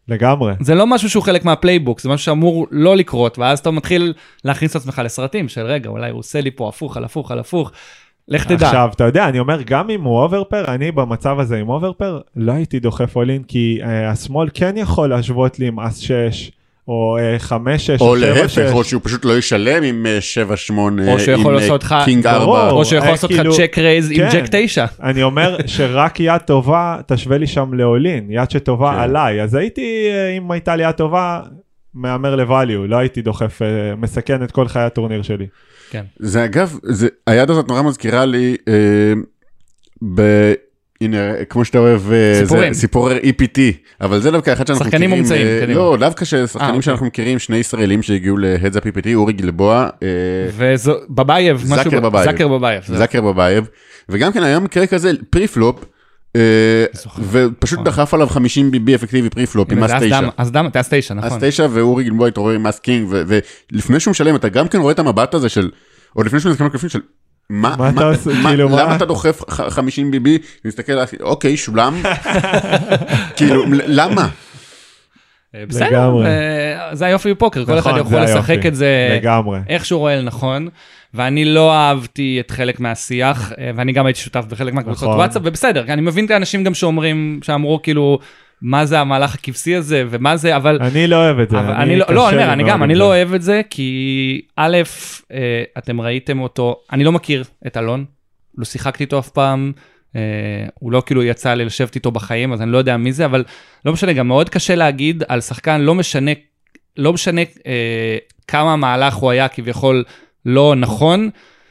לגמרי. זה לא משהו שהוא חלק מהפלייבוק, זה משהו שאמור לא לקרות, ואז אתה מתחיל להכניס את עצמך לסרטים של רגע, אולי הוא עושה לי פה הפוך על הפוך על הפוך, לך תדע. עכשיו, אתה יודע, אני אומר, גם אם הוא אוברפר, אני במצב הזה עם אוברפר, לא הייתי דוחף אולין, כי uh, השמאל כן יכול להשוות לי עם אס שש, או חמש שש, או להפך, או שהוא פשוט לא ישלם עם שבע שמונה, או שיכול לעשות לך קינג ארבע, או שיכול לעשות לך צ'ק רייז עם ג'ק תשע. אני אומר שרק יד טובה תשווה לי שם לאולין, יד שטובה עליי, אז הייתי, אם הייתה לי יד טובה, מאמר לוואליו, לא הייתי דוחף, מסכן את כל חיי הטורניר שלי. כן. זה אגב, היד הזאת נורא מזכירה לי, ב... הנה, כמו שאתה אוהב, סיפורים. סיפור אי פי טי, אבל זה דווקא אחד שאנחנו שחקנים מכירים. מומצאים, קדימה. לא, דווקא ששחקנים שאנחנו מכירים, שני ישראלים שהגיעו להדס אפ אי פי טי, אורי גלבוע. ובבייב. זקר בבייב. זקר בבייב. זקר בבייב. וגם כן היה מקרה כזה, פריפלופ, ופשוט דחף עליו חמישים בי בי אפקטיבי פריפלופ עם אס תשע. אז דם, אתה אס תשע, נכון. אס תשע ואורי גלבוע התעורר עם אס קינג, ולפני שהוא משלם, אתה גם כן רואה את המבט הזה של, או לפני שהוא נזכר מקלפים של, מה, מה, מה, מה, כאילו, למה מה? אתה דוחף חמישים בי בי, ונסתכל, אוקיי, שולם, כאילו, למה? בסדר, זה היופי בפוקר, כל אחד יכול לשחק את זה איך שהוא רואה לנכון, ואני לא אהבתי את חלק מהשיח, ואני גם הייתי שותף בחלק מהקבוצות וואטסאפ, ובסדר, אני מבין את האנשים גם שאומרים, שאמרו כאילו, מה זה המהלך הכבשי הזה, ומה זה, אבל... אני לא אוהב את זה. אני לא, לא, אני אומר, אני גם, אני לא אוהב את זה, כי א', אתם ראיתם אותו, אני לא מכיר את אלון, לא שיחקתי איתו אף פעם, הוא לא כאילו יצא לי לשבת איתו בחיים, אז אני לא יודע מי זה, אבל לא משנה, גם מאוד קשה להגיד על שחקן, לא משנה, לא משנה כמה מהלך הוא היה כביכול לא נכון,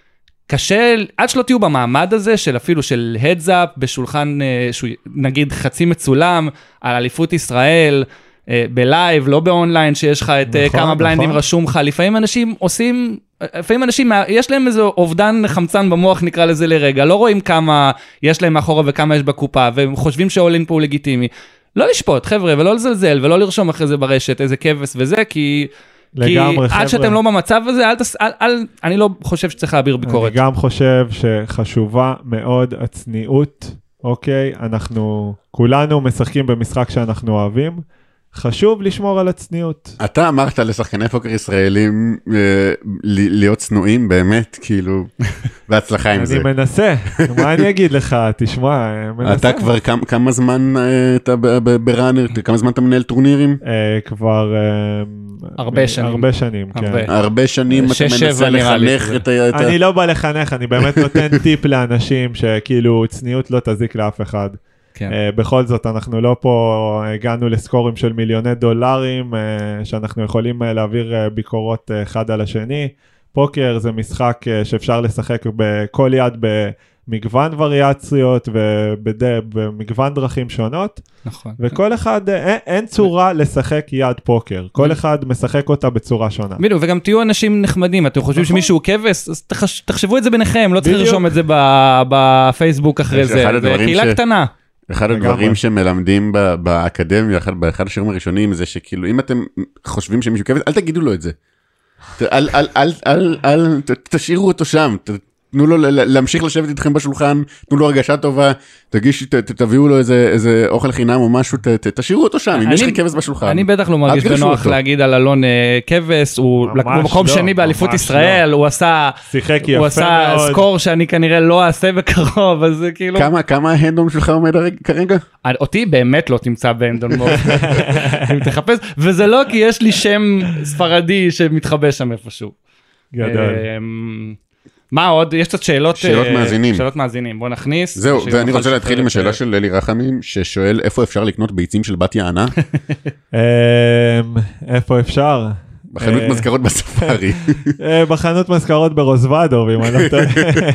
קשה, עד שלא תהיו במעמד הזה, של אפילו של הדזאפ, בשולחן, שהוא נגיד חצי מצולם, על אליפות ישראל, בלייב, לא באונליין, שיש לך את נכון, כמה בליינדים נכון. רשום לך, לפעמים אנשים עושים, לפעמים אנשים, יש להם איזה אובדן חמצן במוח, נקרא לזה לרגע, לא רואים כמה יש להם מאחורה וכמה יש בקופה, והם חושבים שאולין פה הוא לגיטימי. לא לשפוט, חבר'ה, ולא לזלזל, ולא לרשום אחרי זה ברשת, איזה כבש וזה, כי... לגמרי, כי עד שאתם לא במצב הזה, אל תס... אל, אל, אני לא חושב שצריך להעביר ביקורת. אני גם חושב שחשובה מאוד הצניעות, אוקיי? אנחנו כולנו משחקים במשחק שאנחנו אוהבים, חשוב לשמור על הצניעות. אתה אמרת לשחקני פוקר ישראלים אה, להיות צנועים באמת, כאילו, בהצלחה עם זה. אני מנסה, מה אני אגיד לך? תשמע, מנסה. אתה כבר כמה, כמה זמן אה, אתה בראנר, כמה זמן אתה מנהל טורנירים? אה, כבר... אה, הרבה שנים. הרבה שנים, כן. הרבה שנים אתה מנסה לחנך את ה... אני לא בא לחנך, אני באמת נותן טיפ לאנשים שכאילו צניעות לא תזיק לאף אחד. כן. Uh, בכל זאת, אנחנו לא פה הגענו לסקורים של מיליוני דולרים, uh, שאנחנו יכולים uh, להעביר uh, ביקורות uh, אחד על השני. פוקר זה משחק uh, שאפשר לשחק בכל יד במגוון וריאציות ובמגוון דרכים שונות. נכון. וכל אחד, uh, אין, אין צורה לשחק יד פוקר. כל אחד משחק אותה בצורה שונה. בדיוק, וגם תהיו אנשים נחמדים. אתם חושבים נכון. שמישהו כבש, אז תחש, תחשבו את זה ביניכם, לא צריך לרשום את זה בפייסבוק אחרי זה. זה קהילה ש... קטנה. אחד הדברים שמלמדים באקדמיה, באחד השיעורים הראשונים, זה שכאילו, אם אתם חושבים שמישהו כבש, אל תגידו לו את זה. אל, אל, אל, אל, אל, תשאירו אותו שם, תנו לו להמשיך לשבת איתכם בשולחן, תנו לו הרגשה טובה, תגישו, תביאו לו איזה אוכל חינם או משהו, תשאירו אותו שם, אם יש לך כבש בשולחן. אני בטח לא מרגיש בנוח להגיד על אלון כבש, הוא במקום שני באליפות ישראל, הוא עשה סקור שאני כנראה לא אעשה בקרוב, אז כאילו... כמה ההנדום שלך עומד כרגע? אותי באמת לא תמצא בהנדום, אם תחפש, וזה לא כי יש לי שם ספרדי שמתחבא שם איפשהו. גדול. מה עוד? יש קצת שאלות... שאלות מאזינים. שאלות מאזינים, בוא נכניס. זהו, ואני רוצה להתחיל עם השאלה של אלי רחמים, ששואל איפה אפשר לקנות ביצים של בת יענה? איפה אפשר? בחנות מזכרות בספארי. בחנות מזכרות ברוזוודוב, אם אני לא טועה.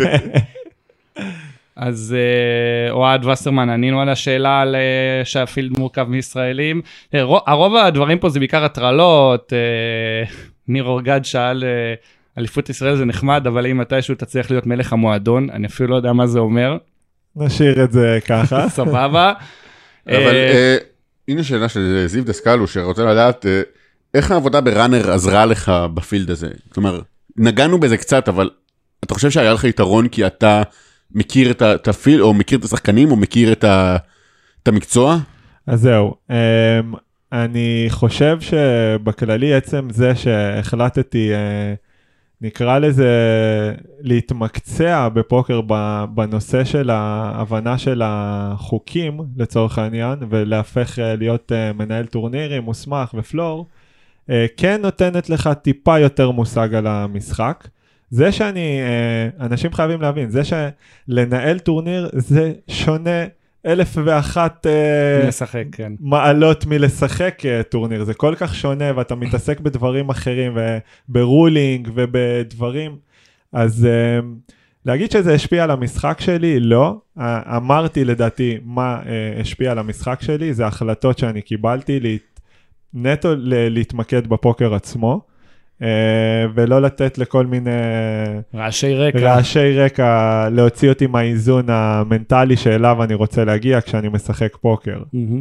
אז אוהד וסרמן, ענינו על השאלה על שהפילד מורכב מישראלים. הרוב הדברים פה זה בעיקר הטרלות. ניר אורגד שאל... אליפות ישראל זה נחמד, אבל אם מתישהו תצליח להיות מלך המועדון, אני אפילו לא יודע מה זה אומר. נשאיר את זה ככה. סבבה. אבל הנה שאלה של זיו דסקלו, שרוצה לדעת, איך העבודה בראנר עזרה לך בפילד הזה? זאת אומרת, נגענו בזה קצת, אבל אתה חושב שהיה לך יתרון כי אתה מכיר את הפילד, או מכיר את השחקנים, או מכיר את המקצוע? אז זהו. אני חושב שבכללי עצם זה שהחלטתי, נקרא לזה, להתמקצע בפוקר בנושא של ההבנה של החוקים לצורך העניין, ולהפך להיות מנהל טורנירים, מוסמך ופלור, כן נותנת לך טיפה יותר מושג על המשחק. זה שאני, אנשים חייבים להבין, זה שלנהל טורניר זה שונה אלף ואחת מלשחק, כן. מעלות מלשחק טורניר, זה כל כך שונה ואתה מתעסק בדברים אחרים וברולינג ובדברים, אז להגיד שזה השפיע על המשחק שלי, לא. אמרתי לדעתי מה השפיע על המשחק שלי, זה החלטות שאני קיבלתי נטו להתמקד בפוקר עצמו, ולא לתת לכל מיני רעשי רקע, רעשי רקע, להוציא אותי מהאיזון המנטלי שאליו אני רוצה להגיע כשאני משחק פוקר.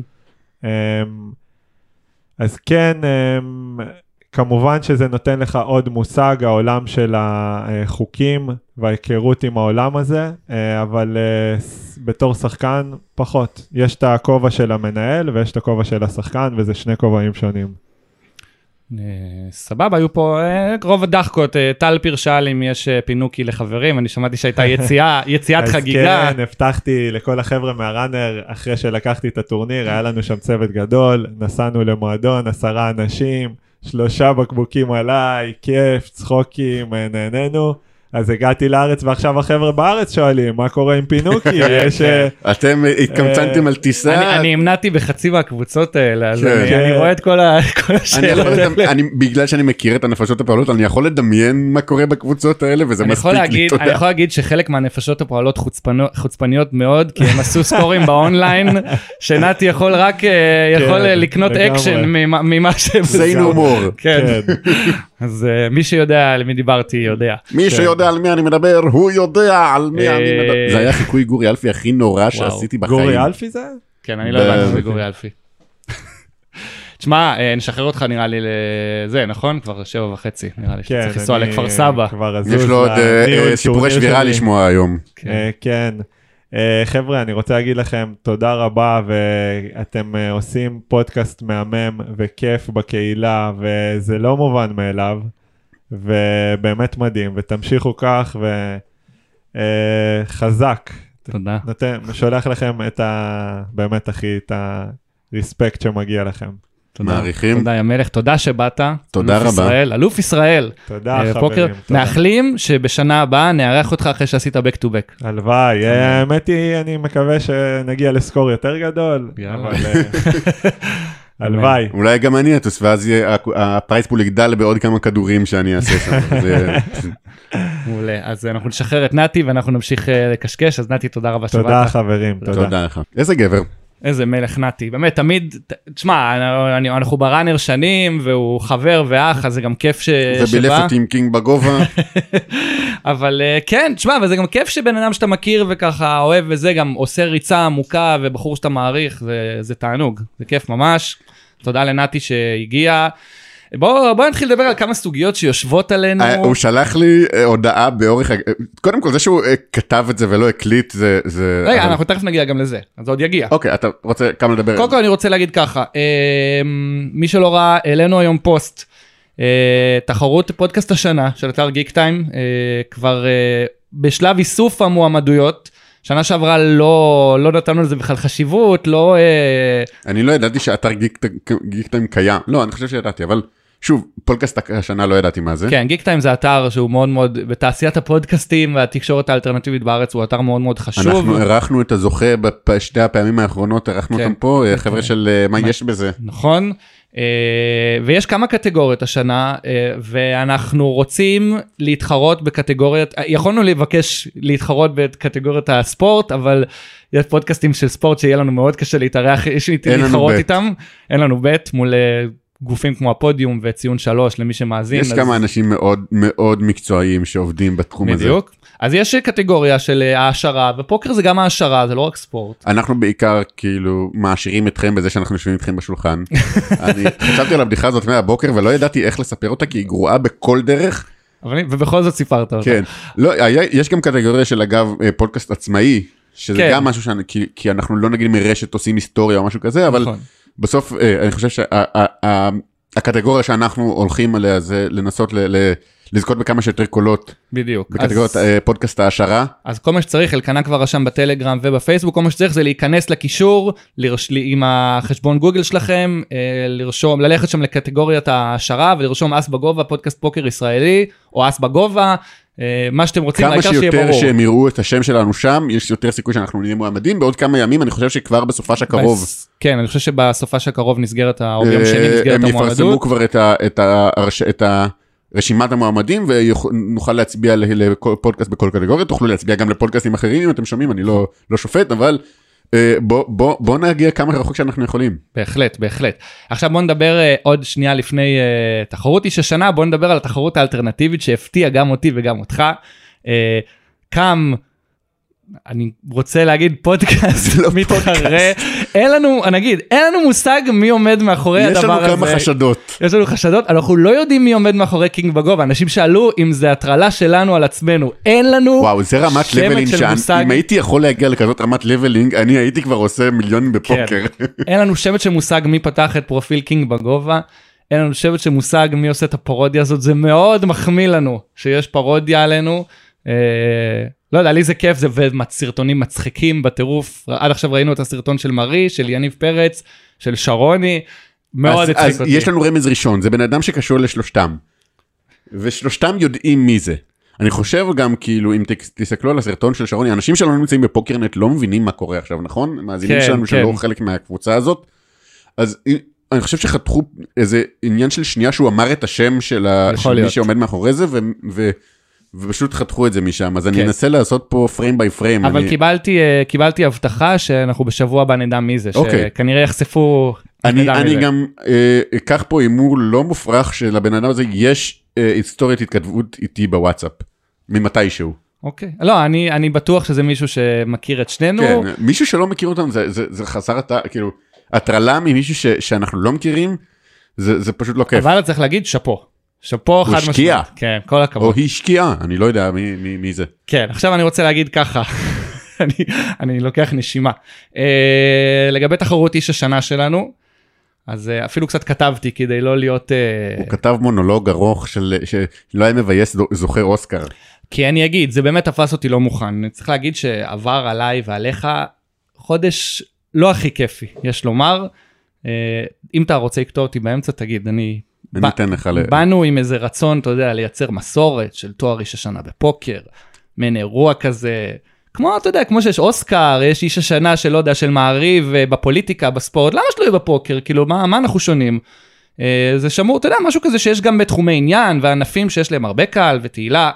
אז כן, כמובן שזה נותן לך עוד מושג, העולם של החוקים וההיכרות עם העולם הזה, אבל בתור שחקן פחות. יש את הכובע של המנהל ויש את הכובע של השחקן, וזה שני כובעים שונים. סבבה, היו פה רוב הדחקות, טל פירשל אם יש פינוקי לחברים, אני שמעתי שהייתה יציאה, יציאת חגיגה. אז כן, הבטחתי לכל החבר'ה מהראנר, אחרי שלקחתי את הטורניר, היה לנו שם צוות גדול, נסענו למועדון, עשרה אנשים, שלושה בקבוקים עליי, כיף, צחוקים, נהנינו. אז הגעתי לארץ, ועכשיו החבר'ה בארץ שואלים, מה קורה עם פינוקי? יש... אתם התקמצנתם על טיסה? אני המנעתי בחצי מהקבוצות האלה, אז אני רואה את כל השאלות האלה. בגלל שאני מכיר את הנפשות הפועלות, אני יכול לדמיין מה קורה בקבוצות האלה, וזה מספיק לי, תודה. אני יכול להגיד שחלק מהנפשות הפועלות חוצפניות מאוד, כי הם עשו סקורים באונליין, שנתי יכול רק, יכול לקנות אקשן ממה שהם... say no more. כן. אז מי שיודע על מי דיברתי יודע. מי שיודע על מי אני מדבר, הוא יודע על מי אני מדבר. זה היה חיקוי גורי אלפי הכי נורא שעשיתי בחיים. גורי אלפי זה? כן, אני לא הבנתי זה גורי אלפי. תשמע, נשחרר אותך נראה לי לזה, נכון? כבר שבע וחצי, נראה לי שצריך לנסוע לכפר סבא. יש לו עוד סיפורי שבירה לשמוע היום. כן. חבר'ה, אני רוצה להגיד לכם תודה רבה, ואתם עושים פודקאסט מהמם וכיף בקהילה, וזה לא מובן מאליו, ובאמת מדהים, ותמשיכו כך, וחזק. תודה. שולח לכם את ה... באמת אחי, את הרספקט שמגיע לכם. מעריכים. תודה, המלך, תודה שבאת. תודה רבה. ישראל, אלוף ישראל. תודה, חברים. מאחלים שבשנה הבאה נארח אותך אחרי שעשית back to back. הלוואי, האמת היא, אני מקווה שנגיע לסקור יותר גדול. אבל... הלוואי. אולי גם אני אטוס, ואז הפרייס פול יגדל בעוד כמה כדורים שאני אעשה שם. מעולה, אז אנחנו נשחרר את נתי ואנחנו נמשיך לקשקש, אז נתי, תודה רבה שבאת. תודה חברים, תודה. תודה לך. איזה גבר. איזה מלך נתי, באמת, תמיד, תשמע, אנחנו בראנר שנים, והוא חבר ואח, אז זה גם כיף שבא. ובילף אותי עם קינג בגובה. אבל כן, תשמע, וזה גם כיף שבן אדם שאתה מכיר וככה אוהב וזה, גם עושה ריצה עמוקה, ובחור שאתה מעריך, זה תענוג, זה כיף ממש. תודה לנתי שהגיע. בואו בוא נתחיל לדבר על כמה סוגיות שיושבות עלינו. הוא שלח לי הודעה באורך, קודם כל זה שהוא כתב את זה ולא הקליט, זה... זה רגע, אבל... אנחנו תכף נגיע גם לזה, אז זה עוד יגיע. אוקיי, אתה רוצה כמה לדבר? קודם כל אני רוצה להגיד ככה, מי שלא ראה, העלינו היום פוסט, תחרות פודקאסט השנה של אתר גיק טיים, כבר בשלב איסוף המועמדויות, שנה שעברה לא, לא נתנו לזה בכלל חשיבות, לא... אני לא ידעתי שאתר גיק טיים קיים, לא, אני חושב שידעתי, אבל שוב, פודקאסט השנה לא ידעתי מה זה. כן, גיק טיים זה אתר שהוא מאוד מאוד, בתעשיית הפודקאסטים והתקשורת האלטרנטיבית בארץ, הוא אתר מאוד מאוד חשוב. אנחנו ערכנו את הזוכה בשתי הפעמים האחרונות, ערכנו אותם פה, חבר'ה של מה יש בזה. נכון. ויש כמה קטגוריות השנה, ואנחנו רוצים להתחרות בקטגוריית, יכולנו לבקש להתחרות בקטגוריית הספורט, אבל יש פודקאסטים של ספורט שיהיה לנו מאוד קשה להתארח, יש להתחרות איתם, אין לנו בית מול גופים כמו הפודיום וציון שלוש למי שמאזין. יש כמה אנשים מאוד מאוד מקצועיים שעובדים בתחום הזה. בדיוק. אז יש קטגוריה של העשרה, ופוקר זה גם העשרה, זה לא רק ספורט. אנחנו בעיקר כאילו מעשירים אתכם בזה שאנחנו יושבים איתכם בשולחן. אני חשבתי על הבדיחה הזאת מהבוקר ולא ידעתי איך לספר אותה, כי היא גרועה בכל דרך. ובכל זאת סיפרת אותה. כן. לא, יש גם קטגוריה של אגב פודקאסט עצמאי, שזה גם משהו כי אנחנו לא נגיד מרשת עושים היסטוריה או משהו כזה, אבל בסוף, אני חושב שהקטגוריה שאנחנו הולכים עליה זה לנסות לזכות בכמה שיותר קולות. בדיוק. בקטגוריית פודקאסט ההשערה. אז כל מה שצריך, אלקנה כבר רשם בטלגרם ובפייסבוק, כל מה שצריך זה להיכנס לקישור, עם החשבון גוגל שלכם, לרשום, ללכת שם לקטגוריית ההשערה, ולרשום אס בגובה, פודקאסט פוקר ישראלי, או אס בגובה, מה שאתם רוצים, כמה שיותר שהם יראו את השם שלנו שם, יש יותר סיכוי שאנחנו נהיה מועמדים, בעוד כמה ימים, אני חושב שכבר בסופה שקרוב. כן, אני חושב שבסופה שקרוב נסגרת, או ביום שני נסגרת המועמדות. הם יפרסמו כבר את רשימת המועמדים, ונוכל להצביע לפודקאסט בכל קטגוריה, תוכלו להצביע גם לפודקאסטים אחרים, אם אתם שומעים, אני לא שופט, אבל בוא נגיע כמה רחוק שאנחנו יכולים. בהחלט, בהחלט. עכשיו בוא נדבר עוד שנייה לפני תחרות איש השנה, בוא נדבר על התחרות האלטרנטיבית שהפתיעה גם אותי וגם אותך. קם, אני רוצה להגיד פודקאסט לא מתחרה, אין לנו, אני אגיד, אין לנו מושג מי עומד מאחורי הדבר הזה. יש לנו כמה חשדות. יש לנו חשדות, אנחנו לא יודעים מי עומד מאחורי קינג בגובה, אנשים שאלו אם זה הטרלה שלנו על עצמנו, אין לנו וואו, זה רמת לבלינג שם, אם הייתי יכול להגיע לכזאת רמת לבלינג, אני הייתי כבר עושה מיליונים בפוקר. אין לנו שמץ של מושג מי פתח את פרופיל קינג בגובה, אין לנו שמץ של מושג מי עושה את הפרודיה הזאת, זה מאוד מחמיא לנו שיש פרודיה עלינו, לא יודע, לי זה כיף, זה סרטונים מצחיקים בטירוף, עד עכשיו ראינו את הסרטון של מרי, של יניב פרץ, של שרוני, מאוד הצחיק אותי. אז יש לנו רמז ראשון, זה בן אדם שקשור לשלושתם, ושלושתם יודעים מי זה. אני חושב גם כאילו, אם תסתכלו על הסרטון של שרוני, אנשים שלנו נמצאים בפוקרנט לא מבינים מה קורה עכשיו, נכון? מאזינים שלנו שלא חלק מהקבוצה הזאת, אז אני חושב שחתכו איזה עניין של שנייה שהוא אמר את השם של מי שעומד מאחורי זה, ו... ופשוט חתכו את זה משם, אז אני אנסה לעשות פה פריים ביי פריים. אבל קיבלתי, קיבלתי הבטחה שאנחנו בשבוע הבא נדע מי זה, שכנראה יחשפו נדע מי זה. אני גם אקח פה אימור לא מופרך שלבן אדם הזה יש היסטוריית התכתבות איתי בוואטסאפ, ממתישהו. אוקיי, לא, אני, אני בטוח שזה מישהו שמכיר את שנינו. כן, מישהו שלא מכיר אותם, זה, זה, זה חסר, כאילו, הטרלה ממישהו ש, שאנחנו לא מכירים, זה, זה פשוט לא כיף. אבל צריך להגיד, שפו. שפה חד משמעית. הוא השקיע. כן, כל הכבוד. או היא השקיעה, אני לא יודע מי, מי, מי זה. כן, עכשיו אני רוצה להגיד ככה, אני, אני לוקח נשימה. אה, לגבי תחרות איש השנה שלנו, אז אה, אפילו קצת כתבתי כדי לא להיות... אה... הוא כתב מונולוג ארוך של, שלא היה מבייס זוכר אוסקר. כי אני אגיד, זה באמת תפס אותי לא מוכן. אני צריך להגיד שעבר עליי ועליך חודש לא הכי כיפי, יש לומר. אה, אם אתה רוצה לקטוע אותי באמצע, תגיד, אני... אני אתן לך ל... באנו עם איזה רצון, אתה יודע, לייצר מסורת של תואר איש השנה בפוקר, מעין אירוע כזה, כמו, אתה יודע, כמו שיש אוסקר, יש איש השנה של, לא יודע, של מעריב בפוליטיקה, בספורט, למה שלא יהיה בפוקר? כאילו, מה, מה אנחנו שונים? זה שמור, אתה יודע, משהו כזה שיש גם בתחומי עניין, וענפים שיש להם הרבה קהל ותהילה,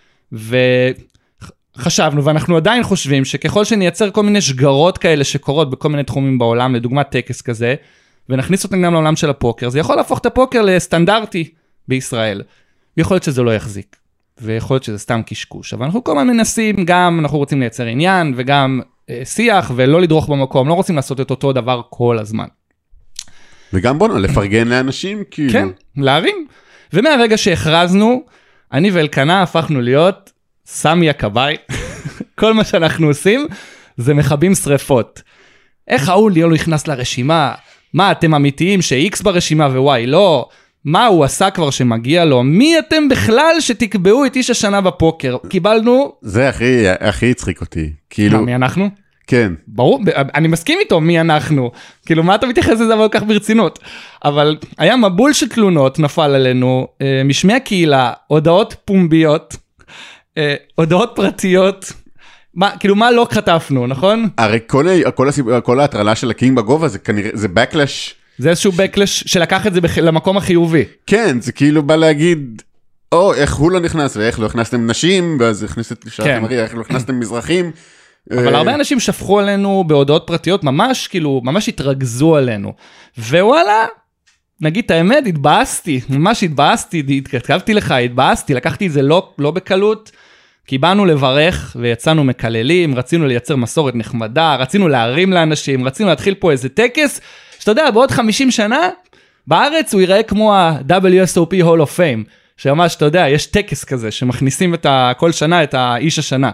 וחשבנו, ואנחנו עדיין חושבים, שככל שנייצר כל מיני שגרות כאלה שקורות בכל מיני תחומים בעולם, לדוגמת טקס כזה, ונכניס אותם גם לעולם של הפוקר, זה יכול להפוך את הפוקר לסטנדרטי בישראל. יכול להיות שזה לא יחזיק, ויכול להיות שזה סתם קשקוש, אבל אנחנו כל הזמן מנסים, גם אנחנו רוצים לייצר עניין, וגם אה, שיח, ולא לדרוך במקום, לא רוצים לעשות את אותו דבר כל הזמן. וגם בואו לפרגן לאנשים, כאילו. כן, להרים. ומהרגע שהכרזנו, אני ואלקנה הפכנו להיות סמי הכבאי, כל מה שאנחנו עושים, זה מכבים שריפות. איך האול ליאול נכנס לרשימה? מה, אתם אמיתיים ש-X ברשימה ו-Y לא? מה הוא עשה כבר שמגיע לו? מי אתם בכלל שתקבעו את איש השנה בפוקר? קיבלנו... זה הכי, הכי הצחיק אותי. כאילו... מה, מי אנחנו? כן. ברור, אני מסכים איתו מי אנחנו. כאילו, מה אתה מתייחס לזה כל כך ברצינות? אבל היה מבול של תלונות נפל עלינו, משמי הקהילה, הודעות פומביות, הודעות פרטיות... מה, כאילו מה לא חטפנו, נכון? הרי כל, כל, הסיב... כל ההטרלה של הקינג בגובה זה כנראה, זה backlash. זה איזשהו backlash שלקח את זה בח... למקום החיובי. כן, זה כאילו בא להגיד, או איך הוא לא נכנס, ואיך לא הכנסתם נשים, ואז הכנסת לשעת כן. מריה, איך לא הכנסתם מזרחים. אבל הרבה אנשים שפכו עלינו בהודעות פרטיות, ממש כאילו, ממש התרגזו עלינו. ווואלה, נגיד את האמת, התבאסתי, ממש התבאסתי, התכתבתי לך, התבאסתי, לקחתי את זה לא, לא בקלות, כי באנו לברך ויצאנו מקללים, רצינו לייצר מסורת נחמדה, רצינו להרים לאנשים, רצינו להתחיל פה איזה טקס, שאתה יודע, בעוד חמישים שנה, בארץ הוא ייראה כמו ה-דאבליו אס או פי Hall of Fame, שממש, אתה יודע, יש טקס כזה, שמכניסים את ה, כל שנה את האיש השנה.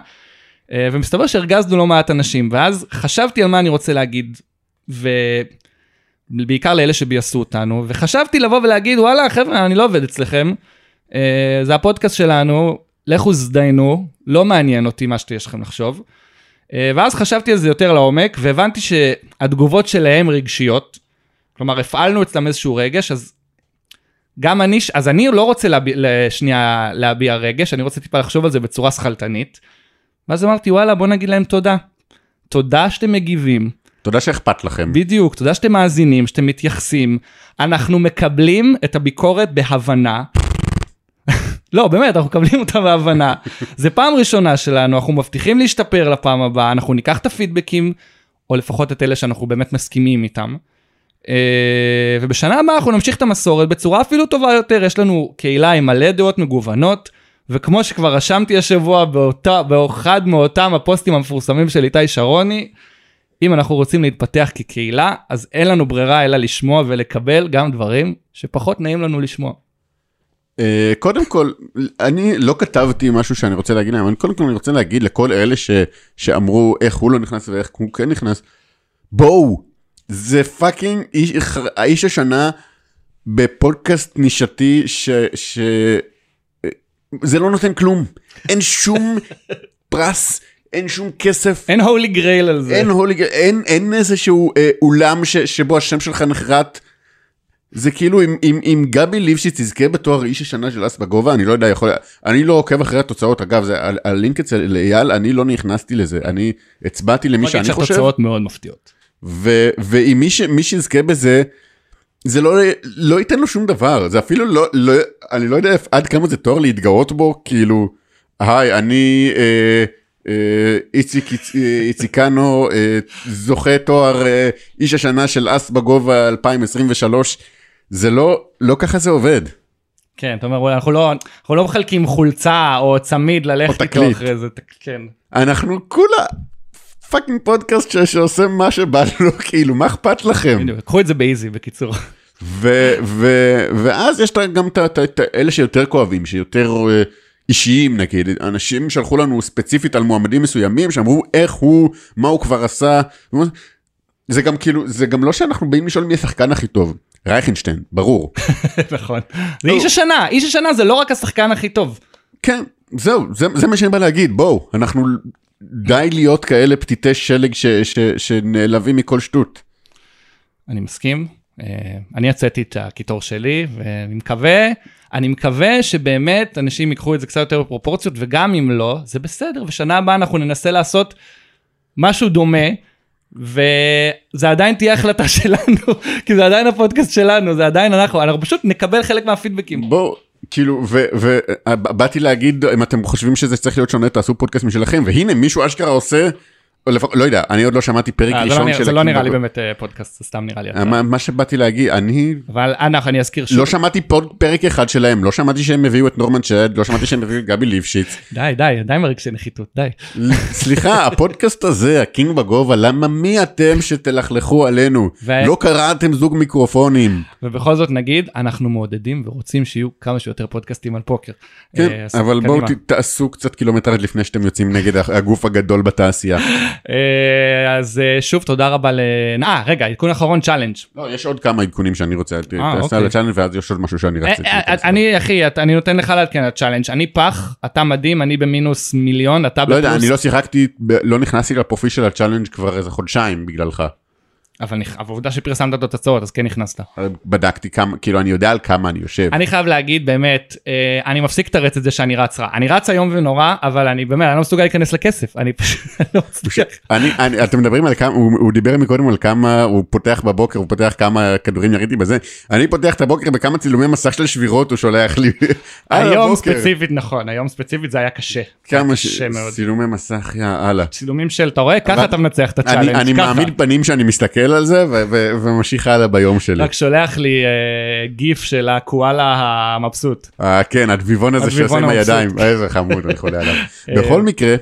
ומסתבר שהרגזנו לא מעט אנשים, ואז חשבתי על מה אני רוצה להגיד, ו... בעיקר לאלה שביעשו אותנו, וחשבתי לבוא ולהגיד, וואלה, חבר'ה, אני לא עובד אצלכם, זה הפודקאסט שלנו, לכו זדיינו, לא מעניין אותי מה שיש לכם לחשוב, ואז חשבתי על זה יותר לעומק, והבנתי שהתגובות שלהם רגשיות, כלומר, הפעלנו אצלם איזשהו רגש, אז גם אני, אז אני לא רוצה להביע, לשנייה להביע רגש, אני רוצה טיפה לחשוב על זה בצורה שכלתנית, ואז אמרתי, וואלה, בוא נגיד להם תודה. תודה שאתם מגיבים. תודה שאכפת לכם. בדיוק, תודה שאתם מאזינים, שאתם מתייחסים. אנחנו מקבלים את הביקורת בהבנה. לא, באמת, אנחנו מקבלים אותה בהבנה. זה פעם ראשונה שלנו, אנחנו מבטיחים להשתפר לפעם הבאה, אנחנו ניקח את הפידבקים, או לפחות את אלה שאנחנו באמת מסכימים איתם. ובשנה הבאה אנחנו נמשיך את המסורת בצורה אפילו טובה יותר, יש לנו קהילה עם מלא דעות מגוונות, וכמו שכבר רשמתי השבוע באותה, באחד מאותם הפוסטים המפורסמים של איתי שרוני, אם אנחנו רוצים להתפתח כקהילה, אז אין לנו ברירה אלא לשמוע ולקבל גם דברים שפחות נעים לנו לשמוע. קודם כל, אני לא כתבתי משהו שאני רוצה להגיד להם, אני קודם כל אני רוצה להגיד לכל אלה ש, שאמרו איך הוא לא נכנס ואיך הוא כן נכנס, בואו, זה פאקינג איש, האיש השנה בפודקאסט נישתי ש... ש... זה לא נותן כלום, אין שום פרס, אין שום כסף. אין הולי גרייל על זה. אין הולי גרייל, אין, אין איזשהו אה, אולם ש, שבו השם שלך נחרט. זה כאילו, אם, אם, אם גבי ליפשיץ יזכה בתואר איש השנה של אס בגובה, אני לא יודע, יכול, אני לא עוקב אחרי התוצאות, אגב, זה, ה- הלינק אצל אייל, אני לא נכנסתי לזה, אני הצבעתי למי שאני חושב. תוצאות מאוד מפתיעות. ו, ואם מי, ש, מי שיזכה בזה, זה לא, לא ייתן לו שום דבר, זה אפילו לא, לא, אני לא יודע עד כמה זה תואר להתגאות בו, כאילו, היי, אני אה, אה, איציק איציקנו, אה, זוכה תואר אה, איש השנה של אס בגובה אלפיים עשרים ושלוש, זה לא, לא ככה זה עובד. כן, אתה אומר, אנחנו לא, אנחנו לא מחלקים חולצה או צמיד ללכת איתו אחרי זה, כן. אנחנו כולה פאקינג פודקאסט ש- שעושה מה שבא לו, כאילו, מה אכפת לכם? בדיוק, קחו את זה באיזי, בקיצור. ו- ו- ואז יש גם את אלה שיותר כואבים, שיותר אישיים נגיד, אנשים שלחו לנו ספציפית על מועמדים מסוימים, שאמרו איך הוא, מה הוא כבר עשה, זה גם כאילו, זה גם לא שאנחנו באים לשאול מי השחקן הכי טוב, רייכנשטיין, ברור. נכון. זה איש השנה, איש השנה זה לא רק השחקן הכי טוב. כן, זהו, זה, זה מה שאני בא להגיד, בואו, אנחנו די להיות כאלה פתיתי שלג ש- ש- שנעלבים מכל שטות. אני מסכים. אני יצאתי את הקיטור שלי, ואני מקווה, אני מקווה שבאמת אנשים ייקחו את זה קצת יותר בפרופורציות, וגם אם לא, זה בסדר, ושנה הבאה אנחנו ננסה לעשות משהו דומה, וזה עדיין תהיה החלטה שלנו, כי זה עדיין הפודקאסט שלנו, זה עדיין אנחנו, אנחנו פשוט נקבל חלק מהפידבקים. בואו, כאילו, ובאתי להגיד, אם אתם חושבים שזה צריך להיות שונה, תעשו פודקאסט משלכם, והנה מישהו אשכרה עושה, לא יודע, אני עוד לא שמעתי פרק ראשון של... זה לא נראה לי באמת פודקאסט, זה סתם נראה לי. מה שבאתי להגיד, אני... אבל אנחנו, אני אזכיר שוב. לא שמעתי פרק אחד שלהם, לא שמעתי שהם הביאו את נורמן שד, לא שמעתי שהם הביאו את גבי ליפשיץ. די, די, די מרגשי נחיתות, די. סליחה, הפודקאסט הזה, הקינג בגובה, למה מי אתם שתלכלכו עלינו? לא קראתם זוג מיקרופונים. ובכל זאת נגיד, אנחנו מעודדים ורוצים שיהיו כמה שיותר פודקאסטים על פוקר. כן, אבל בואו תעשו קצת קילומטר לפני שאתם יוצאים נגד הגוף הגדול בתעשייה. אז שוב, תודה רבה ל... אה, רגע, עדכון אחרון, צ'אלנג'. לא, יש עוד כמה עדכונים שאני רוצה, תעשה על הצ'אלנג' ואז יש עוד משהו שאני רציתי. אני, אחי, אני נותן לך לעדכן על הצ'אלנג'. אני פח, אתה מדהים, אני במינוס מיליון, אתה בפלוס. לא יודע, אני לא שיחקתי, לא נכנסתי לפרופיל של הצ'אלנג' כבר איזה חודשיים בגללך. אבל עובדה שפרסמת את התוצאות, אז כן נכנסת. בדקתי כמה, כאילו אני יודע על כמה אני יושב. אני חייב להגיד, באמת, אני מפסיק לתרץ את זה שאני רץ רע. אני רץ היום ונורא, אבל אני באמת, אני לא מסוגל להיכנס לכסף. אני פשוט לא מצליח. אתם מדברים על כמה, הוא דיבר מקודם על כמה, הוא פותח בבוקר, הוא פותח כמה כדורים יריתי בזה. אני פותח את הבוקר בכמה צילומי מסך של שבירות, הוא שולח לי. היום ספציפית, נכון, היום ספציפית זה היה קשה. כמה צילומי מסך, יאללה. צילומים של, אתה רואה, ככה אתה מנצח את הצ'אלנג'. אני מעמיד פנים שאני מסתכל על זה וממשיך הלאה ביום שלי. רק שולח לי גיף של הקואלה המבסוט. כן, הדביבון הזה שעושה עם הידיים, איזה חמוד, אני חולה עליו. בכל מקרה,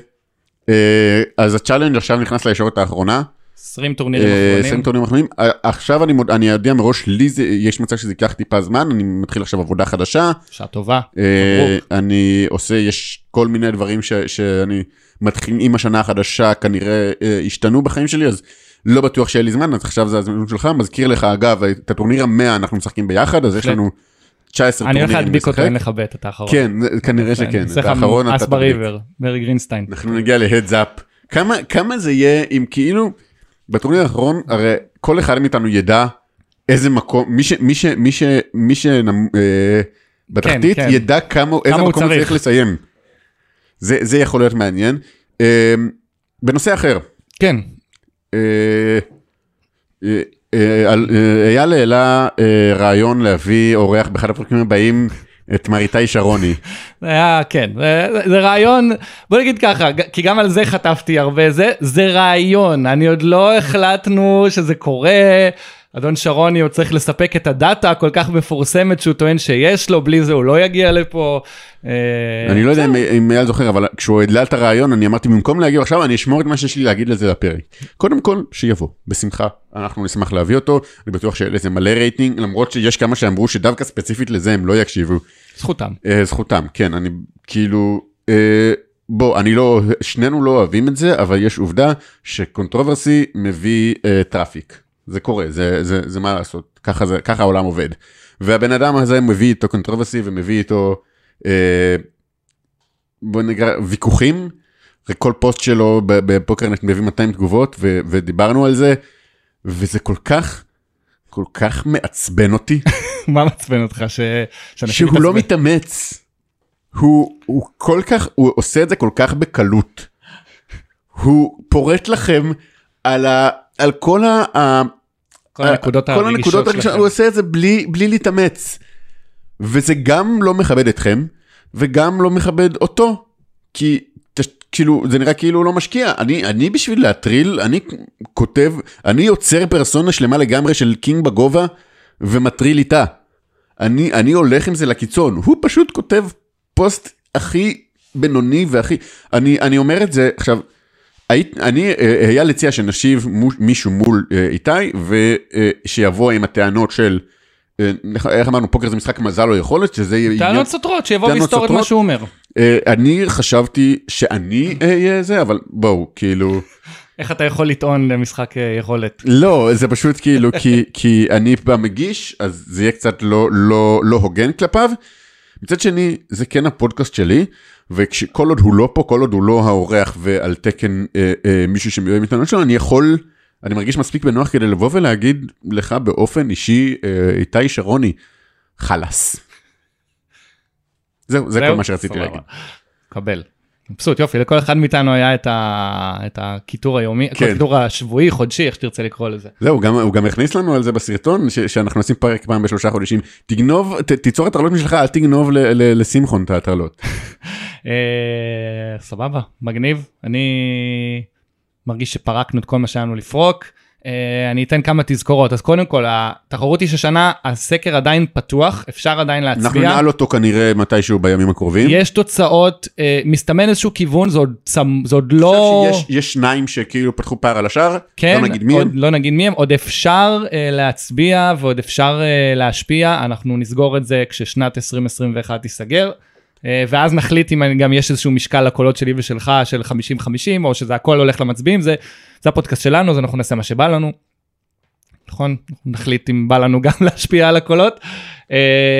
אז הצ'אלנג' עכשיו נכנס לישורת האחרונה. עשרים טורנירים אחרונים. עשרים טורנירים אחרונים. עכשיו אני יודע מראש, לי יש מצב שזה ייקח טיפה זמן, אני מתחיל עכשיו עבודה חדשה. שעה טובה. אני עושה, יש כל מיני דברים שאני מתחיל עם השנה החדשה, כנראה השתנו בחיים שלי, אז לא בטוח שיהיה לי זמן, אז עכשיו זה הזמן שלך, מזכיר לך, אגב, את הטורניר המאה אנחנו משחקים ביחד, אז יש לנו תשע עשרה אני טורנירים הולך להדביק אותו, לשחק. אין לך בית, את האחרון. כן, כנראה שכן, את האחרון אתה אס תדביק. בריבר, ברי גרינסטיין. אנחנו נגיע להדזאפ. כמה, כמה זה יהיה אם כאילו, בטורניר האחרון, הרי כל אחד מאיתנו ידע איזה מקום, מי ש... מי ש... מי ש... מי ש... אה, בתחתית כן. ידע כמה, איזה הוא מקום הוא צריך. צריך לסיים. זה, זה יכול להיות מעניין. אה, בנושא אחר, כן. אה, אה, אה, על- אה, אייל העלה אה, רעיון להביא אורח באחד הפרקים הבאים, את מריטאי שרוני. זה היה, כן, זה, זה רעיון, בוא נגיד ככה, ג- כי גם על זה חטפתי הרבה, זה, זה רעיון, אני עוד לא החלטנו שזה קורה, אדון שרוני הוא צריך לספק את הדאטה הכל כך מפורסמת שהוא טוען שיש לו, בלי זה הוא לא יגיע לפה. אה, אני לא יודע אם- אם אייל זוכר, אבל כשהוא העלה את הרעיון, אני אמרתי, במקום להגיב עכשיו, אני אשמור את מה שיש לי להגיד לזה לפרק. קודם כל, שיבוא, בשמחה, אנחנו נשמח להביא אותו, אני בטוח שלזה מלא רייטינג, למרות שיש כמה שאמרו שדווקא ספציפית לזה הם לא יקשיבו. זכותם. אה, זכותם, כן, אני כאילו, אה, בוא, אני לא, שנינו לא אוהבים את זה, אבל יש עובדה שקונטרוברסי מביא אה, טראפיק. זה קורה, זה, זה, זה מה לעשות, ככה, זה, ככה העולם עובד. והבן אדם הזה מביא איתו קונטרוברסי ומביא איתו, אה, בוא נקרא, ויכוחים, כל פוסט שלו בפוקרנט מביא מאתיים תגובות, ו, ודיברנו על זה, וזה כל כך, כל כך מעצבן אותי. מה מעצבן אותך? ש... שאנשים שהוא לא מתעצבן? מתאמץ, הוא, הוא כל כך, הוא עושה את זה כל כך בקלות, הוא פורט לכם על, ה, על כל, ה, ה, כל הנקודות כל הרגישות הנקודות הרגישות, שלכם. הוא עושה את זה בלי, בלי להתאמץ, וזה גם לא מכבד אתכם, וגם לא מכבד אותו, כי תש, כאילו, זה נראה כאילו הוא לא משקיע, אני, אני בשביל להטריל, אני כותב, אני יוצר פרסונה שלמה לגמרי של קינג בגובה, ומטריל איתה. אני, אני הולך עם זה לקיצון, הוא פשוט כותב פוסט הכי בינוני והכי, אני, אני אומר את זה, עכשיו, היית, אני, היה לציע שנשיב מישהו מול איתי, ושיבוא עם הטענות של, איך אמרנו, פוקר זה משחק מזל או יכולת, שזה יהיה... טענות סותרות, שיבוא טענות ויסתור את סותרות. מה שהוא אומר. אני חשבתי שאני אהיה זה, אבל בואו, כאילו... איך אתה יכול לטעון למשחק אה, יכולת? לא, זה פשוט כאילו, כי, כי אני במגיש, אז זה יהיה קצת לא, לא, לא הוגן כלפיו. מצד שני, זה כן הפודקאסט שלי, וכל עוד הוא לא פה, כל עוד הוא לא האורח ועל תקן אה, אה, מישהו שמביאים מתנות שלו, אני יכול, אני מרגיש מספיק בנוח כדי לבוא ולהגיד לך באופן אישי, אה, איתי שרוני, חלס. זהו, זה כל מה שרציתי סבבה. להגיד. קבל. מבסוט, יופי, לכל אחד מאיתנו היה את, ה... את הכיתור היומי, כן. הכיתור השבועי, חודשי, איך שתרצה לקרוא לזה. זהו, גם, הוא גם הכניס לנו על זה בסרטון, ש, שאנחנו עושים פרק פעם בשלושה חודשים. תגנוב, ת, תיצור את הרעלות משלך, אל תגנוב ל, ל, לשמחון את ההטרלות. אה, סבבה, מגניב. אני מרגיש שפרקנו את כל מה שהיה לנו לפרוק. אה, אני אתן כמה תזכורות. אז קודם כל, התחרות היא ששנה, הסקר עדיין פתוח, אפשר עדיין להצביע. אנחנו נעל אותו כנראה מתישהו בימים הקרובים. יש תוצאות, אה, מסתמן איזשהו כיוון, זה עוד, צמ- זה עוד לא... אני חושב שיש שניים שכאילו פתחו פער על השאר, כן, לא נגיד מי עוד, הם. לא נגיד מי הם, עוד אפשר אה, להצביע ועוד אפשר אה, להשפיע, אנחנו נסגור את זה כששנת עשרים עשרים ואחת תיסגר, אה, ואז נחליט אם גם יש איזשהו משקל לקולות שלי ושלך של חמישים חמישים, או שזה הכל הולך למצביעים, זה, זה הפודקאסט שלנו, אז אנחנו נעשה מה שבא לנו, נכון? אנחנו נחליט אם בא לנו גם להשפיע על הקולות. אה,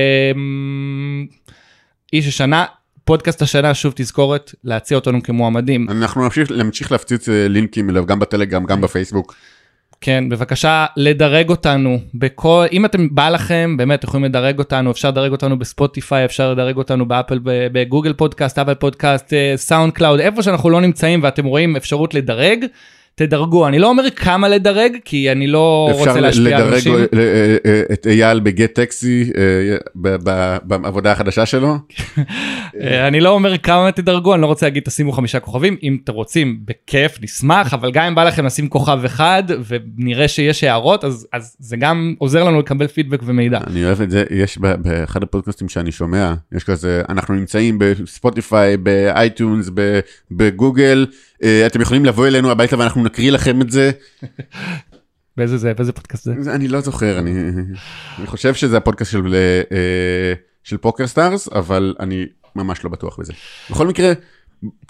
איש השנה, פודקאסט השנה, שוב תזכורת, להציע אותנו כמועמדים. אנחנו נמשיך, נמשיך להפציץ אה, לינקים אליו גם בטלגרם, גם בפייסבוק. כן, בבקשה לדרג אותנו בכל, אם אתם בא לכם, באמת יכולים לדרג אותנו, אפשר לדרג אותנו בספוטיפיי, אפשר לדרג אותנו באפל, בגוגל פודקאסט, אפל פודקאסט, סאונד קלאוד, איפה שאנחנו לא נמצאים ואתם רואים אפשרות לדרג, תדרגו. אני לא אומר כמה לדרג, כי אני לא רוצה להשפיע על אנשים. אפשר לדרג את אייל בגט טקסי בעבודה החדשה שלו. אני לא אומר כמה תדרגו, אני לא רוצה להגיד תשימו חמישה כוכבים, אם אתם רוצים בכיף, נשמח, אבל גם אם בא לכם לשים כוכב אחד, ונראה שיש הערות, אז, אז זה גם עוזר לנו לקבל פידבק ומידע. אני אוהב את זה, יש באחד הפודקאסטים שאני שומע, יש כזה, אנחנו נמצאים בספוטיפיי, באייטונס, בגוגל, אתם יכולים לבוא אלינו הביתה ואנחנו נקריא לכם את זה. באיזה זה, באיזה פודקאסט זה? אני לא זוכר, אני, אני חושב שזה הפודקאסט של, של פוקר סטארס, אבל אני ממש לא בטוח בזה. בכל מקרה,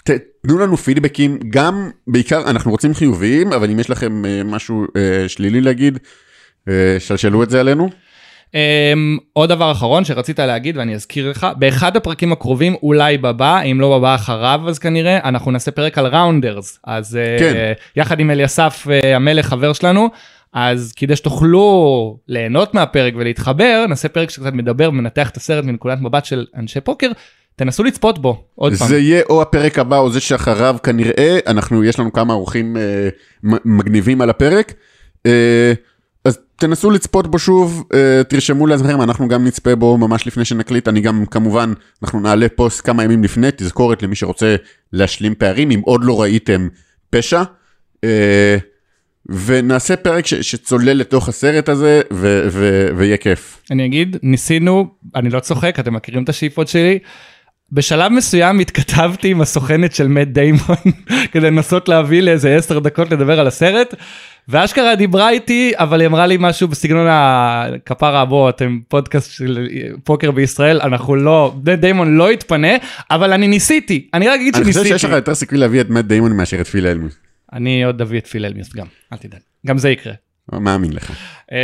תנו לנו פידבקים, גם, בעיקר, אנחנו רוצים חיוביים, אבל אם יש לכם משהו שלילי להגיד, שלשלו את זה עלינו. עוד דבר אחרון שרצית להגיד, ואני אזכיר לך, באחד הפרקים הקרובים, אולי בבא, אם לא בבא אחריו, אז כנראה, אנחנו נעשה פרק על ראונדרס, אז יחד עם אליסף המלך, חבר שלנו, אז כדי שתוכלו ליהנות מהפרק ולהתחבר, נעשה פרק שקצת מדבר ומנתח את הסרט מנקודת מבט של אנשי פוקר, תנסו לצפות בו, עוד פעם. זה יהיה או הפרק הבא או זה שאחריו כנראה, אנחנו, יש לנו כמה אורחים אה, מגניבים על הפרק, אה, אז תנסו לצפות בו שוב, אה, תרשמו לעצמכם, אנחנו גם נצפה בו ממש לפני שנקליט, אני גם כמובן, אנחנו נעלה פוסט כמה ימים לפני, תזכורת למי שרוצה להשלים פערים, אם עוד לא ראיתם פשע, אה, ונעשה פרק ש, שצולל לתוך הסרט הזה, ו, ו, ויהיה כיף. אני אגיד, ניסינו, אני לא צוחק, אתם מכירים את השאיפות שלי, בשלב מסוים התכתבתי עם הסוכנת של מאט דיימון, כדי לנסות להביא לאיזה עשר דקות לדבר על הסרט, ואשכרה דיברה איתי, אבל היא אמרה לי משהו בסגנון הכפרה, בוא, אתם פודקאסט של פוקר בישראל, אנחנו לא, מאט דיימון לא יתפנה, אבל אני ניסיתי, אני רק אגיד שניסיתי. אני חושב שיש לך יותר סיכוי להביא את מאט דיימון מאשר את פיל אלמיוס. אני עוד אביא את פיל אלמיוס גם, אל תדאג, גם זה יקרה. מאמין לך.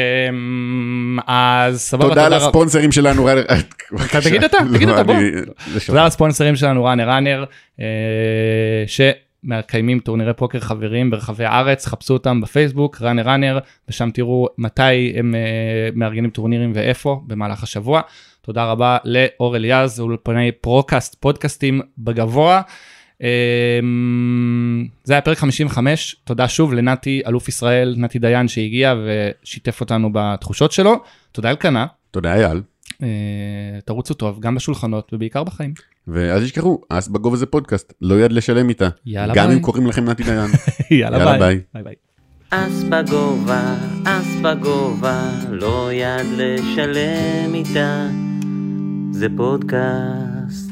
אז סבבה, תודה לספונסרים שלנו. תגיד אתה, תגיד אתה, בוא. תודה לספונסרים שלנו, ראנר ראנר, שמקיימים טורנירי פוקר חברים ברחבי הארץ, חפשו אותם בפייסבוק, ראנר ראנר, ושם תראו מתי הם מארגנים טורנירים ואיפה במהלך השבוע. תודה רבה לאור אליעז ולפני פרוקאסט פודקאסטים בגבוה. זה היה פרק חמישים וחמש, תודה שוב לנתי אלוף ישראל, נתי דיין שהגיע ושיתף אותנו בתחושות שלו, תודה אלקנה. תודה אייל. תרוצו טוב, גם בשולחנות ובעיקר בחיים. ואז תשכחו, אס בגובה זה פודקאסט, לא יד לשלם איתה. יאללה גם ביי. אם קוראים לכם נתי דיין. יאללה ביי. ביי ביי. אס בגובה, אס בגובה, לא יד לשלם איתה, זה פודקאסט.